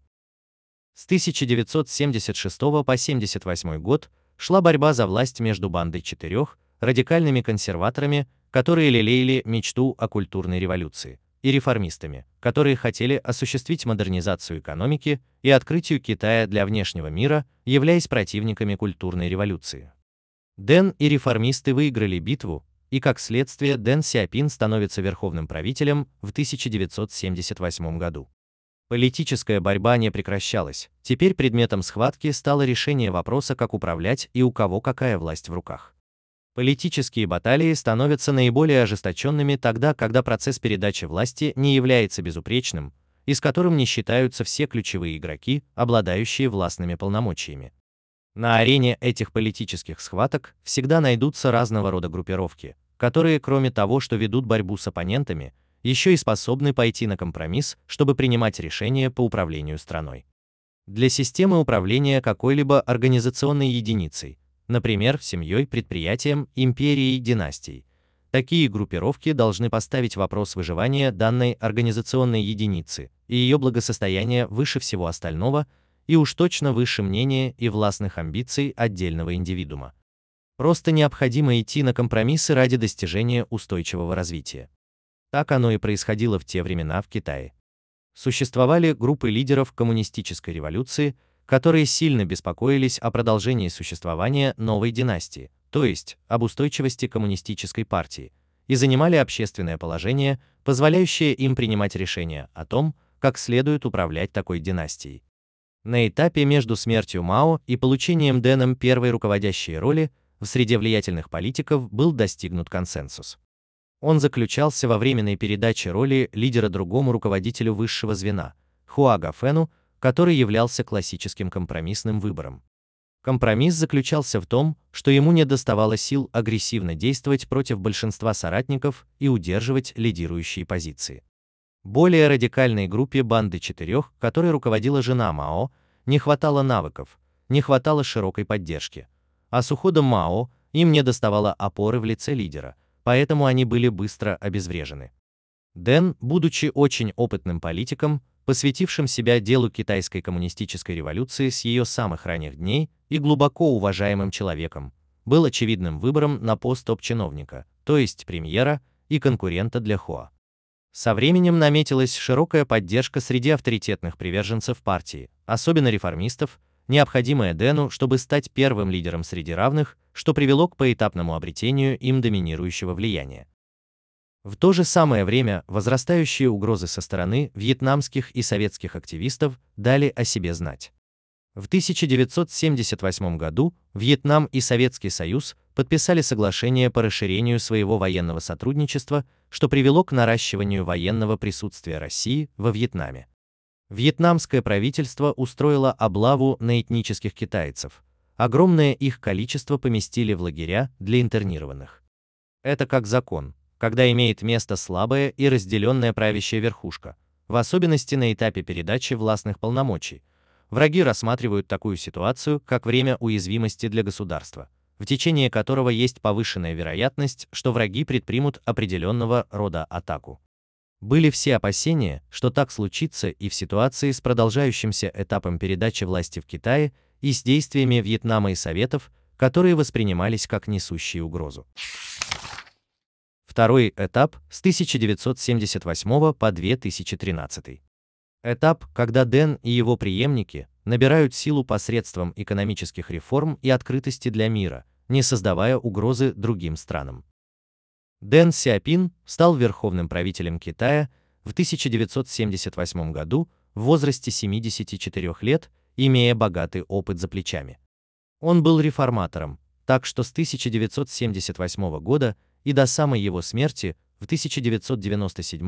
С тысяча девятьсот семьдесят шестого по семьдесят восьмой год шла борьба за власть между бандой четырех, радикальными консерваторами, которые лелеяли мечту о культурной революции, и реформистами, которые хотели осуществить модернизацию экономики и открытию Китая для внешнего мира, являясь противниками культурной революции. Дэн и реформисты выиграли битву, и как следствие Дэн Сяопин становится верховным правителем в тысяча девятьсот семьдесят восьмом году. Политическая борьба не прекращалась, теперь предметом схватки стало решение вопроса, как управлять и у кого какая власть в руках. Политические баталии становятся наиболее ожесточенными тогда, когда процесс передачи власти не является безупречным, и с которым не считаются все ключевые игроки, обладающие властными полномочиями. На арене этих политических схваток всегда найдутся разного рода группировки, которые, кроме того, что ведут борьбу с оппонентами, еще и способны пойти на компромисс, чтобы принимать решения по управлению страной. Для системы управления какой-либо организационной единицей, например, семьей, предприятием, империей, династией, такие группировки должны поставить вопрос выживания данной организационной единицы и ее благосостояния выше всего остального, и уж точно выше мнения и властных амбиций отдельного индивидуума. Просто необходимо идти на компромиссы ради достижения устойчивого развития. Так оно и происходило в те времена в Китае. Существовали группы лидеров коммунистической революции, которые сильно беспокоились о продолжении существования новой династии, то есть об устойчивости коммунистической партии, и занимали общественное положение, позволяющее им принимать решения о том, как следует управлять такой династией. На этапе между смертью Мао и получением Дэном первой руководящей роли в среде влиятельных политиков был достигнут консенсус. Он заключался во временной передаче роли лидера другому руководителю высшего звена, Хуа Гафену, который являлся классическим компромиссным выбором. Компромисс заключался в том, что ему не доставало сил агрессивно действовать против большинства соратников и удерживать лидирующие позиции. Более радикальной группе банды четырех, которой руководила жена Мао, не хватало навыков, не хватало широкой поддержки, а с уходом Мао им не доставало опоры в лице лидера, поэтому они были быстро обезврежены. Дэн, будучи очень опытным политиком, посвятившим себя делу китайской коммунистической революции с ее самых ранних дней и глубоко уважаемым человеком, был очевидным выбором на пост топ-чиновника, то есть премьера и конкурента для Хуа. Со временем наметилась широкая поддержка среди авторитетных приверженцев партии, особенно реформистов, необходимая Дэну, чтобы стать первым лидером среди равных, что привело к поэтапному обретению им доминирующего влияния. В то же самое время возрастающие угрозы со стороны вьетнамских и советских активистов дали о себе знать. В тысяча девятьсот семьдесят восьмом году Вьетнам и Советский Союз подписали соглашение по расширению своего военного сотрудничества, что привело к наращиванию военного присутствия России во Вьетнаме. Вьетнамское правительство устроило облаву на этнических китайцев. Огромное их количество поместили в лагеря для интернированных. Это как закон, когда имеет место слабая и разделенная правящая верхушка, в особенности на этапе передачи властных полномочий. Враги рассматривают такую ситуацию как время уязвимости для государства, в течение которого есть повышенная вероятность, что враги предпримут определенного рода атаку. Были все опасения, что так случится и в ситуации с продолжающимся этапом передачи власти в Китае и с действиями Вьетнама и Советов, которые воспринимались как несущие угрозу. Второй этап с тысяча девятьсот семьдесят восьмого по две тысячи тринадцатый. Этап, когда Дэн и его преемники набирают силу посредством экономических реформ и открытости для мира, не создавая угрозы другим странам. Дэн Сяопин стал верховным правителем Китая в тысяча девятьсот семьдесят восьмом году в возрасте семидесяти четырёх лет, имея богатый опыт за плечами. Он был реформатором, так что с тысяча девятьсот семьдесят восьмого года и до самой его смерти в тысяча девятьсот девяносто седьмом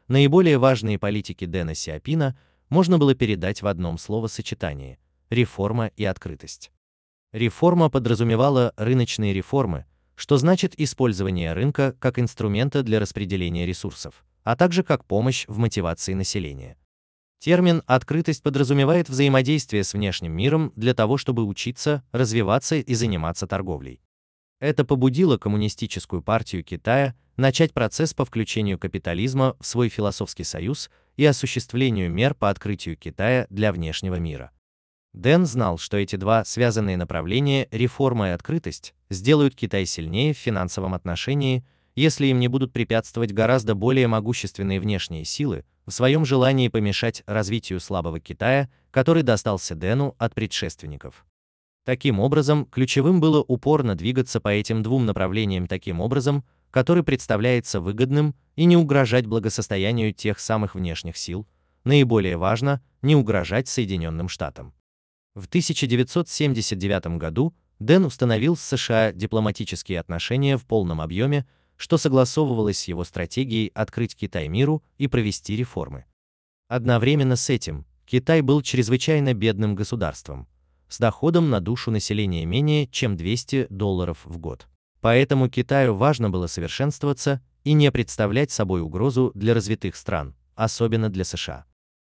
наиболее важные политики Дэна Сяопина можно было передать в одном словосочетании – реформа и открытость. Реформа подразумевала рыночные реформы, что значит использование рынка как инструмента для распределения ресурсов, а также как помощь в мотивации населения. Термин «открытость» подразумевает взаимодействие с внешним миром для того, чтобы учиться, развиваться и заниматься торговлей. Это побудило Коммунистическую партию Китая начать процесс по включению капитализма в свой философский союз и осуществлению мер по открытию Китая для внешнего мира. Дэн знал, что эти два связанные направления, реформа и открытость, сделают Китай сильнее в финансовом отношении, если им не будут препятствовать гораздо более могущественные внешние силы в своем желании помешать развитию слабого Китая, который достался Дэну от предшественников. Таким образом, ключевым было упорно двигаться по этим двум направлениям таким образом, который представляется выгодным, и не угрожать благосостоянию тех самых внешних сил, наиболее важно, не угрожать Соединенным Штатам. В тысяча девятьсот семьдесят девятом году Дэн установил с США дипломатические отношения в полном объеме, что согласовывалось с его стратегией открыть Китай миру и провести реформы. Одновременно с этим Китай был чрезвычайно бедным государством, с доходом на душу населения менее чем двести долларов в год. Поэтому Китаю важно было совершенствоваться и не представлять собой угрозу для развитых стран, особенно для США.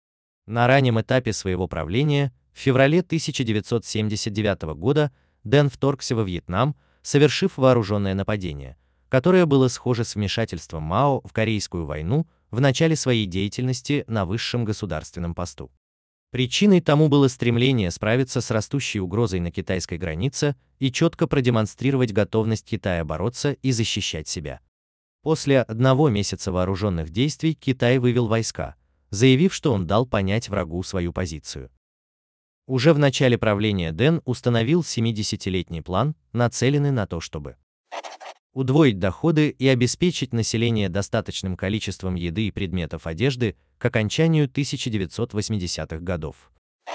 На раннем этапе своего правления, в феврале тысяча девятьсот семьдесят девятого года, Дэн вторгся во Вьетнам, совершив вооруженное нападение, которое было схоже с вмешательством Мао в Корейскую войну в начале своей деятельности на высшем государственном посту. Причиной тому было стремление справиться с растущей угрозой на китайской границе и четко продемонстрировать готовность Китая бороться и защищать себя. После одного месяца вооруженных действий Китай вывел войска, заявив, что он дал понять врагу свою позицию. Уже в начале правления Дэн установил семидесятилетний план, нацеленный на то, чтобы удвоить доходы и обеспечить население достаточным количеством еды и предметов одежды к окончанию тысяча девятьсот восьмидесятых годов.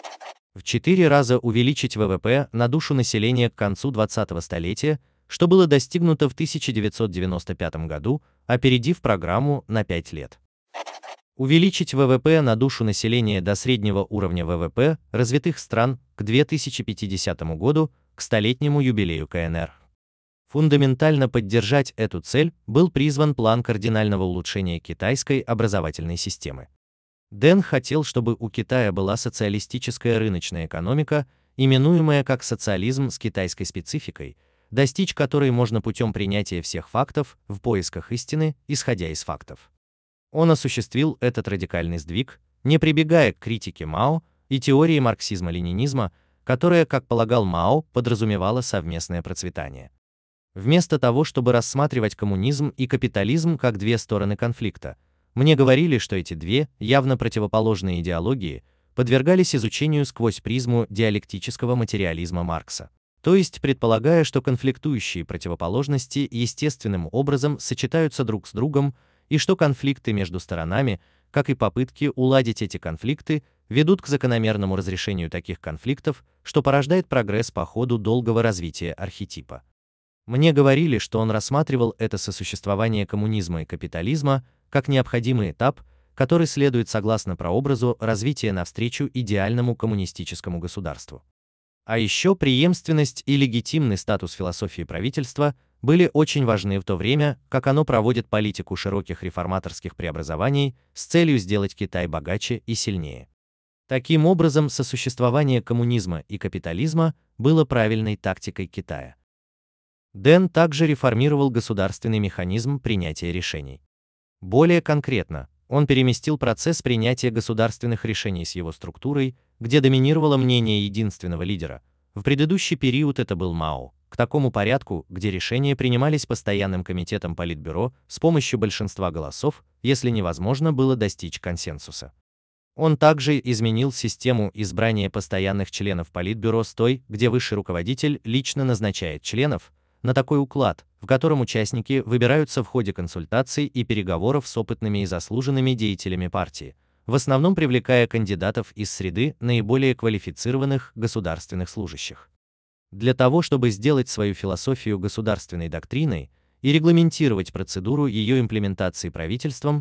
В четыре раза увеличить вэ вэ пэ на душу населения к концу двадцатого столетия, что было достигнуто в тысяча девятьсот девяносто пятом году, опередив программу на пять лет. Увеличить вэ вэ пэ на душу населения до среднего уровня вэ вэ пэ развитых стран к две тысячи пятидесятому году, к столетнему юбилею ка эн эр. Фундаментально поддержать эту цель был призван план кардинального улучшения китайской образовательной системы. Дэн хотел, чтобы у Китая была социалистическая рыночная экономика, именуемая как социализм с китайской спецификой, достичь которой можно путем принятия всех фактов в поисках истины, исходя из фактов. Он осуществил этот радикальный сдвиг, не прибегая к критике Мао и теории марксизма-ленинизма, которая, как полагал Мао, подразумевала совместное процветание. Вместо того, чтобы рассматривать коммунизм и капитализм как две стороны конфликта, мне говорили, что эти две, явно противоположные идеологии, подвергались изучению сквозь призму диалектического материализма Маркса, то есть предполагая, что конфликтующие противоположности естественным образом сочетаются друг с другом, и что конфликты между сторонами, как и попытки уладить эти конфликты, ведут к закономерному разрешению таких конфликтов, что порождает прогресс по ходу долгого развития архетипа. Мне говорили, что он рассматривал это сосуществование коммунизма и капитализма как необходимый этап, который следует согласно прообразу развития навстречу идеальному коммунистическому государству. А еще преемственность и легитимный статус философии правительства были очень важны в то время, как оно проводит политику широких реформаторских преобразований с целью сделать Китай богаче и сильнее. Таким образом, сосуществование коммунизма и капитализма было правильной тактикой Китая. Дэн также реформировал государственный механизм принятия решений. Более конкретно, он переместил процесс принятия государственных решений с его структурой, где доминировало мнение единственного лидера. В предыдущий период это был Мао, к такому порядку, где решения принимались постоянным комитетом Политбюро с помощью большинства голосов, если невозможно было достичь консенсуса. Он также изменил систему избрания постоянных членов Политбюро с той, где высший руководитель лично назначает членов, на такой уклад, в котором участники выбираются в ходе консультаций и переговоров с опытными и заслуженными деятелями партии, в основном привлекая кандидатов из среды наиболее квалифицированных государственных служащих. Для того, чтобы сделать свою философию государственной доктриной и регламентировать процедуру ее имплементации правительством,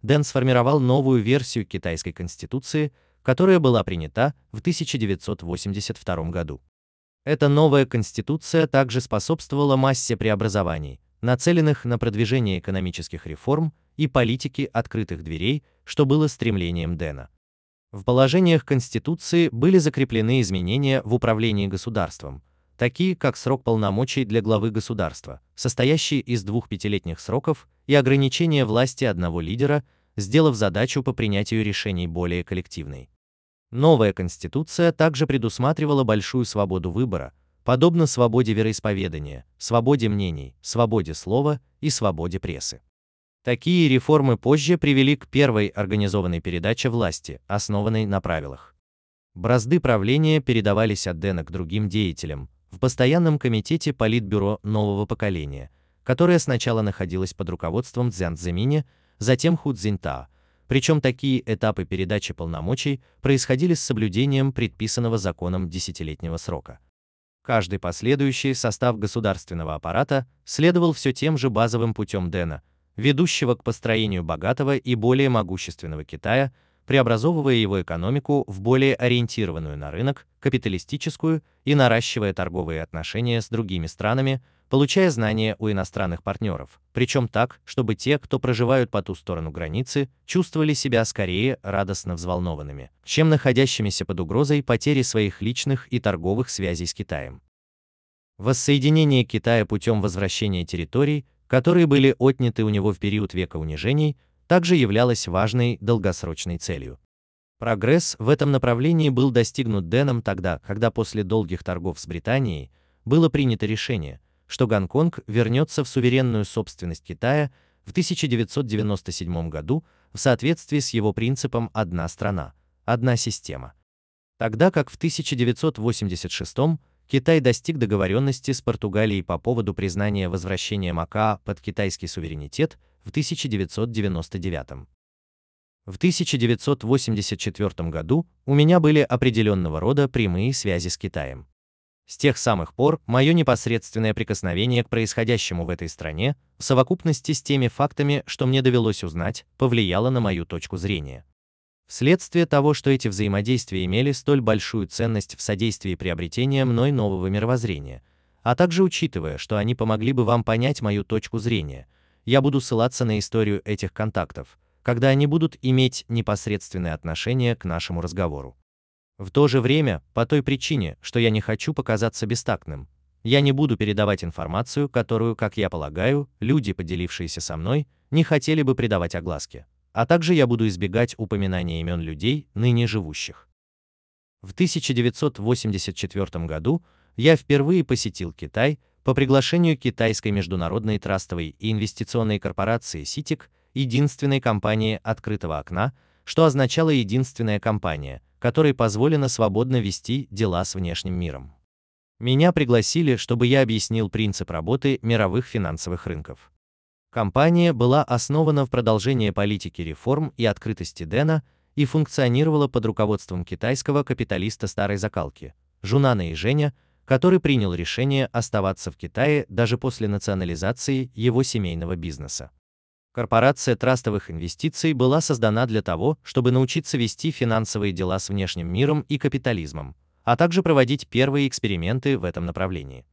Дэн сформировал новую версию китайской конституции, которая была принята в тысяча девятьсот восемьдесят втором году. Эта новая конституция также способствовала массе преобразований, нацеленных на продвижение экономических реформ и политики открытых дверей, что было стремлением Дэна. В положениях Конституции были закреплены изменения в управлении государством, такие как срок полномочий для главы государства, состоящий из двух пятилетних сроков, и ограничение власти одного лидера, сделав задачу по принятию решений более коллективной. Новая Конституция также предусматривала большую свободу выбора, подобно свободе вероисповедания, свободе мнений, свободе слова и свободе прессы. Такие реформы позже привели к первой организованной передаче власти, основанной на правилах. Бразды правления передавались от Дэна к другим деятелям в постоянном комитете Политбюро нового поколения, которое сначала находилось под руководством Цзян Цзэминя, затем Ху Цзиньтао. Причем такие этапы передачи полномочий происходили с соблюдением предписанного законом десятилетнего срока. Каждый последующий состав государственного аппарата следовал все тем же базовым путем Дэна, ведущего к построению богатого и более могущественного Китая, преобразовывая его экономику в более ориентированную на рынок, капиталистическую и наращивая торговые отношения с другими странами, получая знания у иностранных партнеров, причем так, чтобы те, кто проживают по ту сторону границы, чувствовали себя скорее радостно взволнованными, чем находящимися под угрозой потери своих личных и торговых связей с Китаем. Воссоединение Китая путем возвращения территорий, которые были отняты у него в период века унижений, также являлось важной долгосрочной целью. Прогресс в этом направлении был достигнут Дэном тогда, когда после долгих торгов с Британией было принято решение, что Гонконг вернется в суверенную собственность Китая в тысяча девятьсот девяносто седьмом году в соответствии с его принципом «одна страна, одна система». Тогда как в тысяча девятьсот восемьдесят шестом Китай достиг договоренности с Португалией по поводу признания возвращения Макао под китайский суверенитет в тысяча девятьсот девяносто девятом. В тысяча девятьсот восемьдесят четвёртом году у меня были определенного рода прямые связи с Китаем. С тех самых пор мое непосредственное прикосновение к происходящему в этой стране, в совокупности с теми фактами, что мне довелось узнать, повлияло на мою точку зрения. Вследствие того, что эти взаимодействия имели столь большую ценность в содействии приобретения мной нового мировоззрения, а также учитывая, что они помогли бы вам понять мою точку зрения, я буду ссылаться на историю этих контактов, когда они будут иметь непосредственное отношение к нашему разговору. В то же время, по той причине, что я не хочу показаться бестактным, я не буду передавать информацию, которую, как я полагаю, люди, поделившиеся со мной, не хотели бы придавать огласке, а также я буду избегать упоминания имен людей, ныне живущих. В тысяча девятьсот восемьдесят четвёртом году я впервые посетил Китай по приглашению китайской международной трастовой и инвестиционной корпорации ситик, единственной компании открытого окна, что означало единственная компания, которой позволено свободно вести дела с внешним миром. Меня пригласили, чтобы я объяснил принцип работы мировых финансовых рынков. Компания была основана в продолжение политики реформ и открытости Дэна и функционировала под руководством китайского капиталиста старой закалки, Жунана Ижэня, который принял решение оставаться в Китае даже после национализации его семейного бизнеса. Корпорация трастовых инвестиций была создана для того, чтобы научиться вести финансовые дела с внешним миром и капитализмом, а также проводить первые эксперименты в этом направлении.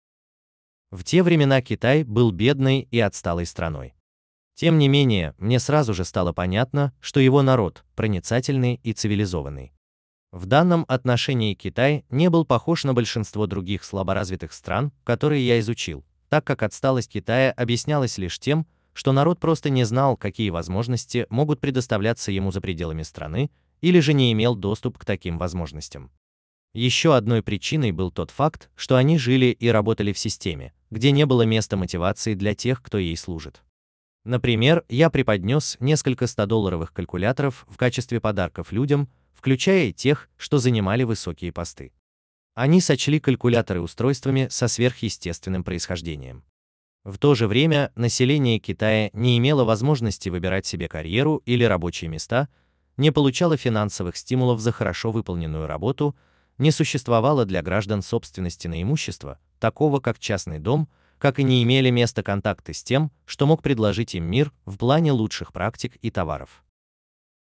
В те времена Китай был бедной и отсталой страной. Тем не менее, мне сразу же стало понятно, что его народ проницательный и цивилизованный. В данном отношении Китай не был похож на большинство других слаборазвитых стран, которые я изучил, так как отсталость Китая объяснялась лишь тем, что народ просто не знал, какие возможности могут предоставляться ему за пределами страны, или же не имел доступ к таким возможностям. Еще одной причиной был тот факт, что они жили и работали в системе, где не было места мотивации для тех, кто ей служит. Например, я преподнес несколько стодолларовых калькуляторов в качестве подарков людям, включая и тех, что занимали высокие посты. Они сочли калькуляторы устройствами со сверхъестественным происхождением. В то же время население Китая не имело возможности выбирать себе карьеру или рабочие места, не получало финансовых стимулов за хорошо выполненную работу, не существовало для граждан собственности на имущество, такого как частный дом, как и не имели места контакты с тем, что мог предложить им мир в плане лучших практик и товаров.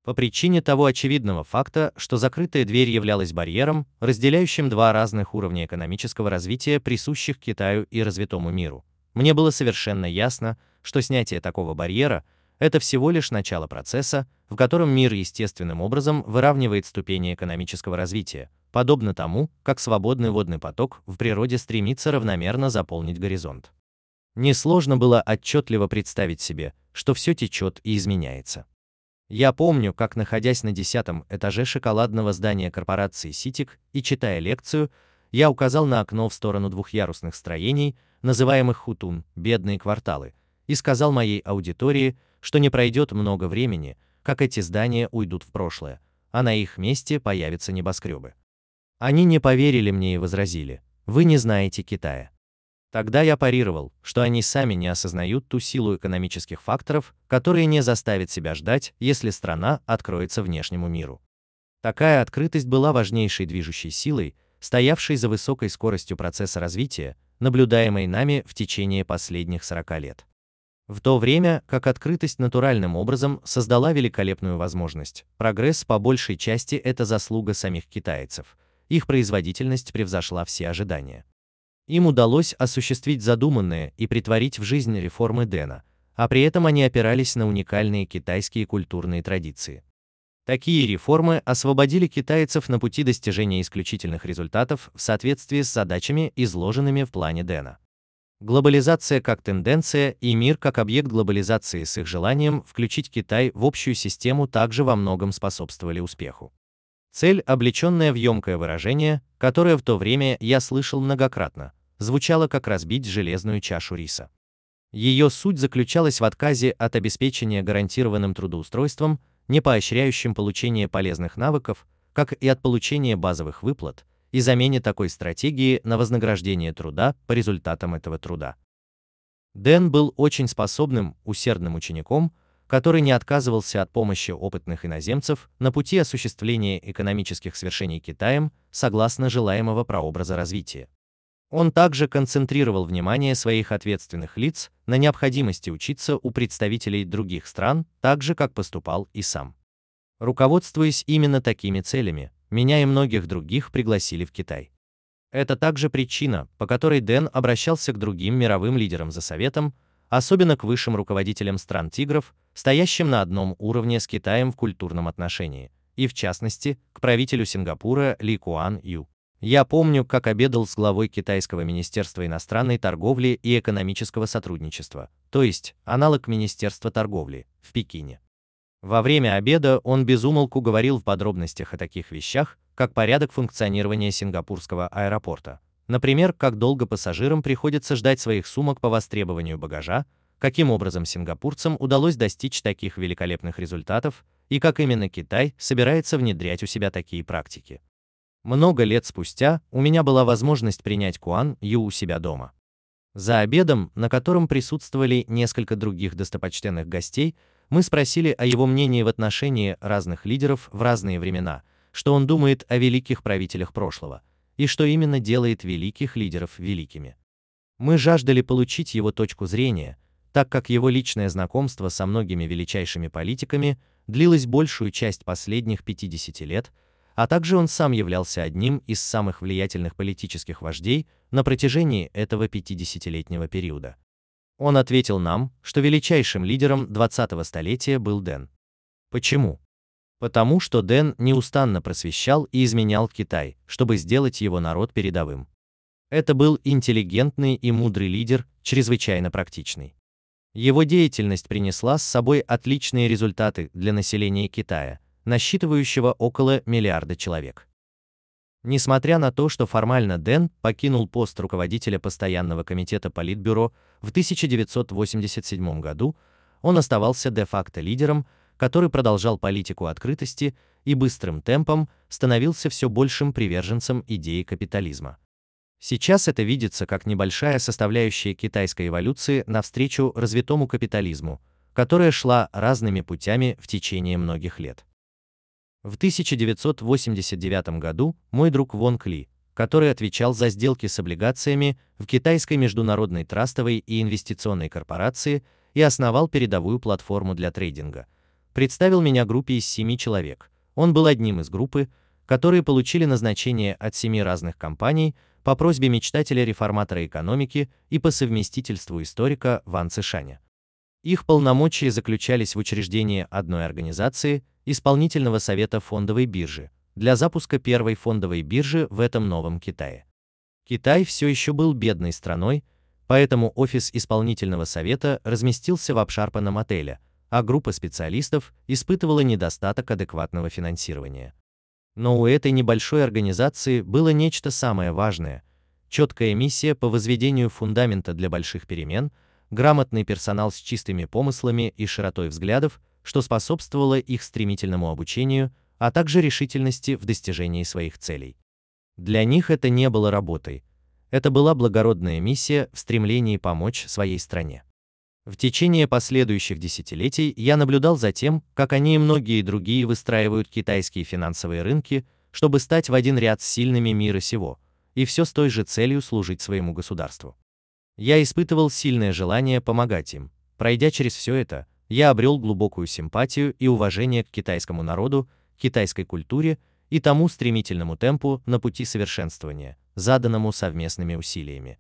По причине того очевидного факта, что закрытая дверь являлась барьером, разделяющим два разных уровня экономического развития, присущих Китаю и развитому миру, мне было совершенно ясно, что снятие такого барьера – это всего лишь начало процесса, в котором мир естественным образом выравнивает ступени экономического развития, подобно тому, как свободный водный поток в природе стремится равномерно заполнить горизонт. Несложно было отчетливо представить себе, что все течет и изменяется. Я помню, как, находясь на десятом этаже шоколадного здания корпорации Ситик и читая лекцию, я указал на окно в сторону двухъярусных строений, называемых хутун, бедные кварталы, и сказал моей аудитории, что не пройдет много времени, как эти здания уйдут в прошлое, а на их месте появятся небоскребы. Они не поверили мне и возразили: «Вы не знаете Китая». Тогда я парировал, что они сами не осознают ту силу экономических факторов, которые не заставят себя ждать, если страна откроется внешнему миру. Такая открытость была важнейшей движущей силой, стоявшей за высокой скоростью процесса развития, наблюдаемой нами в течение последних сорока лет. В то время, как открытость натуральным образом создала великолепную возможность, прогресс по большей части это заслуга самих китайцев, их производительность превзошла все ожидания. Им удалось осуществить задуманное и претворить в жизнь реформы Дэна, а при этом они опирались на уникальные китайские культурные традиции. Такие реформы освободили китайцев на пути достижения исключительных результатов в соответствии с задачами, изложенными в плане Дэна. Глобализация как тенденция и мир как объект глобализации с их желанием включить Китай в общую систему также во многом способствовали успеху. Цель, облеченная в емкое выражение, которое в то время я слышал многократно, звучала как разбить железную чашу риса. Ее суть заключалась в отказе от обеспечения гарантированным трудоустройством, не поощряющим получение полезных навыков, как и от получения базовых выплат, и замене такой стратегии на вознаграждение труда по результатам этого труда. Дэн был очень способным, усердным учеником, который не отказывался от помощи опытных иноземцев на пути осуществления экономических свершений Китаем согласно желаемого прообраза развития. Он также концентрировал внимание своих ответственных лиц на необходимости учиться у представителей других стран, так же, как поступал и сам. Руководствуясь именно такими целями, меня и многих других пригласили в Китай. Это также причина, по которой Дэн обращался к другим мировым лидерам за советом, особенно к высшим руководителям стран-тигров, стоящим на одном уровне с Китаем в культурном отношении, и в частности, к правителю Сингапура Ли Куан Ю. Я помню, как обедал с главой Китайского министерства иностранной торговли и экономического сотрудничества, то есть аналог Министерства торговли, в Пекине. Во время обеда он без умолку говорил в подробностях о таких вещах, как порядок функционирования сингапурского аэропорта, например, как долго пассажирам приходится ждать своих сумок по востребованию багажа, каким образом сингапурцам удалось достичь таких великолепных результатов и как именно Китай собирается внедрять у себя такие практики. Много лет спустя у меня была возможность принять Куан Ю у себя дома. За обедом, на котором присутствовали несколько других достопочтенных гостей, мы спросили о его мнении в отношении разных лидеров в разные времена, что он думает о великих правителях прошлого, и что именно делает великих лидеров великими. Мы жаждали получить его точку зрения, так как его личное знакомство со многими величайшими политиками длилось большую часть последних пятидесяти лет, а также он сам являлся одним из самых влиятельных политических вождей на протяжении этого пятидесятилетнего периода. Он ответил нам, что величайшим лидером двадцатого столетия был Дэн. Почему? Потому что Дэн неустанно просвещал и изменял Китай, чтобы сделать его народ передовым. Это был интеллигентный и мудрый лидер, чрезвычайно практичный. Его деятельность принесла с собой отличные результаты для населения Китая, насчитывающего около миллиарда человек. Несмотря на то, что формально Дэн покинул пост руководителя постоянного комитета Политбюро в тысяча девятьсот восемьдесят седьмом году, он оставался де-факто лидером, который продолжал политику открытости и быстрым темпом становился все большим приверженцем идеи капитализма. Сейчас это видится как небольшая составляющая китайской эволюции навстречу развитому капитализму, которая шла разными путями в течение многих лет. В тысяча девятьсот восемьдесят девятом году мой друг Вонг Ли, который отвечал за сделки с облигациями в китайской международной трастовой и инвестиционной корпорации и основал передовую платформу для трейдинга, представил меня группе из семи человек. Он был одним из группы, которые получили назначение от семи разных компаний по просьбе мечтателя-реформатора экономики и по совместительству историка Ван Цишаня. Их полномочия заключались в учреждении одной организации, исполнительного совета фондовой биржи, для запуска первой фондовой биржи в этом новом Китае. Китай все еще был бедной страной, поэтому офис исполнительного совета разместился в обшарпанном отеле, а группа специалистов испытывала недостаток адекватного финансирования. Но у этой небольшой организации было нечто самое важное – четкая миссия по возведению фундамента для больших перемен, грамотный персонал с чистыми помыслами и широтой взглядов, что способствовало их стремительному обучению, а также решительности в достижении своих целей. Для них это не было работой, это была благородная миссия в стремлении помочь своей стране. В течение последующих десятилетий я наблюдал за тем, как они и многие другие выстраивают китайские финансовые рынки, чтобы стать в один ряд с сильными мира сего, и все с той же целью служить своему государству. Я испытывал сильное желание помогать им. Пройдя через все это, я обрел глубокую симпатию и уважение к китайскому народу, китайской культуре и тому стремительному темпу на пути совершенствования, заданному совместными усилиями.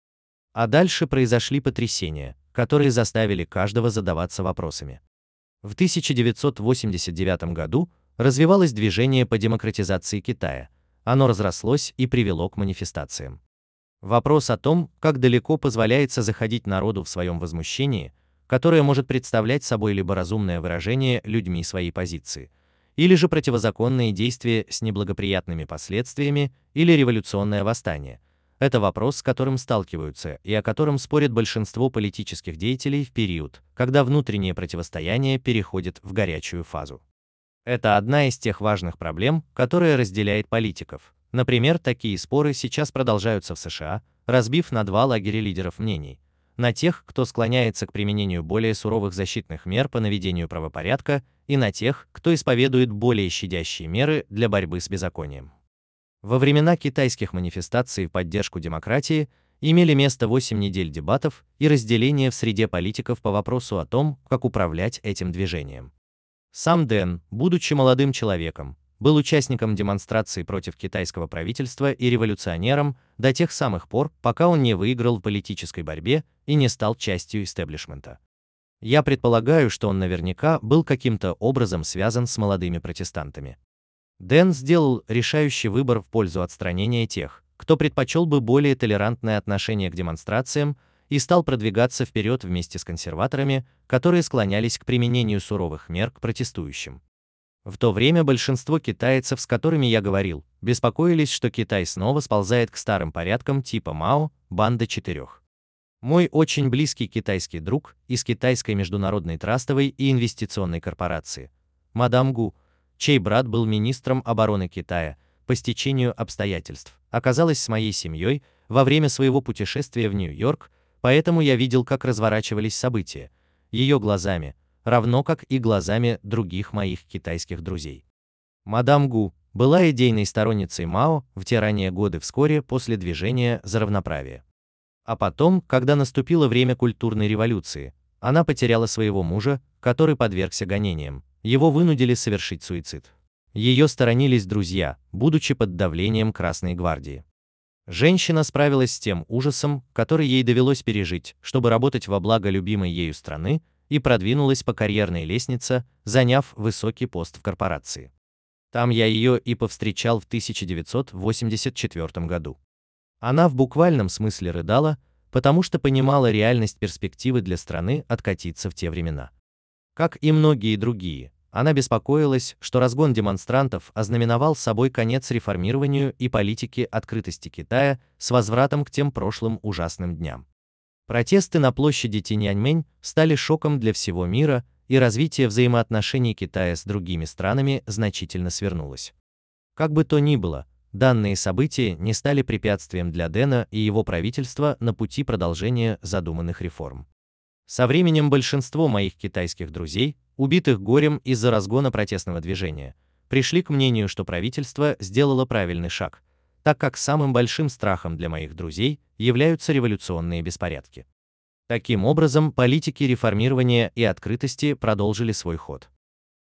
А дальше произошли потрясения, которые заставили каждого задаваться вопросами. В тысяча девятьсот восемьдесят девятом году развивалось движение по демократизации Китая, оно разрослось и привело к манифестациям. Вопрос о том, как далеко позволяется заходить народу в своем возмущении, которое может представлять собой либо разумное выражение людьми своей позиции, или же противозаконные действия с неблагоприятными последствиями или революционное восстание. Это вопрос, с которым сталкиваются и о котором спорят большинство политических деятелей в период, когда внутреннее противостояние переходит в горячую фазу. Это одна из тех важных проблем, которая разделяет политиков. Например, такие споры сейчас продолжаются в США, разбив на два лагеря лидеров мнений. На тех, кто склоняется к применению более суровых защитных мер по наведению правопорядка, и на тех, кто исповедует более щадящие меры для борьбы с беззаконием. Во времена китайских манифестаций в поддержку демократии имели место восемь недель дебатов и разделения в среде политиков по вопросу о том, как управлять этим движением. Сам Дэн, будучи молодым человеком, был участником демонстраций против китайского правительства и революционером до тех самых пор, пока он не выиграл в политической борьбе и не стал частью истеблишмента. Я предполагаю, что он наверняка был каким-то образом связан с молодыми протестантами. Дэн сделал решающий выбор в пользу отстранения тех, кто предпочел бы более толерантное отношение к демонстрациям, и стал продвигаться вперед вместе с консерваторами, которые склонялись к применению суровых мер к протестующим. В то время большинство китайцев, с которыми я говорил, беспокоились, что Китай снова сползает к старым порядкам типа Мао, банда четырех. Мой очень близкий китайский друг из Китайской международной трастовой и инвестиционной корпорации, мадам Гу, чей брат был министром обороны Китая, по стечению обстоятельств, оказалась с моей семьей во время своего путешествия в Нью-Йорк, поэтому я видел, как разворачивались события, ее глазами, равно как и глазами других моих китайских друзей. Мадам Гу была идейной сторонницей Мао в те ранние годы вскоре после движения за равноправие. А потом, когда наступило время культурной революции, она потеряла своего мужа, который подвергся гонениям, его вынудили совершить суицид. Ее сторонились друзья, будучи под давлением Красной гвардии. Женщина справилась с тем ужасом, который ей довелось пережить, чтобы работать во благо любимой ею страны, и продвинулась по карьерной лестнице, заняв высокий пост в корпорации. Там я ее и повстречал в тысяча девятьсот восемьдесят четвёртом году. Она в буквальном смысле рыдала, потому что понимала реальность перспективы для страны откатиться в те времена. Как и многие другие, она беспокоилась, что разгон демонстрантов ознаменовал собой конец реформированию и политике открытости Китая с возвратом к тем прошлым ужасным дням. Протесты на площади Тяньаньмэнь стали шоком для всего мира, и развитие взаимоотношений Китая с другими странами значительно свернулось. Как бы то ни было, данные события не стали препятствием для Дэна и его правительства на пути продолжения задуманных реформ. Со временем большинство моих китайских друзей, убитых горем из-за разгона протестного движения, пришли к мнению, что правительство сделало правильный шаг, так как самым большим страхом для моих друзей являются революционные беспорядки. Таким образом, политики реформирования и открытости продолжили свой ход.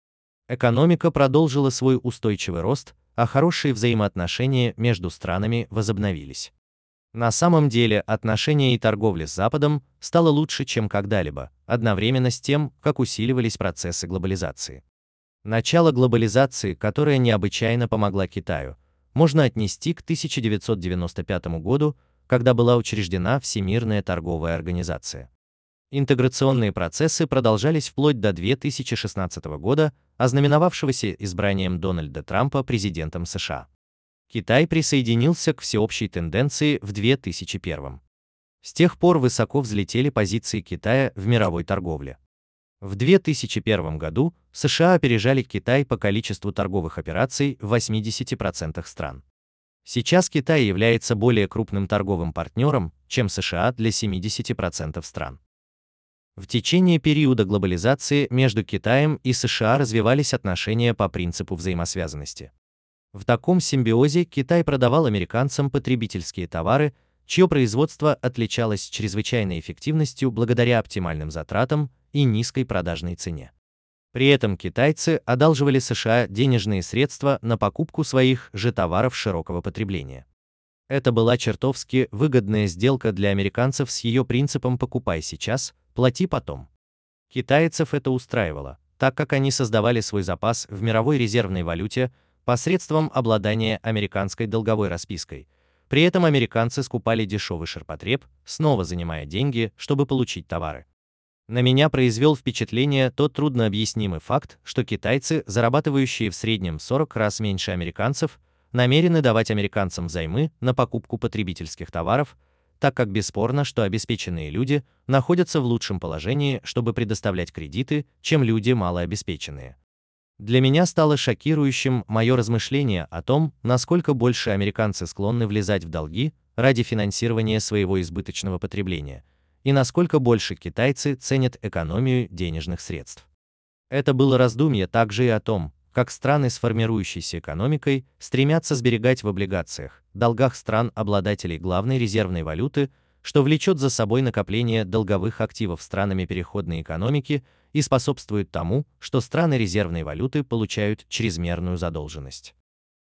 Экономика продолжила свой устойчивый рост, а хорошие взаимоотношения между странами возобновились. На самом деле отношения и торговля с Западом стало лучше, чем когда-либо, одновременно с тем, как усиливались процессы глобализации. Начало глобализации, которая необычайно помогла Китаю, можно отнести к тысяча девятьсот девяносто пятому году, когда была учреждена Всемирная торговая организация. Интеграционные процессы продолжались вплоть до две тысячи шестнадцатого года, ознаменовавшегося избранием Дональда Трампа президентом США. Китай присоединился к всеобщей тенденции в две тысячи первом. С тех пор высоко взлетели позиции Китая в мировой торговле. В две тысячи первом году США опережали Китай по количеству торговых операций в восьмидесяти процентах стран. Сейчас Китай является более крупным торговым партнером, чем США для семидесяти процентов стран. В течение периода глобализации между Китаем и США развивались отношения по принципу взаимосвязанности. В таком симбиозе Китай продавал американцам потребительские товары, чье производство отличалось чрезвычайной эффективностью благодаря оптимальным затратам и низкой продажной цене. При этом китайцы одалживали США денежные средства на покупку своих же товаров широкого потребления. Это была чертовски выгодная сделка для американцев с ее принципом «покупай сейчас, плати потом». Китайцев это устраивало, так как они создавали свой запас в мировой резервной валюте посредством обладания американской долговой распиской. При этом американцы скупали дешевый ширпотреб, снова занимая деньги, чтобы получить товары. На меня произвел впечатление тот труднообъяснимый факт, что китайцы, зарабатывающие в среднем сорок раз меньше американцев, намерены давать американцам взаймы на покупку потребительских товаров, так как бесспорно, что обеспеченные люди находятся в лучшем положении, чтобы предоставлять кредиты, чем люди малообеспеченные. Для меня стало шокирующим мое размышление о том, насколько больше американцы склонны влезать в долги ради финансирования своего избыточного потребления, и насколько больше китайцы ценят экономию денежных средств. Это было раздумье также и о том, как страны с формирующейся экономикой стремятся сберегать в облигациях, долгах стран-обладателей главной резервной валюты, что влечет за собой накопление долговых активов странами переходной экономики и способствует тому, что страны резервной валюты получают чрезмерную задолженность.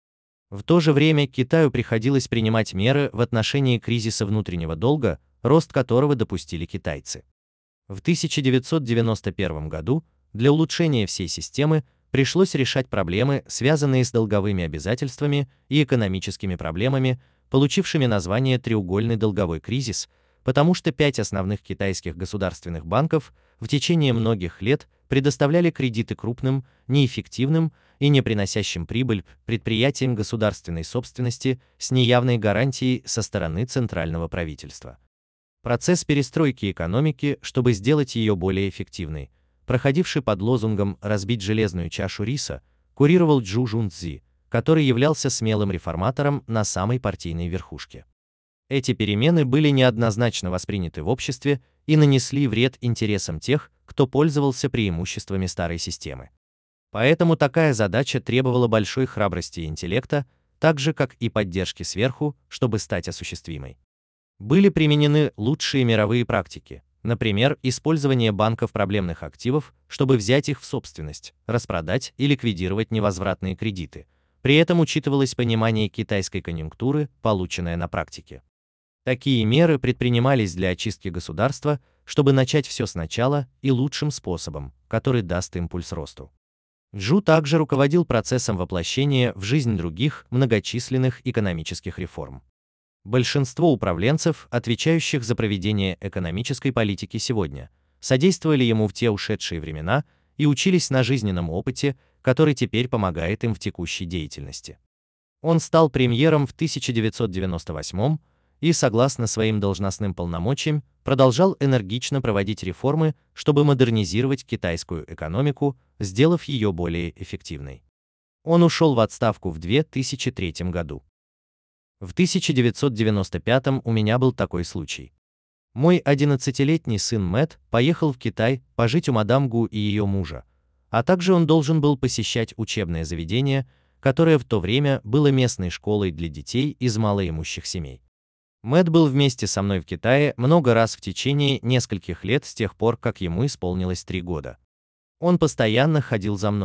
В то же время Китаю приходилось принимать меры в отношении кризиса внутреннего долга, рост которого допустили китайцы. В тысяча девятьсот девяносто первом году для улучшения всей системы пришлось решать проблемы, связанные с долговыми обязательствами и экономическими проблемами, получившими название «треугольный долговой кризис», потому что пять основных китайских государственных банков в течение многих лет предоставляли кредиты крупным, неэффективным и не приносящим прибыль предприятиям государственной собственности с неявной гарантией со стороны центрального правительства. Процесс перестройки экономики, чтобы сделать ее более эффективной, проходивший под лозунгом «разбить железную чашу риса», курировал Чжу Жунцзи, который являлся смелым реформатором на самой партийной верхушке. Эти перемены были неоднозначно восприняты в обществе и нанесли вред интересам тех, кто пользовался преимуществами старой системы. Поэтому такая задача требовала большой храбрости и интеллекта, так же как и поддержки сверху, чтобы стать осуществимой. Были применены лучшие мировые практики, например, использование банков проблемных активов, чтобы взять их в собственность, распродать и ликвидировать невозвратные кредиты. При этом учитывалось понимание китайской конъюнктуры, полученное на практике. Такие меры предпринимались для очистки государства, чтобы начать все сначала и лучшим способом, который даст импульс росту. Чжу также руководил процессом воплощения в жизнь других многочисленных экономических реформ. Большинство управленцев, отвечающих за проведение экономической политики сегодня, содействовали ему в те ушедшие времена и учились на жизненном опыте, который теперь помогает им в текущей деятельности. Он стал премьером в тысяча девятьсот девяносто восьмом и, согласно своим должностным полномочиям, продолжал энергично проводить реформы, чтобы модернизировать китайскую экономику, сделав ее более эффективной. Он ушел в отставку в две тысячи третьем году. В тысяча девятьсот девяносто пятом у меня был такой случай. Мой одиннадцатилетний сын Мэтт поехал в Китай пожить у мадам Гу и ее мужа, а также он должен был посещать учебное заведение, которое в то время было местной школой для детей из малоимущих семей. Мэтт был вместе со мной в Китае много раз в течение нескольких лет с тех пор, как ему исполнилось три года. Он постоянно ходил за мной,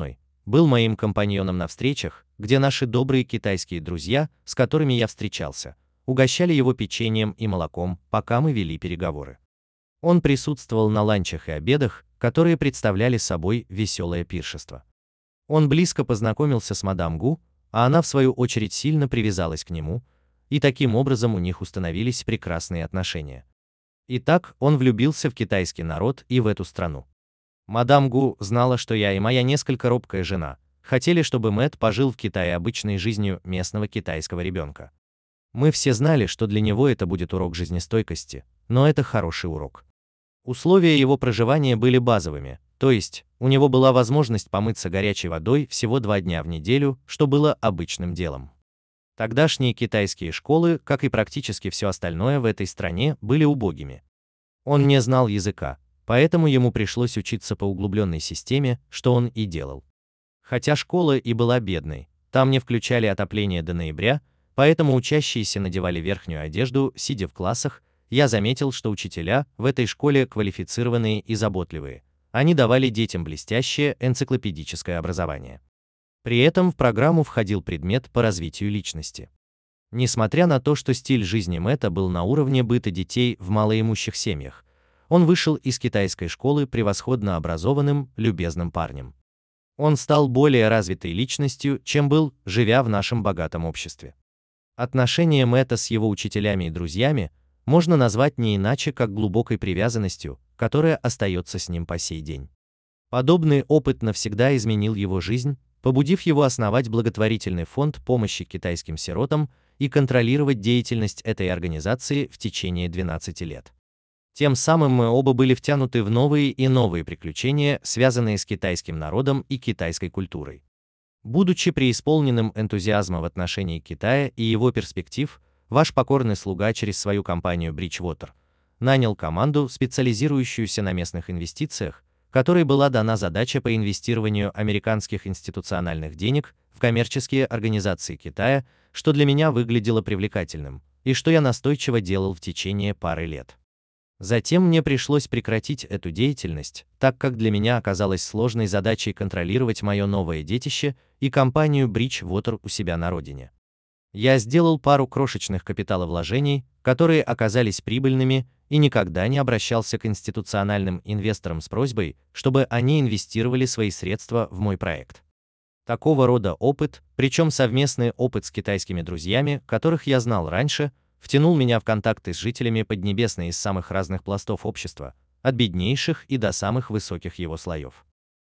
был моим компаньоном на встречах, где наши добрые китайские друзья, с которыми я встречался, угощали его печеньем и молоком, пока мы вели переговоры. Он присутствовал на ланчах и обедах, которые представляли собой веселое пиршество. Он близко познакомился с мадам Гу, а она в свою очередь сильно привязалась к нему, и таким образом у них установились прекрасные отношения. Итак, он влюбился в китайский народ и в эту страну. Мадам Гу знала, что я и моя несколько робкая жена хотели, чтобы Мэтт пожил в Китае обычной жизнью местного китайского ребенка. Мы все знали, что для него это будет урок жизнестойкости, но это хороший урок. Условия его проживания были базовыми, то есть у него была возможность помыться горячей водой всего два дня в неделю, что было обычным делом. Тогдашние китайские школы, как и практически все остальное в этой стране, были убогими. Он не знал языка, поэтому ему пришлось учиться по углубленной системе, что он и делал. Хотя школа и была бедной, там не включали отопление до ноября, поэтому учащиеся надевали верхнюю одежду, сидя в классах. Я заметил, что учителя в этой школе квалифицированные и заботливые. Они давали детям блестящее энциклопедическое образование. При этом в программу входил предмет по развитию личности. Несмотря на то, что стиль жизни Мэтта был на уровне быта детей в малоимущих семьях, он вышел из китайской школы превосходно образованным, любезным парнем. Он стал более развитой личностью, чем был, живя в нашем богатом обществе. Отношения Мэтта с его учителями и друзьями можно назвать не иначе, как глубокой привязанностью, которая остается с ним по сей день. Подобный опыт навсегда изменил его жизнь, побудив его основать благотворительный фонд помощи китайским сиротам и контролировать деятельность этой организации в течение двенадцати лет. Тем самым мы оба были втянуты в новые и новые приключения, связанные с китайским народом и китайской культурой. Будучи преисполненным энтузиазма в отношении Китая и его перспектив, ваш покорный слуга через свою компанию Bridgewater нанял команду, специализирующуюся на местных инвестициях, которой была дана задача по инвестированию американских институциональных денег в коммерческие организации Китая, что для меня выглядело привлекательным, и что я настойчиво делал в течение пары лет. Затем мне пришлось прекратить эту деятельность, так как для меня оказалось сложной задачей контролировать мое новое детище и компанию Bridgewater у себя на родине. Я сделал пару крошечных капиталовложений, которые оказались прибыльными, и никогда не обращался к институциональным инвесторам с просьбой, чтобы они инвестировали свои средства в мой проект. Такого рода опыт, причем совместный опыт с китайскими друзьями, которых я знал раньше, втянул меня в контакты с жителями Поднебесной из самых разных пластов общества, от беднейших и до самых высоких его слоев.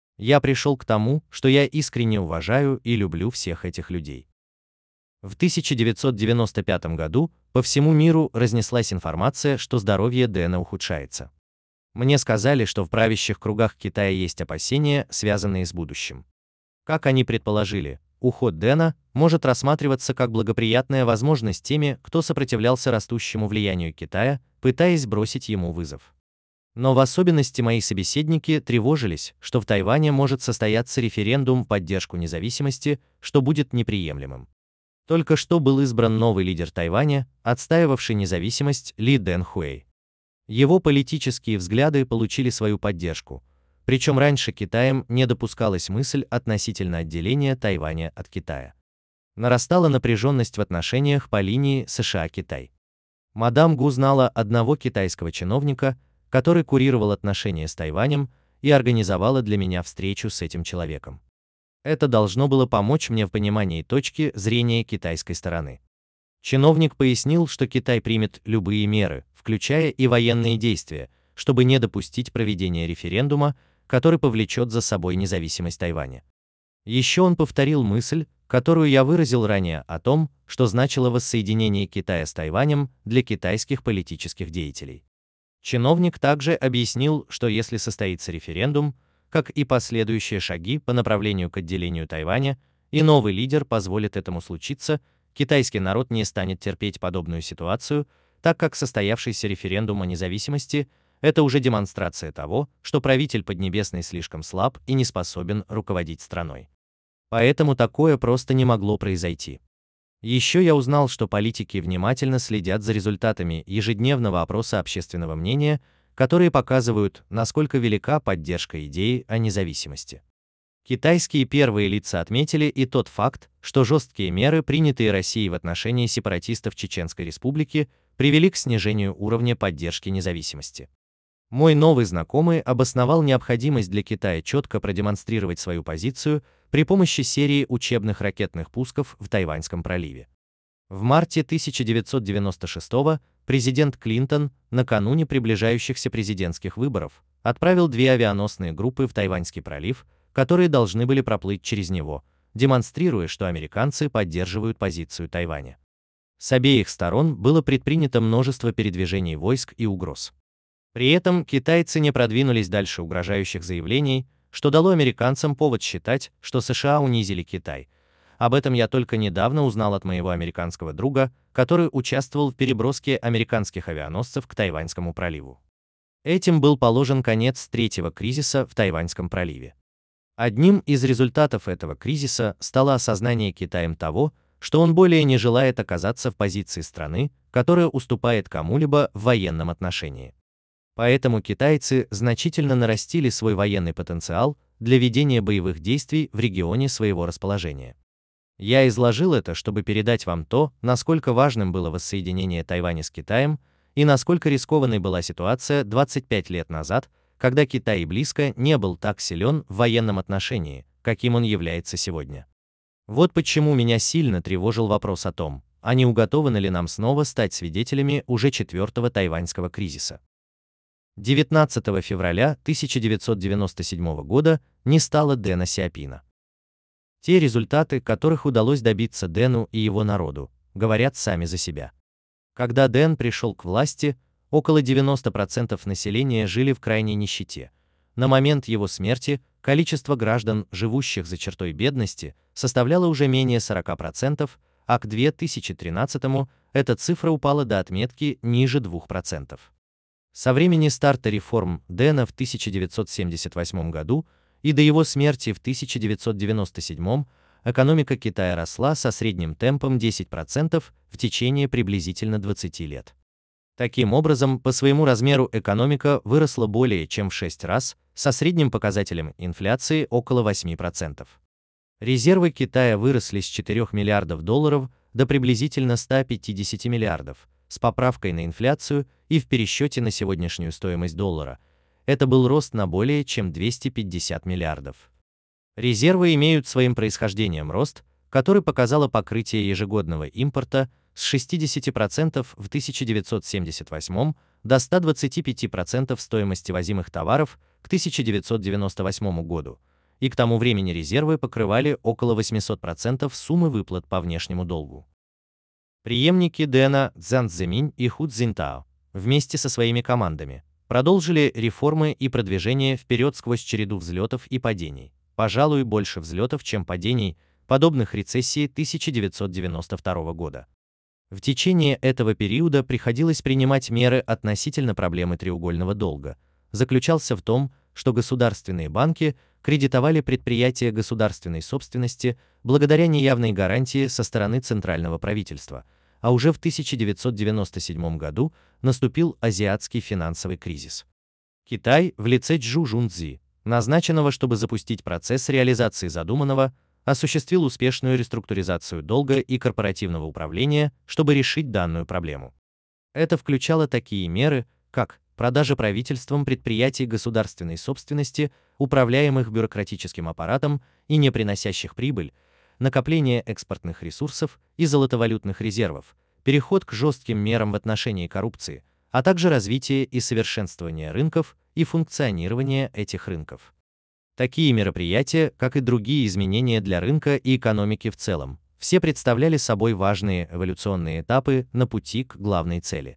Я пришел к тому, что я искренне уважаю и люблю всех этих людей. В тысяча девятьсот девяносто пятом году по всему миру разнеслась информация, что здоровье Дэна ухудшается. Мне сказали, что в правящих кругах Китая есть опасения, связанные с будущим. Как они предположили, уход Дэна может рассматриваться как благоприятная возможность теми, кто сопротивлялся растущему влиянию Китая, пытаясь бросить ему вызов. Но в особенности мои собеседники тревожились, что в Тайване может состояться референдум в поддержку независимости, что будет неприемлемым. Только что был избран новый лидер Тайваня, отстаивавший независимость Ли Дэнхуэй. Его политические взгляды получили свою поддержку, причем раньше Китаем не допускалась мысль относительно отделения Тайваня от Китая. Нарастала напряженность в отношениях по линии США-Китай. Мадам Гу знала одного китайского чиновника, который курировал отношения с Тайванем, и организовала для меня встречу с этим человеком. Это должно было помочь мне в понимании точки зрения китайской стороны. Чиновник пояснил, что Китай примет любые меры, включая и военные действия, чтобы не допустить проведения референдума, который повлечет за собой независимость Тайваня. Еще он повторил мысль, которую я выразил ранее о том, что значило воссоединение Китая с Тайванем для китайских политических деятелей. Чиновник также объяснил, что если состоится референдум, как и последующие шаги по направлению к отделению Тайваня, и новый лидер позволит этому случиться, китайский народ не станет терпеть подобную ситуацию, так как состоявшийся референдум о независимости – это уже демонстрация того, что правитель Поднебесной слишком слаб и не способен руководить страной. Поэтому такое просто не могло произойти. Еще я узнал, что политики внимательно следят за результатами ежедневного опроса общественного мнения, которые показывают, насколько велика поддержка идеи о независимости. Китайские первые лица отметили и тот факт, что жесткие меры, принятые Россией в отношении сепаратистов Чеченской Республики, привели к снижению уровня поддержки независимости. Мой новый знакомый обосновал необходимость для Китая четко продемонстрировать свою позицию при помощи серии учебных ракетных пусков в Тайваньском проливе. В марте тысяча девятьсот девяносто шестого президент Клинтон, накануне приближающихся президентских выборов, отправил две авианосные группы в Тайваньский пролив, которые должны были проплыть через него, демонстрируя, что американцы поддерживают позицию Тайваня. С обеих сторон было предпринято множество передвижений войск и угроз. При этом китайцы не продвинулись дальше угрожающих заявлений, что дало американцам повод считать, что США унизили Китай. Об этом я только недавно узнал от моего американского друга, который участвовал в переброске американских авианосцев к Тайваньскому проливу. Этим был положен конец третьего кризиса в Тайваньском проливе. Одним из результатов этого кризиса стало осознание Китаем того, что он более не желает оказаться в позиции страны, которая уступает кому-либо в военном отношении. Поэтому китайцы значительно нарастили свой военный потенциал для ведения боевых действий в регионе своего расположения. Я изложил это, чтобы передать вам то, насколько важным было воссоединение Тайваня с Китаем и насколько рискованной была ситуация двадцать пять лет назад, когда Китай и близко не был так силен в военном отношении, каким он является сегодня. Вот почему меня сильно тревожил вопрос о том, а не уготованы ли нам снова стать свидетелями уже четвертого тайваньского кризиса. девятнадцатого февраля тысяча девятьсот девяносто седьмого года не стало Дэна Сяопина. Те результаты, которых удалось добиться Дэну и его народу, говорят сами за себя. Когда Дэн пришел к власти, около девяноста процентов населения жили в крайней нищете. На момент его смерти количество граждан, живущих за чертой бедности, составляло уже менее сорока процентов, а к две тысячи тринадцатому эта цифра упала до отметки ниже двух процентов. Со времени старта реформ Дэна в тысяча девятьсот семьдесят восьмом году и до его смерти в тысяча девятьсот девяносто седьмом экономика Китая росла со средним темпом десять процентов в течение приблизительно двадцати лет. Таким образом, по своему размеру экономика выросла более чем в шесть раз, со средним показателем инфляции около восьми процентов. Резервы Китая выросли с четырёх миллиардов долларов до приблизительно ста пятидесяти миллиардов, с поправкой на инфляцию и в пересчете на сегодняшнюю стоимость доллара. Это был рост на более чем двести пятьдесят миллиардов. Резервы имеют своим происхождением рост, который показало покрытие ежегодного импорта с шестидесяти процентов в тысяча девятьсот семьдесят восьмом до ста двадцати пяти процентов стоимости возимых товаров к тысяча девятьсот девяносто восьмому году, и к тому времени резервы покрывали около восьмисот процентов суммы выплат по внешнему долгу. Преемники Дэна Цзян Цзэминь и Ху Цзиньтао вместе со своими командами продолжили реформы и продвижение вперед сквозь череду взлетов и падений, пожалуй, больше взлетов, чем падений, подобных рецессии тысяча девятьсот девяносто второго года. В течение этого периода приходилось принимать меры относительно проблемы треугольного долга. Заключался в том, что государственные банки кредитовали предприятия государственной собственности благодаря неявной гарантии со стороны центрального правительства, а уже в тысяча девятьсот девяносто седьмом году наступил азиатский финансовый кризис. Китай в лице Чжу Жунцзи, назначенного, чтобы запустить процесс реализации задуманного, осуществил успешную реструктуризацию долга и корпоративного управления, чтобы решить данную проблему. Это включало такие меры, как продажа правительством предприятий государственной собственности, управляемых бюрократическим аппаратом и не приносящих прибыль, накопление экспортных ресурсов и золотовалютных резервов, переход к жестким мерам в отношении коррупции, а также развитие и совершенствование рынков и функционирование этих рынков. Такие мероприятия, как и другие изменения для рынка и экономики в целом, все представляли собой важные эволюционные этапы на пути к главной цели.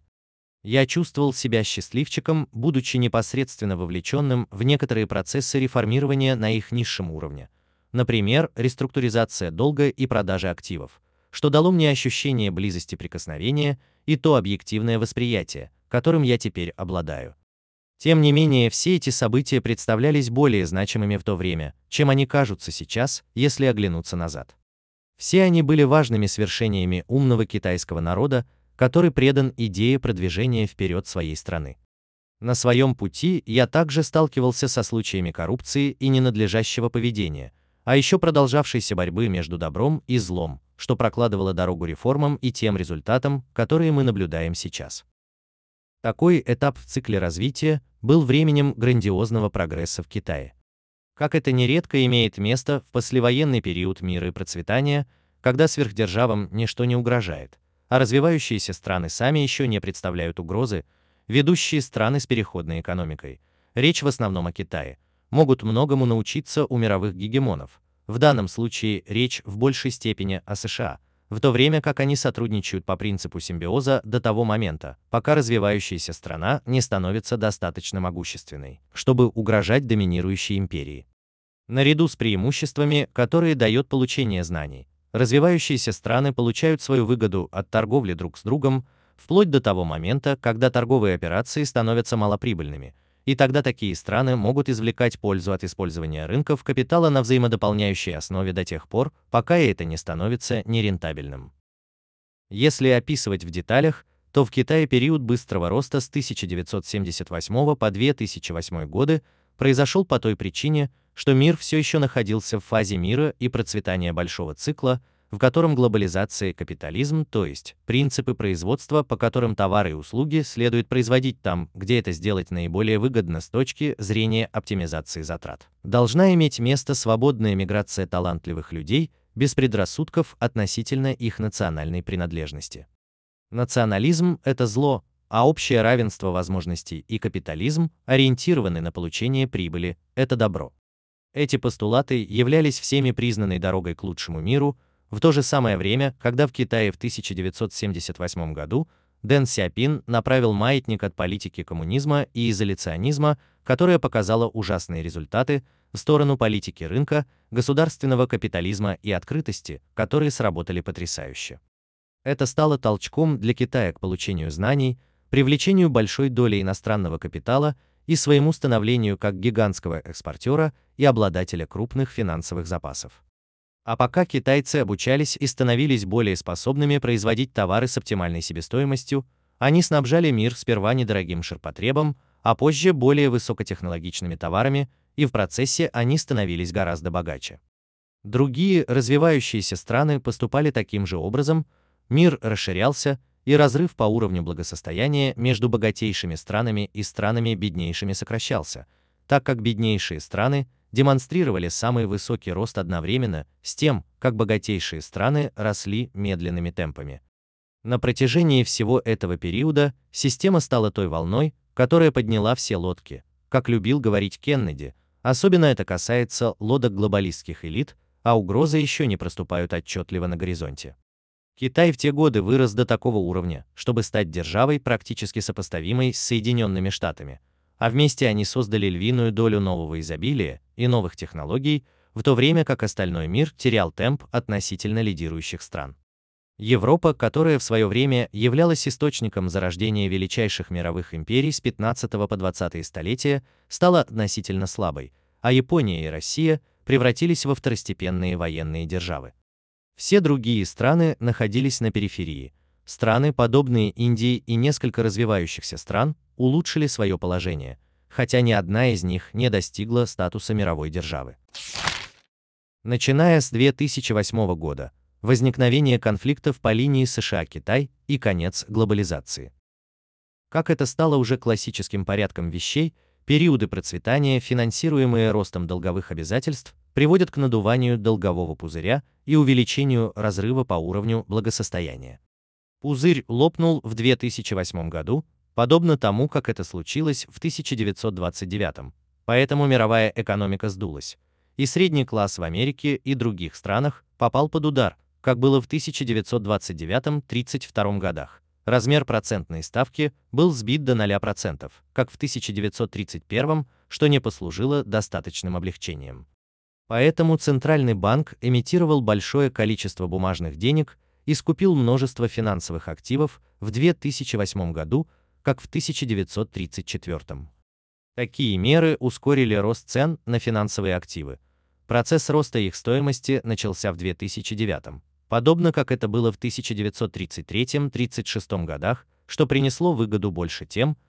Я чувствовал себя счастливчиком, будучи непосредственно вовлеченным в некоторые процессы реформирования на их низшем уровне, например, реструктуризация долга и продажа активов, что дало мне ощущение близости прикосновения и то объективное восприятие, которым я теперь обладаю. Тем не менее, все эти события представлялись более значимыми в то время, чем они кажутся сейчас, если оглянуться назад. Все они были важными свершениями умного китайского народа, который предан идее продвижения вперед своей страны. На своем пути я также сталкивался со случаями коррупции и ненадлежащего поведения, а еще продолжавшейся борьбы между добром и злом, что прокладывало дорогу реформам и тем результатам, которые мы наблюдаем сейчас. Такой этап в цикле развития был временем грандиозного прогресса в Китае. Как это нередко имеет место в послевоенный период мира и процветания, когда сверхдержавам ничто не угрожает, а развивающиеся страны сами еще не представляют угрозы, ведущие страны с переходной экономикой, речь в основном о Китае, могут многому научиться у мировых гегемонов, в данном случае речь в большей степени о США, в то время как они сотрудничают по принципу симбиоза до того момента, пока развивающаяся страна не становится достаточно могущественной, чтобы угрожать доминирующей империи. Наряду с преимуществами, которые дает получение знаний, развивающиеся страны получают свою выгоду от торговли друг с другом, вплоть до того момента, когда торговые операции становятся малоприбыльными, и тогда такие страны могут извлекать пользу от использования рынков капитала на взаимодополняющей основе до тех пор, пока это не становится нерентабельным. Если описывать в деталях, то в Китае период быстрого роста с тысяча девятьсот семьдесят восьмого по две тысячи восьмой годы произошел по той причине, что мир все еще находился в фазе мира и процветания большого цикла, в котором глобализация и капитализм, то есть принципы производства, по которым товары и услуги следует производить там, где это сделать наиболее выгодно с точки зрения оптимизации затрат, должна иметь место свободная миграция талантливых людей без предрассудков относительно их национальной принадлежности. Национализм – это зло, а общее равенство возможностей и капитализм, ориентированный на получение прибыли, это добро. Эти постулаты являлись всеми признанной дорогой к лучшему миру, в то же самое время, когда в Китае в тысяча девятьсот семьдесят восьмом году Дэн Сяопин направил маятник от политики коммунизма и изоляционизма, которая показала ужасные результаты, в сторону политики рынка, государственного капитализма и открытости, которые сработали потрясающе. Это стало толчком для Китая к получению знаний, привлечению большой доли иностранного капитала и своему становлению как гигантского экспортера и обладателя крупных финансовых запасов. А пока китайцы обучались и становились более способными производить товары с оптимальной себестоимостью, они снабжали мир сперва недорогим ширпотребом, а позже более высокотехнологичными товарами, и в процессе они становились гораздо богаче. Другие развивающиеся страны поступали таким же образом, мир расширялся, и разрыв по уровню благосостояния между богатейшими странами и странами беднейшими сокращался, так как беднейшие страны демонстрировали самый высокий рост одновременно с тем, как богатейшие страны росли медленными темпами. На протяжении всего этого периода система стала той волной, которая подняла все лодки, как любил говорить Кеннеди, особенно это касается лодок глобалистских элит, а угрозы еще не проступают отчетливо на горизонте. Китай в те годы вырос до такого уровня, чтобы стать державой, практически сопоставимой с Соединенными Штатами, а вместе они создали львиную долю нового изобилия и новых технологий, в то время как остальной мир терял темп относительно лидирующих стран. Европа, которая в свое время являлась источником зарождения величайших мировых империй с пятнадцатого по двадцатое столетия, стала относительно слабой, а Япония и Россия превратились во второстепенные военные державы. Все другие страны находились на периферии. Страны, подобные Индии и несколько развивающихся стран, улучшили свое положение, хотя ни одна из них не достигла статуса мировой державы. Начиная с две тысячи восьмого года, возникновение конфликтов по линии США-Китай и конец глобализации. Как это стало уже классическим порядком вещей, периоды процветания, финансируемые ростом долговых обязательств, приводят к надуванию долгового пузыря и увеличению разрыва по уровню благосостояния. Пузырь лопнул в две тысячи восьмом году, подобно тому, как это случилось в тысяча девятьсот двадцать девятом, поэтому мировая экономика сдулась, и средний класс в Америке и других странах попал под удар, как было в тысяча девятьсот двадцать девятом — тридцать втором годах. Размер процентной ставки был сбит до ноля процентов, как в тысяча девятьсот тридцать первом, что не послужило достаточным облегчением. Поэтому Центральный банк эмитировал большое количество бумажных денег и скупил множество финансовых активов в две тысячи восьмом году, как в тысяча девятьсот тридцать четвёртом. Такие меры ускорили рост цен на финансовые активы. Процесс роста их стоимости начался в две тысячи девятом, подобно как это было в тысяча девятьсот тридцать третьем — тридцать шестом годах, что принесло выгоду больше тем,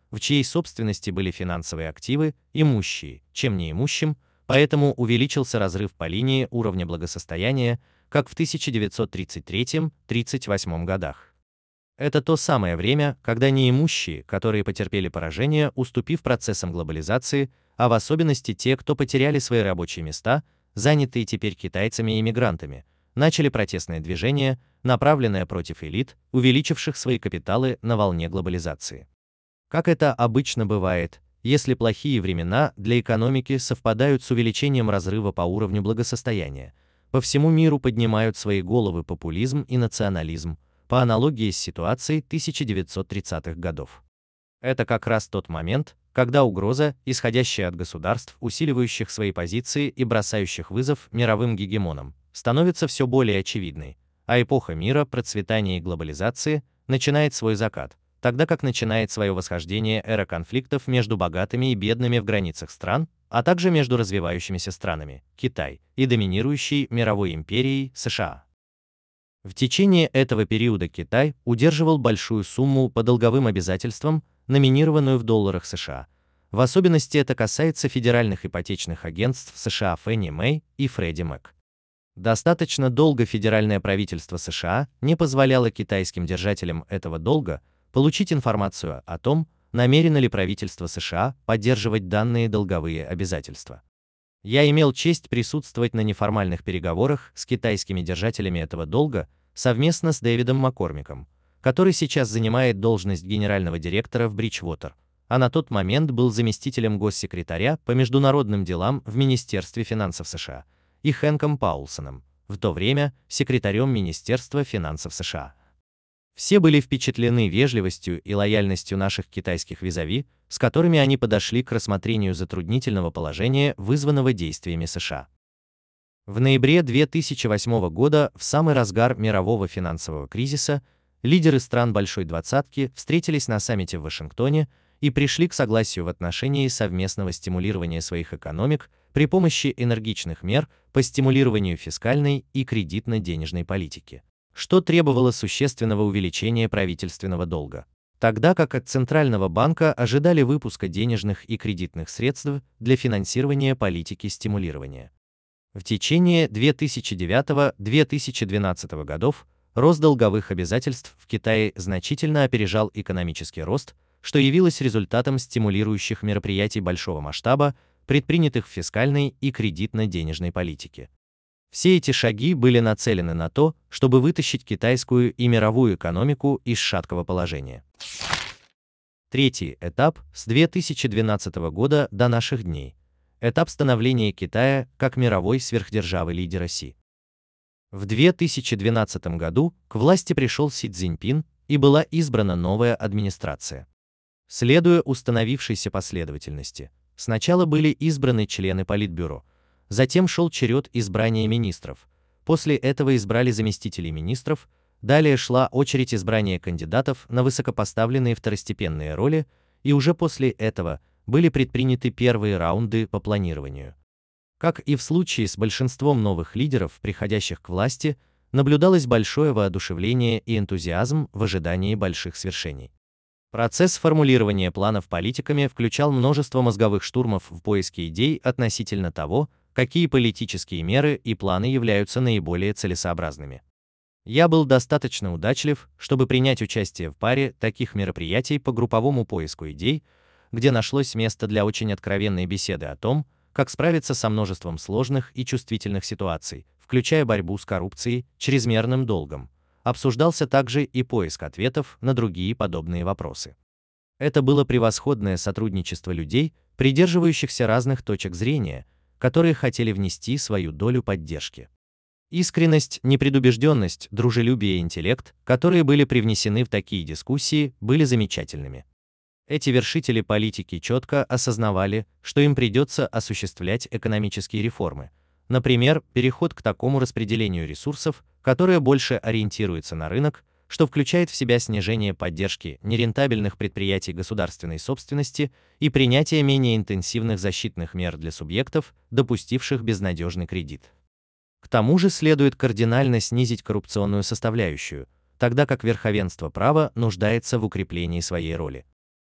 в чьей собственности были финансовые активы, имущие, чем неимущим, поэтому увеличился разрыв по линии уровня благосостояния, как в тысяча девятьсот тридцать третьем — тридцать восьмом годах. Это то самое время, когда неимущие, которые потерпели поражение, уступив процессам глобализации, а в особенности те, кто потеряли свои рабочие места, занятые теперь китайцами и иммигрантами, начали протестное движение, направленное против элит, увеличивших свои капиталы на волне глобализации. Как это обычно бывает, если плохие времена для экономики совпадают с увеличением разрыва по уровню благосостояния, по всему миру поднимают свои головы популизм и национализм, по аналогии с ситуацией тысяча девятьсот тридцатых годов. Это как раз тот момент, когда угроза, исходящая от государств, усиливающих свои позиции и бросающих вызов мировым гегемонам, становится все более очевидной, а эпоха мира, процветания и глобализации начинает свой закат, тогда как начинает свое восхождение эра конфликтов между богатыми и бедными в границах стран, а также между развивающимися странами, Китай, и доминирующей мировой империей, США. В течение этого периода Китай удерживал большую сумму по долговым обязательствам, номинированную в долларах США. В особенности это касается федеральных ипотечных агентств США Фенни Мэй и Фредди Мак. Достаточно долго федеральное правительство США не позволяло китайским держателям этого долга получить информацию о том, намерено ли правительство США поддерживать данные долговые обязательства. Я имел честь присутствовать на неформальных переговорах с китайскими держателями этого долга совместно с Дэвидом Маккормиком, который сейчас занимает должность генерального директора в Bridgewater, а на тот момент был заместителем госсекретаря по международным делам в Министерстве финансов США, и Хэнком Паулсоном, в то время секретарем Министерства финансов США. Все были впечатлены вежливостью и лояльностью наших китайских визави, с которыми они подошли к рассмотрению затруднительного положения, вызванного действиями США. В ноябре две тысячи восьмого года, в самый разгар мирового финансового кризиса, лидеры стран Большой Двадцатки встретились на саммите в Вашингтоне и пришли к согласию в отношении совместного стимулирования своих экономик при помощи энергичных мер по стимулированию фискальной и кредитно-денежной политики, что требовало существенного увеличения правительственного долга, тогда как от Центрального банка ожидали выпуска денежных и кредитных средств для финансирования политики стимулирования. В течение две тысячи девятого — две тысячи двенадцатого годов рост долговых обязательств в Китае значительно опережал экономический рост, что явилось результатом стимулирующих мероприятий большого масштаба, предпринятых в фискальной и кредитно-денежной политике. Все эти шаги были нацелены на то, чтобы вытащить китайскую и мировую экономику из шаткого положения. Третий этап с две тысячи двенадцатого года до наших дней. Этап становления Китая как мировой сверхдержавы-лидера Си. В две тысячи двенадцатом году к власти пришел Си Цзиньпин и была избрана новая администрация. Следуя установившейся последовательности, сначала были избраны члены Политбюро, затем шел черед избрания министров, после этого избрали заместителей министров, далее шла очередь избрания кандидатов на высокопоставленные второстепенные роли, и уже после этого были предприняты первые раунды по планированию. Как и в случае с большинством новых лидеров, приходящих к власти, наблюдалось большое воодушевление и энтузиазм в ожидании больших свершений. Процесс формулирования планов политиками включал множество мозговых штурмов в поиске идей относительно того, какие политические меры и планы являются наиболее целесообразными. Я был достаточно удачлив, чтобы принять участие в паре таких мероприятий по групповому поиску идей, где нашлось место для очень откровенной беседы о том, как справиться со множеством сложных и чувствительных ситуаций, включая борьбу с коррупцией, чрезмерным долгом. Обсуждался также и поиск ответов на другие подобные вопросы. Это было превосходное сотрудничество людей, придерживающихся разных точек зрения, которые хотели внести свою долю поддержки. Искренность, непредубежденность, дружелюбие и интеллект, которые были привнесены в такие дискуссии, были замечательными. Эти вершители политики четко осознавали, что им придется осуществлять экономические реформы, например, переход к такому распределению ресурсов, которое больше ориентируется на рынок, что включает в себя снижение поддержки нерентабельных предприятий государственной собственности и принятие менее интенсивных защитных мер для субъектов, допустивших безнадежный кредит. К тому же следует кардинально снизить коррупционную составляющую, тогда как верховенство права нуждается в укреплении своей роли.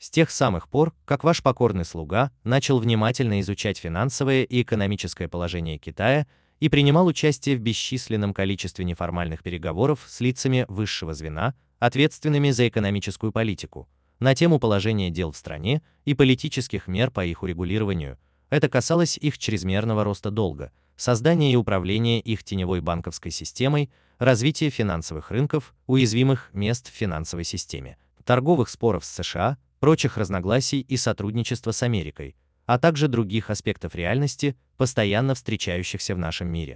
С тех самых пор, как ваш покорный слуга начал внимательно изучать финансовое и экономическое положение Китая и принимал участие в бесчисленном количестве неформальных переговоров с лицами высшего звена, ответственными за экономическую политику, на тему положения дел в стране и политических мер по их урегулированию, это касалось их чрезмерного роста долга, создания и управления их теневой банковской системой, развития финансовых рынков, уязвимых мест в финансовой системе, торговых споров с США, прочих разногласий и сотрудничества с Америкой, а также других аспектов реальности, постоянно встречающихся в нашем мире.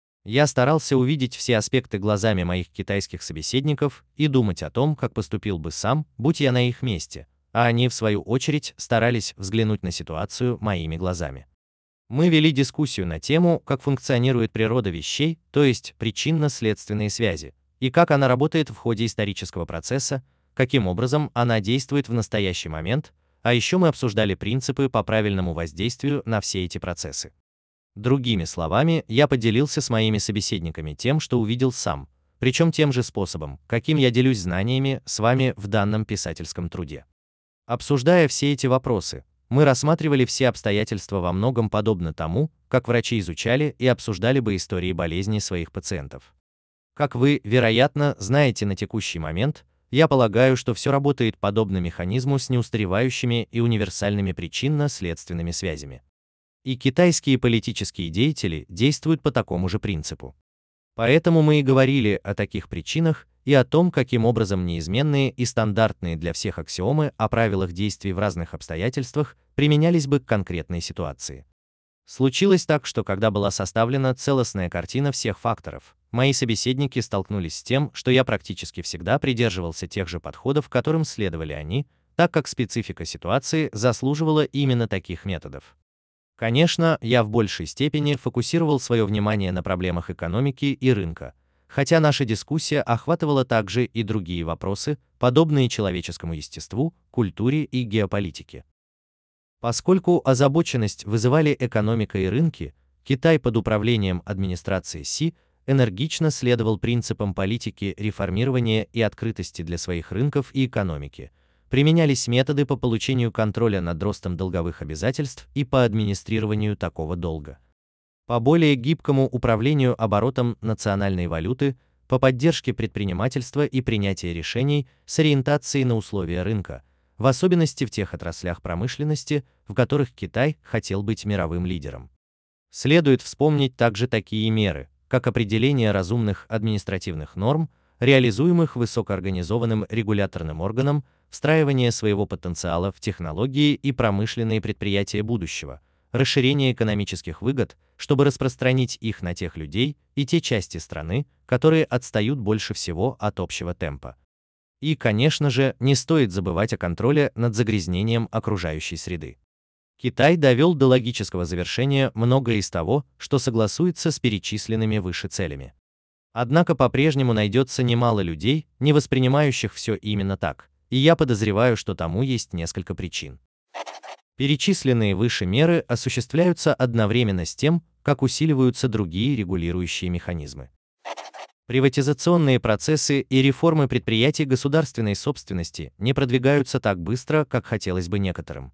Я старался увидеть все аспекты глазами моих китайских собеседников и думать о том, как поступил бы сам, будь я на их месте, а они, в свою очередь, старались взглянуть на ситуацию моими глазами. Мы вели дискуссию на тему, как функционирует природа вещей, то есть причинно-следственные связи, и как она работает в ходе исторического процесса, каким образом она действует в настоящий момент, а еще мы обсуждали принципы по правильному воздействию на все эти процессы. Другими словами, я поделился с моими собеседниками тем, что увидел сам, причем тем же способом, каким я делюсь знаниями с вами в данном писательском труде. Обсуждая все эти вопросы, мы рассматривали все обстоятельства во многом подобно тому, как врачи изучали и обсуждали бы истории болезней своих пациентов. Как вы, вероятно, знаете на текущий момент, я полагаю, что все работает подобно механизму с неустаревающими и универсальными причинно-следственными связями. И китайские политические деятели действуют по такому же принципу. Поэтому мы и говорили о таких причинах и о том, каким образом неизменные и стандартные для всех аксиомы о правилах действий в разных обстоятельствах применялись бы к конкретной ситуации. Случилось так, что когда была составлена целостная картина всех факторов, мои собеседники столкнулись с тем, что я практически всегда придерживался тех же подходов, которым следовали они, так как специфика ситуации заслуживала именно таких методов. Конечно, я в большей степени фокусировал свое внимание на проблемах экономики и рынка, хотя наша дискуссия охватывала также и другие вопросы, подобные человеческому естеству, культуре и геополитике. Поскольку озабоченность вызывали экономика и рынки, Китай под управлением администрации Си энергично следовал принципам политики реформирования и открытости для своих рынков и экономики. Применялись методы по получению контроля над ростом долговых обязательств и по администрированию такого долга. По более гибкому управлению оборотом национальной валюты, по поддержке предпринимательства и принятия решений с ориентацией на условия рынка, в особенности в тех отраслях промышленности, в которых Китай хотел быть мировым лидером. Следует вспомнить также такие меры, как определение разумных административных норм, реализуемых высокоорганизованным регуляторным органом, встраивание своего потенциала в технологии и промышленные предприятия будущего, расширение экономических выгод, чтобы распространить их на тех людей и те части страны, которые отстают больше всего от общего темпа. И, конечно же, не стоит забывать о контроле над загрязнением окружающей среды. Китай довел до логического завершения многое из того, что согласуется с перечисленными выше целями. Однако по-прежнему найдется немало людей, не воспринимающих все именно так, и я подозреваю, что тому есть несколько причин. Перечисленные выше меры осуществляются одновременно с тем, как усиливаются другие регулирующие механизмы. Приватизационные процессы и реформы предприятий государственной собственности не продвигаются так быстро, как хотелось бы некоторым.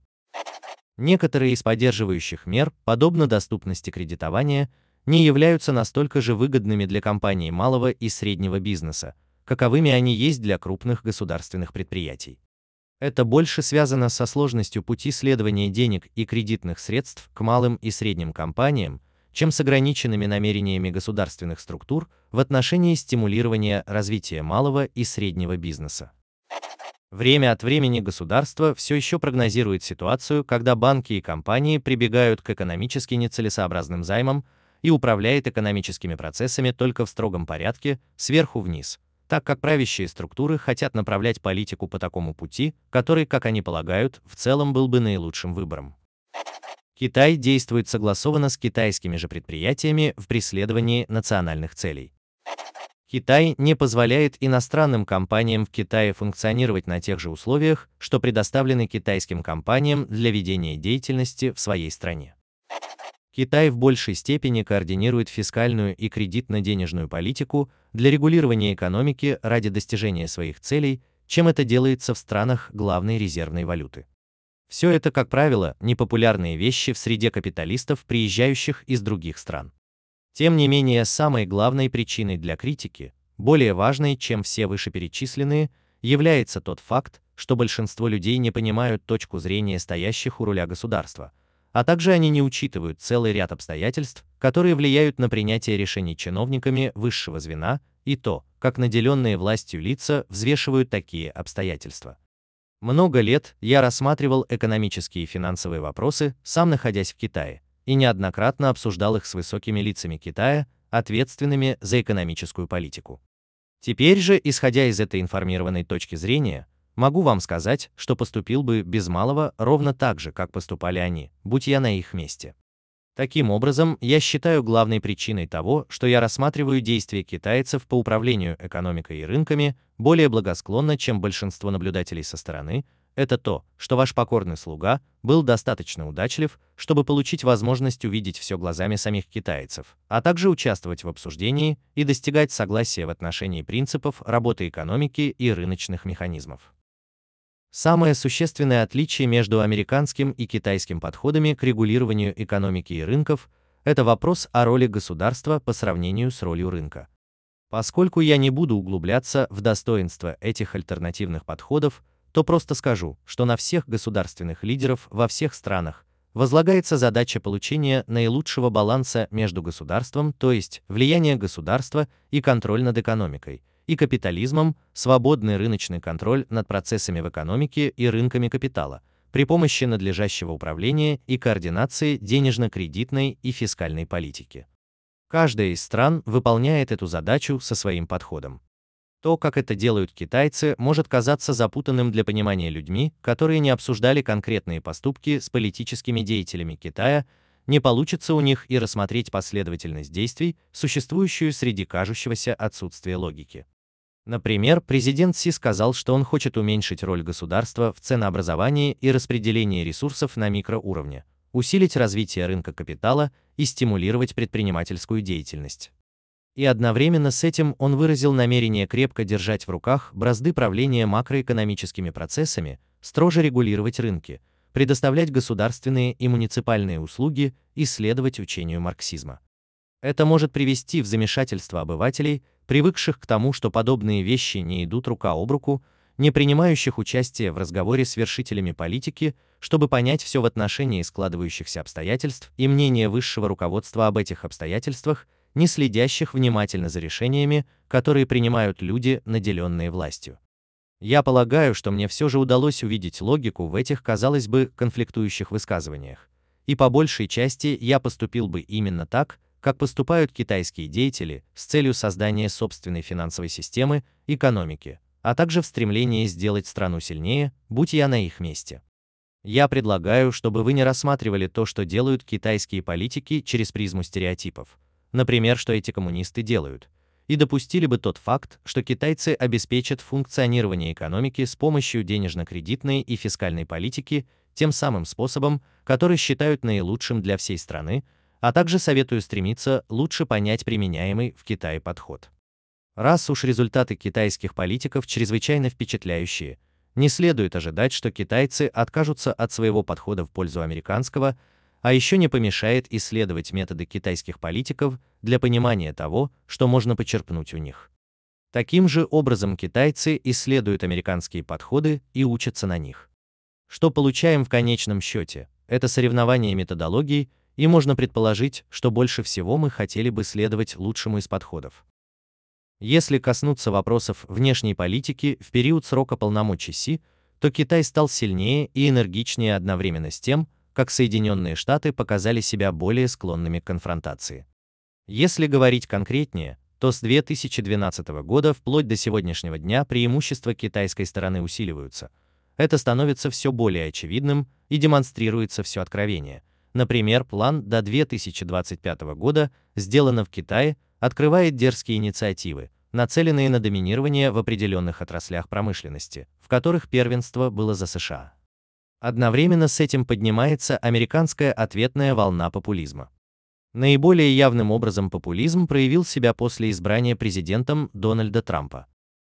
Некоторые из поддерживающих мер, подобно доступности кредитования, не являются настолько же выгодными для компаний малого и среднего бизнеса, каковыми они есть для крупных государственных предприятий. Это больше связано со сложностью пути следования денег и кредитных средств к малым и средним компаниям, чем с ограниченными намерениями государственных структур в отношении стимулирования развития малого и среднего бизнеса. Время от времени государство все еще прогнозирует ситуацию, когда банки и компании прибегают к экономически нецелесообразным займам и управляет экономическими процессами только в строгом порядке, сверху вниз, так как правящие структуры хотят направлять политику по такому пути, который, как они полагают, в целом был бы наилучшим выбором. Китай действует согласованно с китайскими же предприятиями в преследовании национальных целей. Китай не позволяет иностранным компаниям в Китае функционировать на тех же условиях, что предоставлены китайским компаниям для ведения деятельности в своей стране. Китай в большей степени координирует фискальную и кредитно-денежную политику для регулирования экономики ради достижения своих целей, чем это делается в странах главной резервной валюты. Все это, как правило, непопулярные вещи в среде капиталистов, приезжающих из других стран. Тем не менее, самой главной причиной для критики, более важной, чем все вышеперечисленные, является тот факт, что большинство людей не понимают точку зрения стоящих у руля государства, а также они не учитывают целый ряд обстоятельств, которые влияют на принятие решений чиновниками высшего звена и то, как наделенные властью лица взвешивают такие обстоятельства. Много лет я рассматривал экономические и финансовые вопросы, сам находясь в Китае, и неоднократно обсуждал их с высокими лицами Китая, ответственными за экономическую политику. Теперь же, исходя из этой информированной точки зрения, могу вам сказать, что поступил бы без малого ровно так же, как поступали они, будь я на их месте. Таким образом, я считаю главной причиной того, что я рассматриваю действия китайцев по управлению экономикой и рынками более благосклонно, чем большинство наблюдателей со стороны, это то, что ваш покорный слуга был достаточно удачлив, чтобы получить возможность увидеть все глазами самих китайцев, а также участвовать в обсуждении и достигать согласия в отношении принципов работы экономики и рыночных механизмов. Самое существенное отличие между американским и китайским подходами к регулированию экономики и рынков – это вопрос о роли государства по сравнению с ролью рынка. Поскольку я не буду углубляться в достоинства этих альтернативных подходов, то просто скажу, что на всех государственных лидеров во всех странах возлагается задача получения наилучшего баланса между государством, то есть влияние государства и контроль над экономикой, и капитализмом, свободный рыночный контроль над процессами в экономике и рынками капитала, при помощи надлежащего управления и координации денежно-кредитной и фискальной политики. Каждая из стран выполняет эту задачу со своим подходом. То, как это делают китайцы, может казаться запутанным для понимания людьми, которые не обсуждали конкретные поступки с политическими деятелями Китая, не получится у них и рассмотреть последовательность действий, существующую среди кажущегося отсутствия логики. Например, президент Си сказал, что он хочет уменьшить роль государства в ценообразовании и распределении ресурсов на микроуровне, усилить развитие рынка капитала и стимулировать предпринимательскую деятельность. И одновременно с этим он выразил намерение крепко держать в руках бразды правления макроэкономическими процессами, строже регулировать рынки, предоставлять государственные и муниципальные услуги и следовать учению марксизма. Это может привести в замешательство обывателей, привыкших к тому, что подобные вещи не идут рука об руку, не принимающих участие в разговоре с вершителями политики, чтобы понять все в отношении складывающихся обстоятельств и мнение высшего руководства об этих обстоятельствах, не следящих внимательно за решениями, которые принимают люди, наделенные властью. Я полагаю, что мне все же удалось увидеть логику в этих, казалось бы, конфликтующих высказываниях, и по большей части я поступил бы именно так, как поступают китайские деятели с целью создания собственной финансовой системы, экономики, а также в стремлении сделать страну сильнее, будь я на их месте. Я предлагаю, чтобы вы не рассматривали то, что делают китайские политики, через призму стереотипов, например, что эти коммунисты делают, и допустили бы тот факт, что китайцы обеспечат функционирование экономики с помощью денежно-кредитной и фискальной политики тем самым способом, который считают наилучшим для всей страны, а также советую стремиться лучше понять применяемый в Китае подход. Раз уж результаты китайских политиков чрезвычайно впечатляющие, не следует ожидать, что китайцы откажутся от своего подхода в пользу американского, а еще не помешает исследовать методы китайских политиков для понимания того, что можно почерпнуть у них. Таким же образом китайцы исследуют американские подходы и учатся на них. Что получаем в конечном счете, это соревнование методологий, и можно предположить, что больше всего мы хотели бы следовать лучшему из подходов. Если коснуться вопросов внешней политики в период срока полномочий Си, то Китай стал сильнее и энергичнее одновременно с тем, как Соединенные Штаты показали себя более склонными к конфронтации. Если говорить конкретнее, то с две тысячи двенадцатого года вплоть до сегодняшнего дня преимущества китайской стороны усиливаются. Это становится все более очевидным и демонстрируется все откровеннее. Например, план до две тысячи двадцать пятого года, сделано в Китае, открывает дерзкие инициативы, нацеленные на доминирование в определенных отраслях промышленности, в которых первенство было за США. Одновременно с этим поднимается американская ответная волна популизма. Наиболее явным образом популизм проявил себя после избрания президентом Дональда Трампа.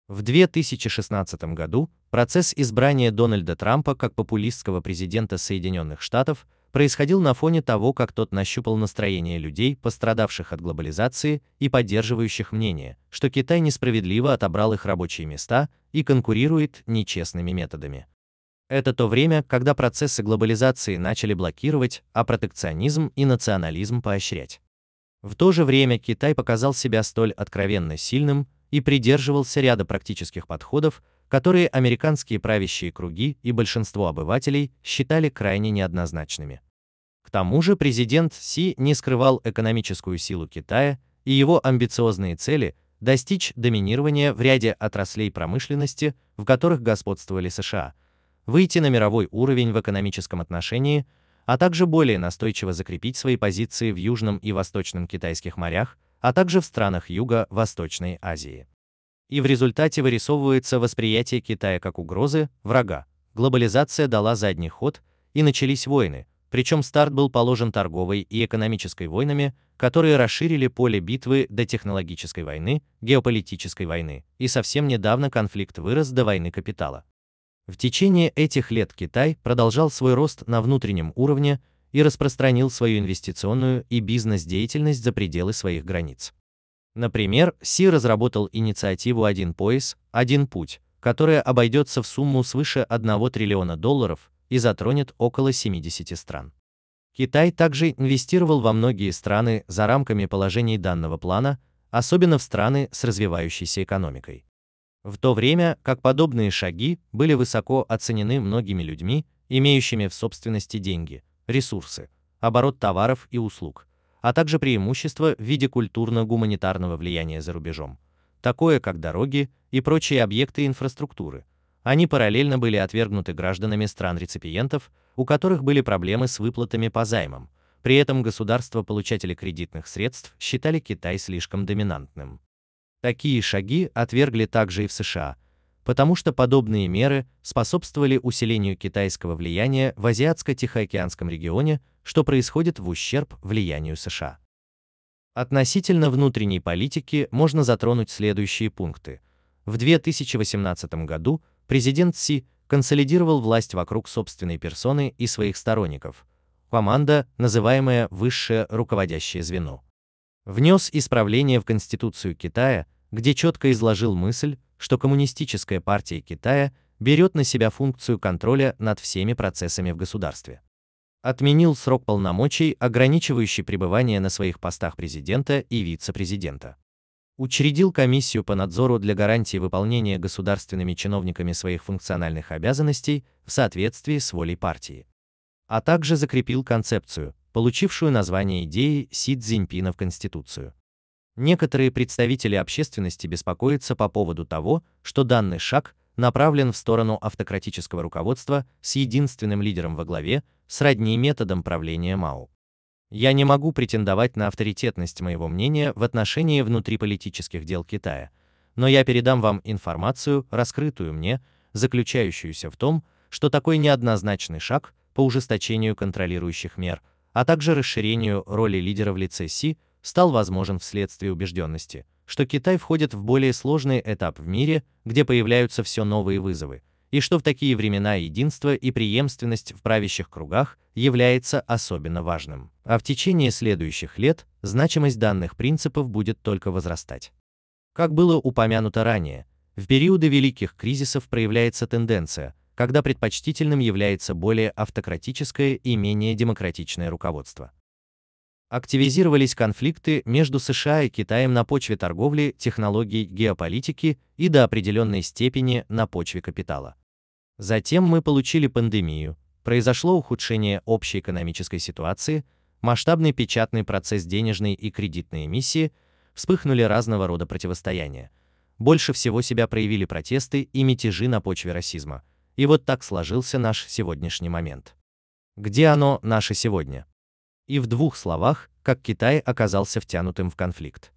В две тысячи шестнадцатом году процесс избрания Дональда Трампа как популистского президента Соединенных Штатов происходил на фоне того, как тот нащупал настроение людей, пострадавших от глобализации и поддерживающих мнение, что Китай несправедливо отобрал их рабочие места и конкурирует нечестными методами. Это то время, когда процессы глобализации начали блокировать, а протекционизм и национализм поощрять. В то же время Китай показал себя столь откровенно сильным и придерживался ряда практических подходов, которые американские правящие круги и большинство обывателей считали крайне неоднозначными. К тому же президент Си не скрывал экономическую силу Китая и его амбициозные цели достичь доминирования в ряде отраслей промышленности, в которых господствовали США, выйти на мировой уровень в экономическом отношении, а также более настойчиво закрепить свои позиции в Южном и Восточном китайских морях, а также в странах Юго-Восточной Азии. И в результате вырисовывается восприятие Китая как угрозы, врага. Глобализация дала задний ход, и начались войны, причем старт был положен торговой и экономической войнами, которые расширили поле битвы до технологической войны, геополитической войны, и совсем недавно конфликт вырос до войны капитала. В течение этих лет Китай продолжал свой рост на внутреннем уровне и распространил свою инвестиционную и бизнес-деятельность за пределы своих границ. Например, Си разработал инициативу «Один пояс, один путь», которая обойдется в сумму свыше одного триллиона долларов и затронет около семидесяти стран. Китай также инвестировал во многие страны за рамками положений данного плана, особенно в страны с развивающейся экономикой. В то время как подобные шаги были высоко оценены многими людьми, имеющими в собственности деньги, ресурсы, оборот товаров и услуг, а также преимущества в виде культурно-гуманитарного влияния за рубежом, такое как дороги и прочие объекты инфраструктуры. Они параллельно были отвергнуты гражданами стран-реципиентов, у которых были проблемы с выплатами по займам. При этом государства-получатели кредитных средств считали Китай слишком доминантным. Такие шаги отвергли также и в США, потому что подобные меры способствовали усилению китайского влияния в Азиатско-Тихоокеанском регионе, что происходит в ущерб влиянию США. Относительно внутренней политики можно затронуть следующие пункты. В две тысячи восемнадцатом году президент Си консолидировал власть вокруг собственной персоны и своих сторонников, команда, называемая «высшее руководящее звено». Внес исправления в Конституцию Китая, где четко изложил мысль, что Коммунистическая партия Китая берет на себя функцию контроля над всеми процессами в государстве. Отменил срок полномочий, ограничивающий пребывание на своих постах президента и вице-президента. Учредил комиссию по надзору для гарантии выполнения государственными чиновниками своих функциональных обязанностей в соответствии с волей партии. А также закрепил концепцию, получившую название идеи Си Цзиньпина в Конституцию. Некоторые представители общественности беспокоятся по поводу того, что данный шаг направлен в сторону автократического руководства с единственным лидером во главе, сродни методам правления Мао. Я не могу претендовать на авторитетность моего мнения в отношении внутриполитических дел Китая, но я передам вам информацию, раскрытую мне, заключающуюся в том, что такой неоднозначный шаг по ужесточению контролирующих мер, а также расширению роли лидера в лице Си, стал возможен вследствие убежденности, что Китай входит в более сложный этап в мире, где появляются все новые вызовы, и что в такие времена единство и преемственность в правящих кругах является особенно важным. А в течение следующих лет значимость данных принципов будет только возрастать. Как было упомянуто ранее, в периоды великих кризисов проявляется тенденция, когда предпочтительным является более автократическое и менее демократичное руководство. Активизировались конфликты между США и Китаем на почве торговли, технологий, геополитики и до определенной степени на почве капитала. Затем мы получили пандемию, произошло ухудшение общей экономической ситуации, масштабный печатный процесс денежной и кредитной эмиссии, вспыхнули разного рода противостояния. Больше всего себя проявили протесты и мятежи на почве расизма. И вот так сложился наш сегодняшний момент. Где оно, наше сегодня? И в двух словах, как Китай оказался втянутым в конфликт.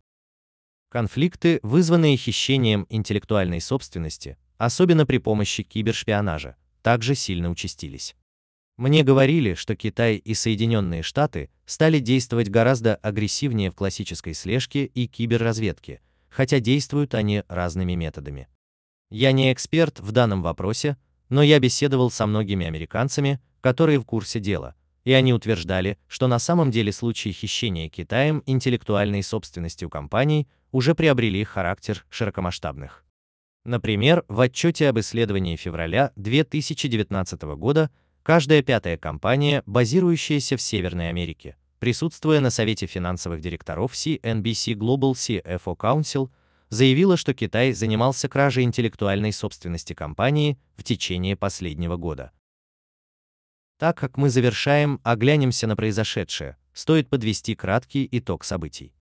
Конфликты, вызванные хищением интеллектуальной собственности, особенно при помощи кибершпионажа, также сильно участились. Мне говорили, что Китай и Соединенные Штаты стали действовать гораздо агрессивнее в классической слежке и киберразведке, хотя действуют они разными методами. Я не эксперт в данном вопросе, но я беседовал со многими американцами, которые в курсе дела, и они утверждали, что на самом деле случаи хищения Китаем интеллектуальной собственности у компаний уже приобрели характер широкомасштабных. Например, в отчете об исследовании февраля две тысячи девятнадцатого года каждая пятая компания, базирующаяся в Северной Америке, присутствуя на совете финансовых директоров си эн би си Global си эф о Council, заявила, что Китай занимался кражей интеллектуальной собственности компании в течение последнего года. Так как мы завершаем, оглянемся на произошедшее, стоит подвести краткий итог событий.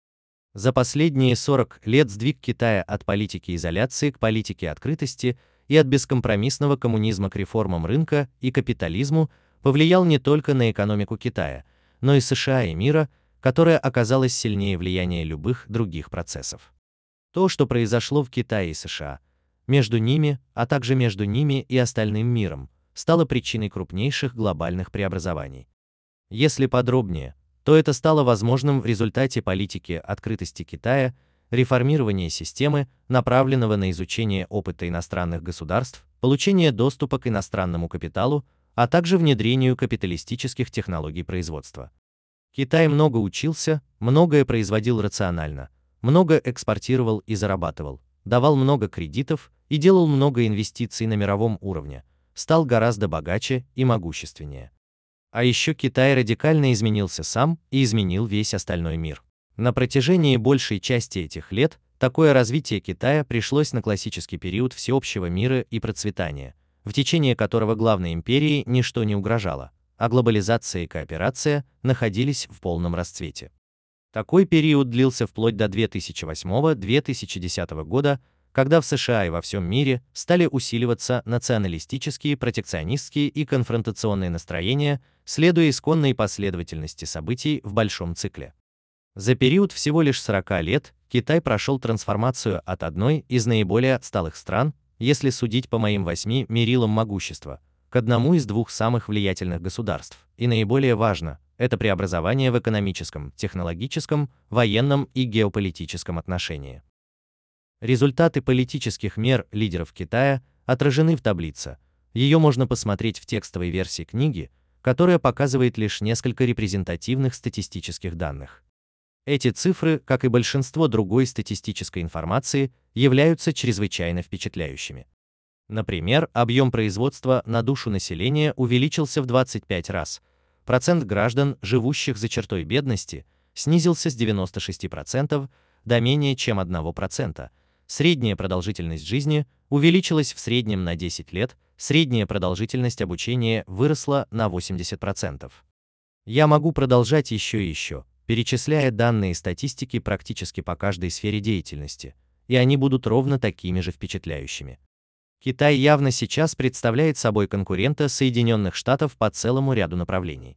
За последние сорок лет сдвиг Китая от политики изоляции к политике открытости и от бескомпромиссного коммунизма к реформам рынка и капитализму повлиял не только на экономику Китая, но и США и мира, которая оказалась сильнее влияния любых других процессов. То, что произошло в Китае и США, между ними, а также между ними и остальным миром, стало причиной крупнейших глобальных преобразований. Если подробнее, то это стало возможным в результате политики открытости Китая, реформирования системы, направленного на изучение опыта иностранных государств, получение доступа к иностранному капиталу, а также внедрению капиталистических технологий производства. Китай много учился, многое производил рационально, много экспортировал и зарабатывал, давал много кредитов и делал много инвестиций на мировом уровне, стал гораздо богаче и могущественнее. А еще Китай радикально изменился сам и изменил весь остальной мир. На протяжении большей части этих лет такое развитие Китая пришлось на классический период всеобщего мира и процветания, в течение которого главной империи ничто не угрожало, а глобализация и кооперация находились в полном расцвете. Такой период длился вплоть до две тысячи восьмого — две тысячи десятого года, когда в США и во всем мире стали усиливаться националистические, протекционистские и конфронтационные настроения, следуя исконной последовательности событий в большом цикле. За период всего лишь сорока лет Китай прошел трансформацию от одной из наиболее отсталых стран, если судить по моим восьми мерилам могущества, к одному из двух самых влиятельных государств, и наиболее важно – это преобразование в экономическом, технологическом, военном и геополитическом отношении. Результаты политических мер лидеров Китая отражены в таблице. Ее можно посмотреть в текстовой версии книги, которая показывает лишь несколько репрезентативных статистических данных. Эти цифры, как и большинство другой статистической информации, являются чрезвычайно впечатляющими. Например, объем производства на душу населения увеличился в двадцать пять раз, процент граждан, живущих за чертой бедности, снизился с девяноста шести процентов до менее чем одного процента. Средняя продолжительность жизни увеличилась в среднем на десять лет, средняя продолжительность обучения выросла на восемьдесят процентов. Я могу продолжать еще и еще, перечисляя данные статистики практически по каждой сфере деятельности, и они будут ровно такими же впечатляющими. Китай явно сейчас представляет собой конкурента Соединенных Штатов по целому ряду направлений.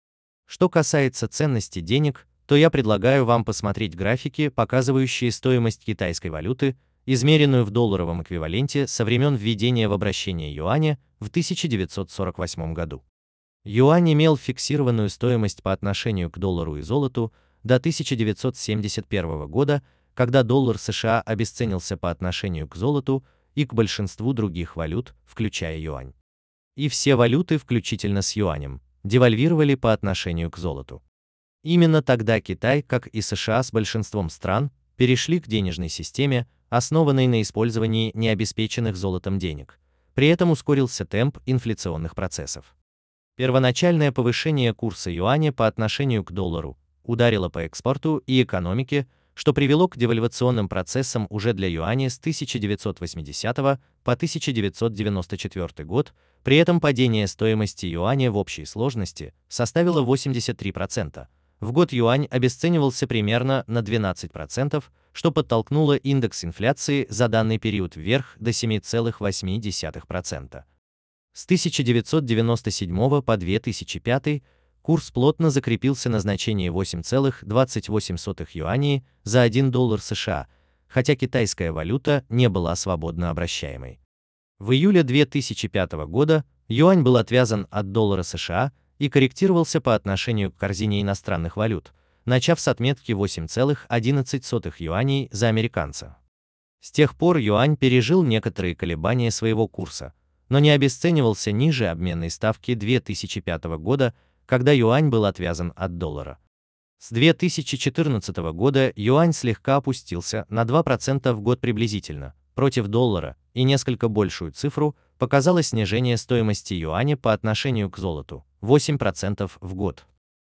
Что касается ценности денег, то я предлагаю вам посмотреть графики, показывающие стоимость китайской валюты, измеренную в долларовом эквиваленте со времен введения в обращение юаня в тысяча девятьсот сорок восьмом году. Юань имел фиксированную стоимость по отношению к доллару и золоту до тысяча девятьсот семьдесят первого года, когда доллар США обесценился по отношению к золоту и к большинству других валют, включая юань. И все валюты, включительно с юанем, девальвировали по отношению к золоту. Именно тогда Китай, как и США с большинством стран, перешли к денежной системе, основанной на использовании необеспеченных золотом денег. При этом ускорился темп инфляционных процессов. Первоначальное повышение курса юаня по отношению к доллару ударило по экспорту и экономике, что привело к девальвационным процессам уже для юаня с тысяча девятьсот восьмидесятого по тысяча девятьсот девяносто четвёртый год, при этом падение стоимости юаня в общей сложности составило восемьдесят три процента. В год юань обесценивался примерно на двенадцать процентов, что подтолкнуло индекс инфляции за данный период вверх до семи целых восьми десятых процента. С тысяча девятьсот девяносто седьмого по две тысячи пятый курс плотно закрепился на значении восемь целых двадцать восемь сотых юаней за один доллар США, хотя китайская валюта не была свободно обращаемой. В июле две тысячи пятого года юань был отвязан от доллара США и корректировался по отношению к корзине иностранных валют, начав с отметки восемь целых одиннадцать сотых юаней за американца. С тех пор юань пережил некоторые колебания своего курса, но не обесценивался ниже обменной ставки две тысячи пятого года, когда юань был отвязан от доллара. С две тысячи четырнадцатого года юань слегка опустился на два процента в год приблизительно, против доллара, и несколько большую цифру показало снижение стоимости юаня по отношению к золоту – восемь процентов в год.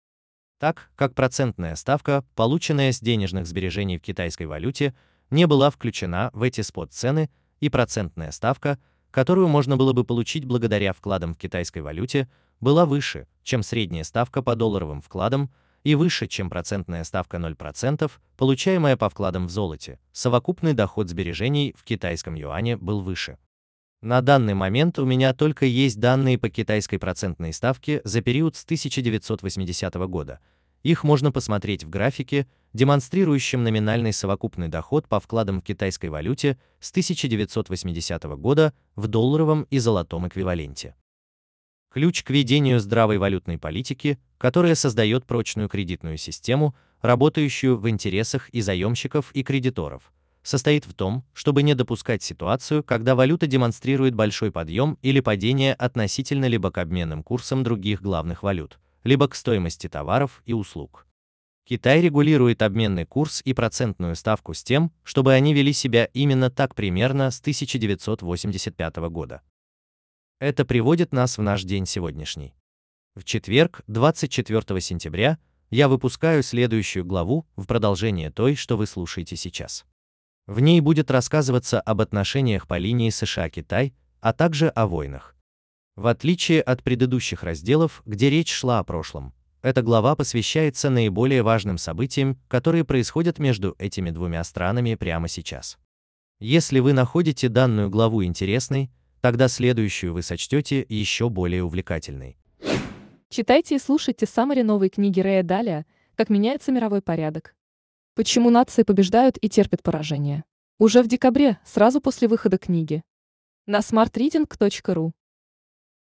Так как процентная ставка, полученная с денежных сбережений в китайской валюте, не была включена в эти спот-цены, и процентная ставка, которую можно было бы получить благодаря вкладам в китайской валюте, была выше, чем средняя ставка по долларовым вкладам, и выше, чем процентная ставка ноль процентов, получаемая по вкладам в золоте, совокупный доход сбережений в китайском юане был выше. На данный момент у меня только есть данные по китайской процентной ставке за период с тысяча девятьсот восьмидесятого года. Их можно посмотреть в графике, демонстрирующем номинальный совокупный доход по вкладам в китайской валюте с тысяча девятьсот восьмидесятого года в долларовом и золотом эквиваленте. Ключ к ведению здравой валютной политики, которая создает прочную кредитную систему, работающую в интересах и заемщиков, и кредиторов, состоит в том, чтобы не допускать ситуацию, когда валюта демонстрирует большой подъем или падение относительно либо к обменным курсам других главных валют, либо к стоимости товаров и услуг. Китай регулирует обменный курс и процентную ставку с тем, чтобы они вели себя именно так примерно с тысяча девятьсот восемьдесят пятого года. Это приводит нас в наш день сегодняшний. В четверг, двадцать четвёртого сентября, я выпускаю следующую главу в продолжение той, что вы слушаете сейчас. В ней будет рассказываться об отношениях по линии США-Китай, а также о войнах. В отличие от предыдущих разделов, где речь шла о прошлом, эта глава посвящается наиболее важным событиям, которые происходят между этими двумя странами прямо сейчас. Если вы находите данную главу интересной, тогда следующую вы сочтете еще более увлекательной. Читайте и слушайте саммари новой книги Рэя Далио «Как меняется мировой порядок. Почему нации побеждают и терпят поражение». Уже в декабре, сразу после выхода книги. На смарт ридинг точка ру.